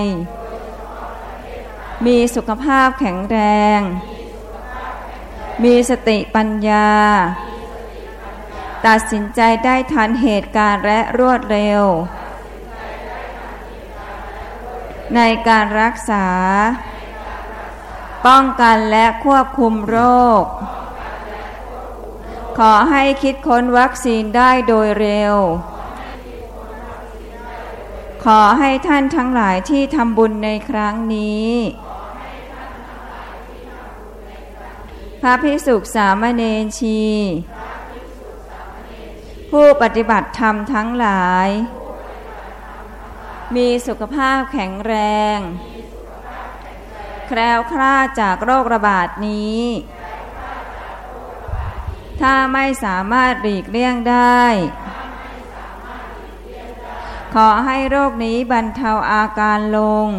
[SPEAKER 2] มีสุขภาพแข็งแรงมีสติปัญญาตัดสินใจได้ทันเหตุการณ์และรวดเร็วในการรักษาป้องกันและควบคุมโรคขอให้คิดค้นวัคซีนได้โดยเร็วขอให้ท่านทั้งหลายที่ทำบุญในครั้งนี้พระภิกษุสามเณรชีผู้ปฏิบัติธรรมทั้งหลายมีสุขภาพแข็งแรงแคล้วคลาดจากโรคระบาดนี้ถ้าไม่สามารถหลีกเลี่ยงได้ขอให้โรคนี้บรรเทาอาการลง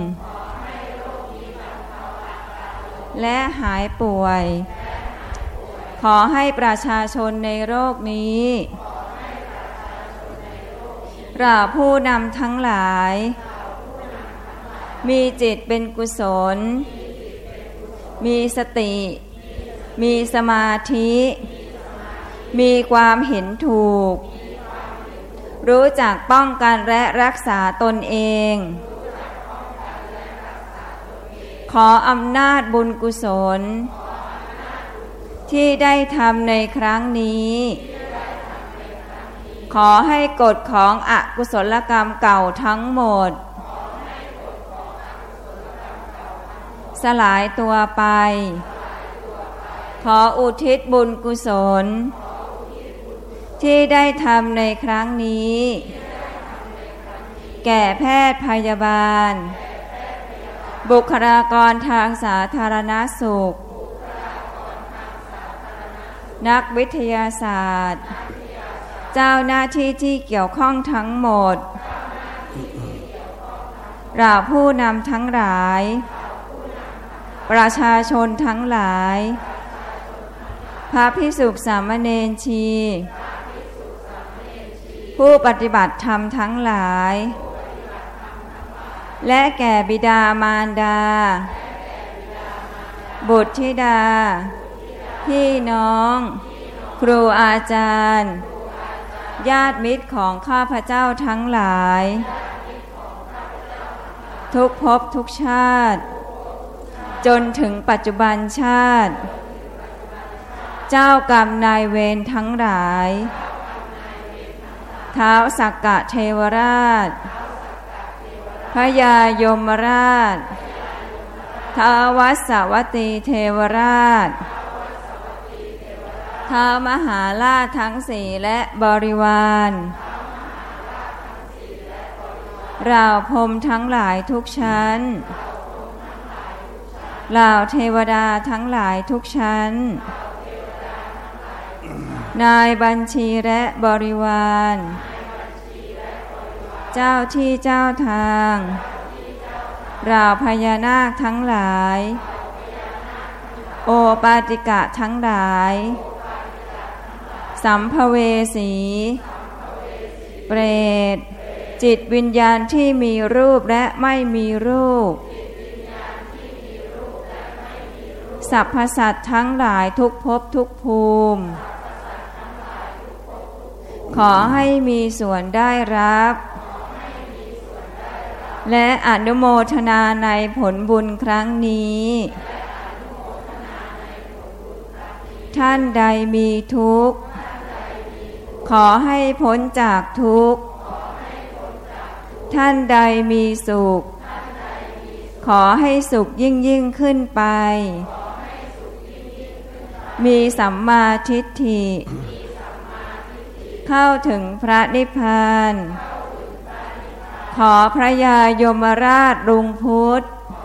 [SPEAKER 2] และหายป่วยขอให้ประชาชนในโรคนี้เราผู้นำทั้งหลายมีจิตเป็นกุศลมีสติมีสมาธิมีความเห็นถูกรู้จักป้องกันและรักษาตนเองขออำนาจบุญกุศลที่ได้ทำในครั้งนี้ขอให้กฎของอกุศลกรรมเก่าทั้งหมดสลายตัวไปขออุทิศบุญกุศลที่ได้ทำในครั้งนี้แก่แพทย์พยาบาลบุคลากรทางสาธารณสุขนักวิทยาศาสตร์เจ้าหน้าที่ที่เกี่ยวข้องทั้งหมดเราผู้นำทั้งหลายประชาชนทั้งหลายพระภิกษุสามเณรชีผู้ปฏิบัติธรรมทั้งหลายและแก่บิดามารดาบุตรธิดาพี่น้องครูอาจารย์ญาติมิตรของข้าพเจ้าทั้งหลายทุกภพทุกชาติจนถึงปัจจุบันชาติเจ้ากรรมนายเวรทั้งหลายท้าวสักกะเทวราชพญายมราชท้าววัสสวตีเทวราชท้าวมหาราชทั้งสี่และบริวารเหล่าพรหมทั้งหลายทุกชั้นเหล่าเทวดาทั้งหลายทุกชั้นนายบัญชีและบริวารเจ้าที่เจ้าทางเราพญานาคทั้งหลายโอปาติกะทั้งหลายสัมภเวสีเปรตจิตวิญญาณที่มีรูปและไม่มีรูปสรรพสัตว์ทั้งหลายทุกภพทุกภูมิขอให้มีส่วนได้รับและอนุโมทนาในผลบุญครั้งนี้ท่านใดมีทุกข์ขอให้พ้นจากทุกข์ท่านใดมีสุขขอให้สุขยิ่งขึ้นไปมีสัมมาทิฏฐิเข้าถึงพระนิพพานขอพระยายมราชรุงพุทธ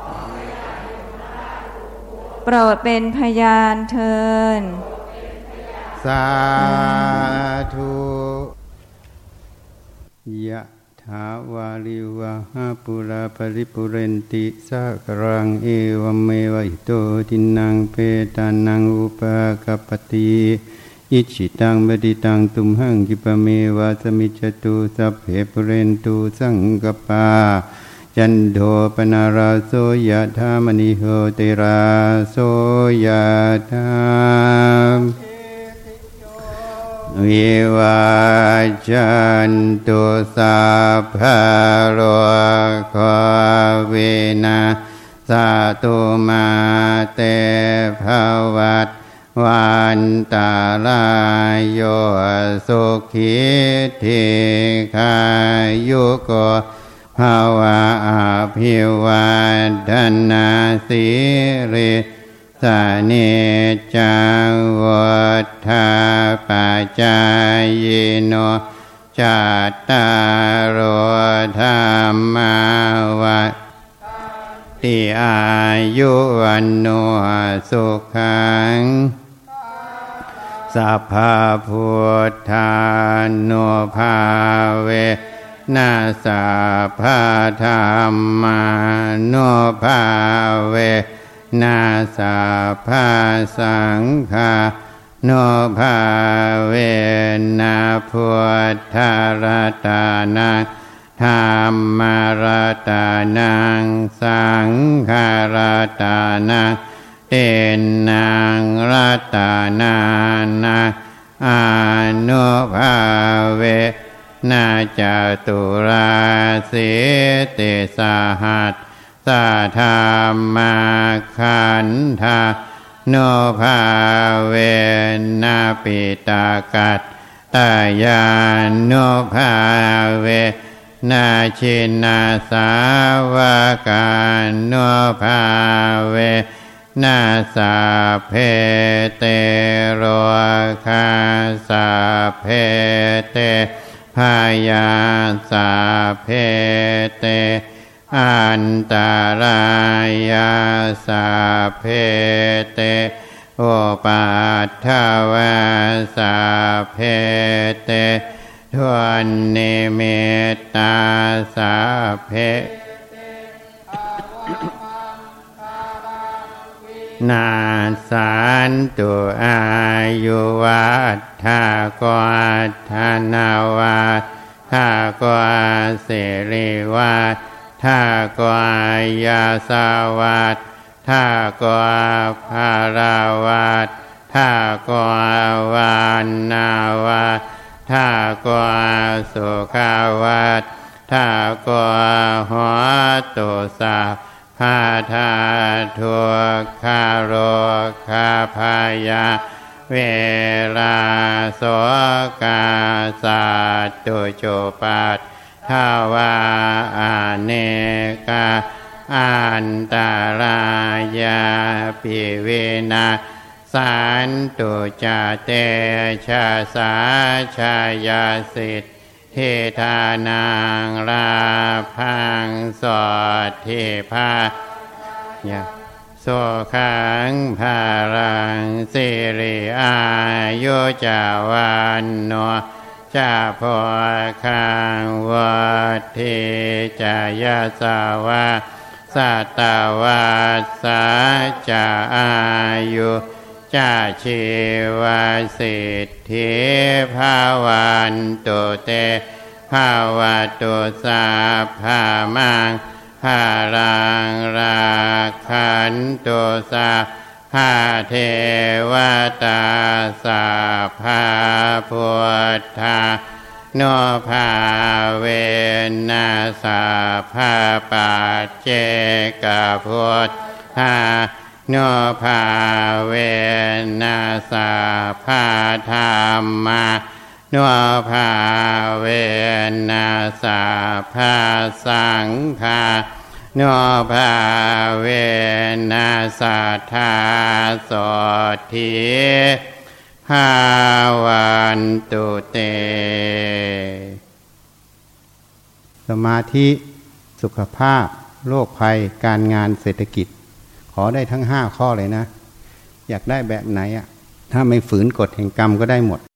[SPEAKER 2] โปรดเป็นพยานเถิด
[SPEAKER 1] สาธุยะถาวาลิวะหาปุราปริปุเรนติสากรังเอวเมวะอิโตทินังเปตานังอุปกปปติอิจิตังบดิตังตุมหังกิปะเมวะสมิจจตุสัพเพปุเรนตุสังกปาจันโทปนาราโสยะธามณิโหติราโสยะธามวิวาจันตุสัพพะโรโควินาศตุมาเตภวัตวันตารายโยสุขิธิขายุโกภวะอภิวัฒนาสิริสเนจังวัฏฐาปัจจายโนจัตตารโอธรรมาวัฏติอายุวันโนสุขังสัพพะพุทธานุภาเวนะสัพพะธัมมานุภาเวนะสัพพะสังฆานุภาเวนะพุทธรัตนังธัมมรัตนังสังฆรัตนังเตนังรัตนานังอนุภาเวนะจตุราสิติสหัสสะธรรมาขันธานุภาเวนะปิตากัตตายานุภาเวนะชินาสาวกานุภาเวนะสัพเพเตโรคาสัพเพเตพยาสัพเพเตอันตรายาสัพเพเตโอปัฏฐวาสัพเพเตทวนนิเมตตาสัพเพนาสันตุอายุวัฏฐากวัฏนาวาทากวาสิริวัฏทากวายาสาวัฏทากวาภาราวัฏทากวาวานนาวัฏทากวาสุขาวัฏทากวาหัวตุสาพาธาทุกขาโรคาพายาเวลาโสกาสัตตุจุปัฏฐาวาอเนกาอันตรายาปิเวนะสันตุจเตชะสาชายาสิทธิ ทานังราพังสอดทิภายะโสขังภารังสิริอายุจาวันโนจาโพคังวัฏทิจายาสาวะส
[SPEAKER 3] สัตวาสาจาอายุจาชีวสิทธิภาวันตุเตภาวะตุสัพพามังภารังราคันตุสัพพาเทวตาสัพพาพุทธาโนภาเวนัสสะภาปัจเจกพุทธาโนภาเวนัสสะภาธรรมาโนภาเวนัสสะภาสังฆาโนภาเวนัสสะทาโสทิภาวันตุเต
[SPEAKER 1] สมาธิสุขภาพโรคภัยการงานเศรษฐกิจขอได้ทั้ง5ข้อเลยนะอยากได้แบบไหนถ้าไม่ฝืนกฎแห่งกรรมก็ได้หมด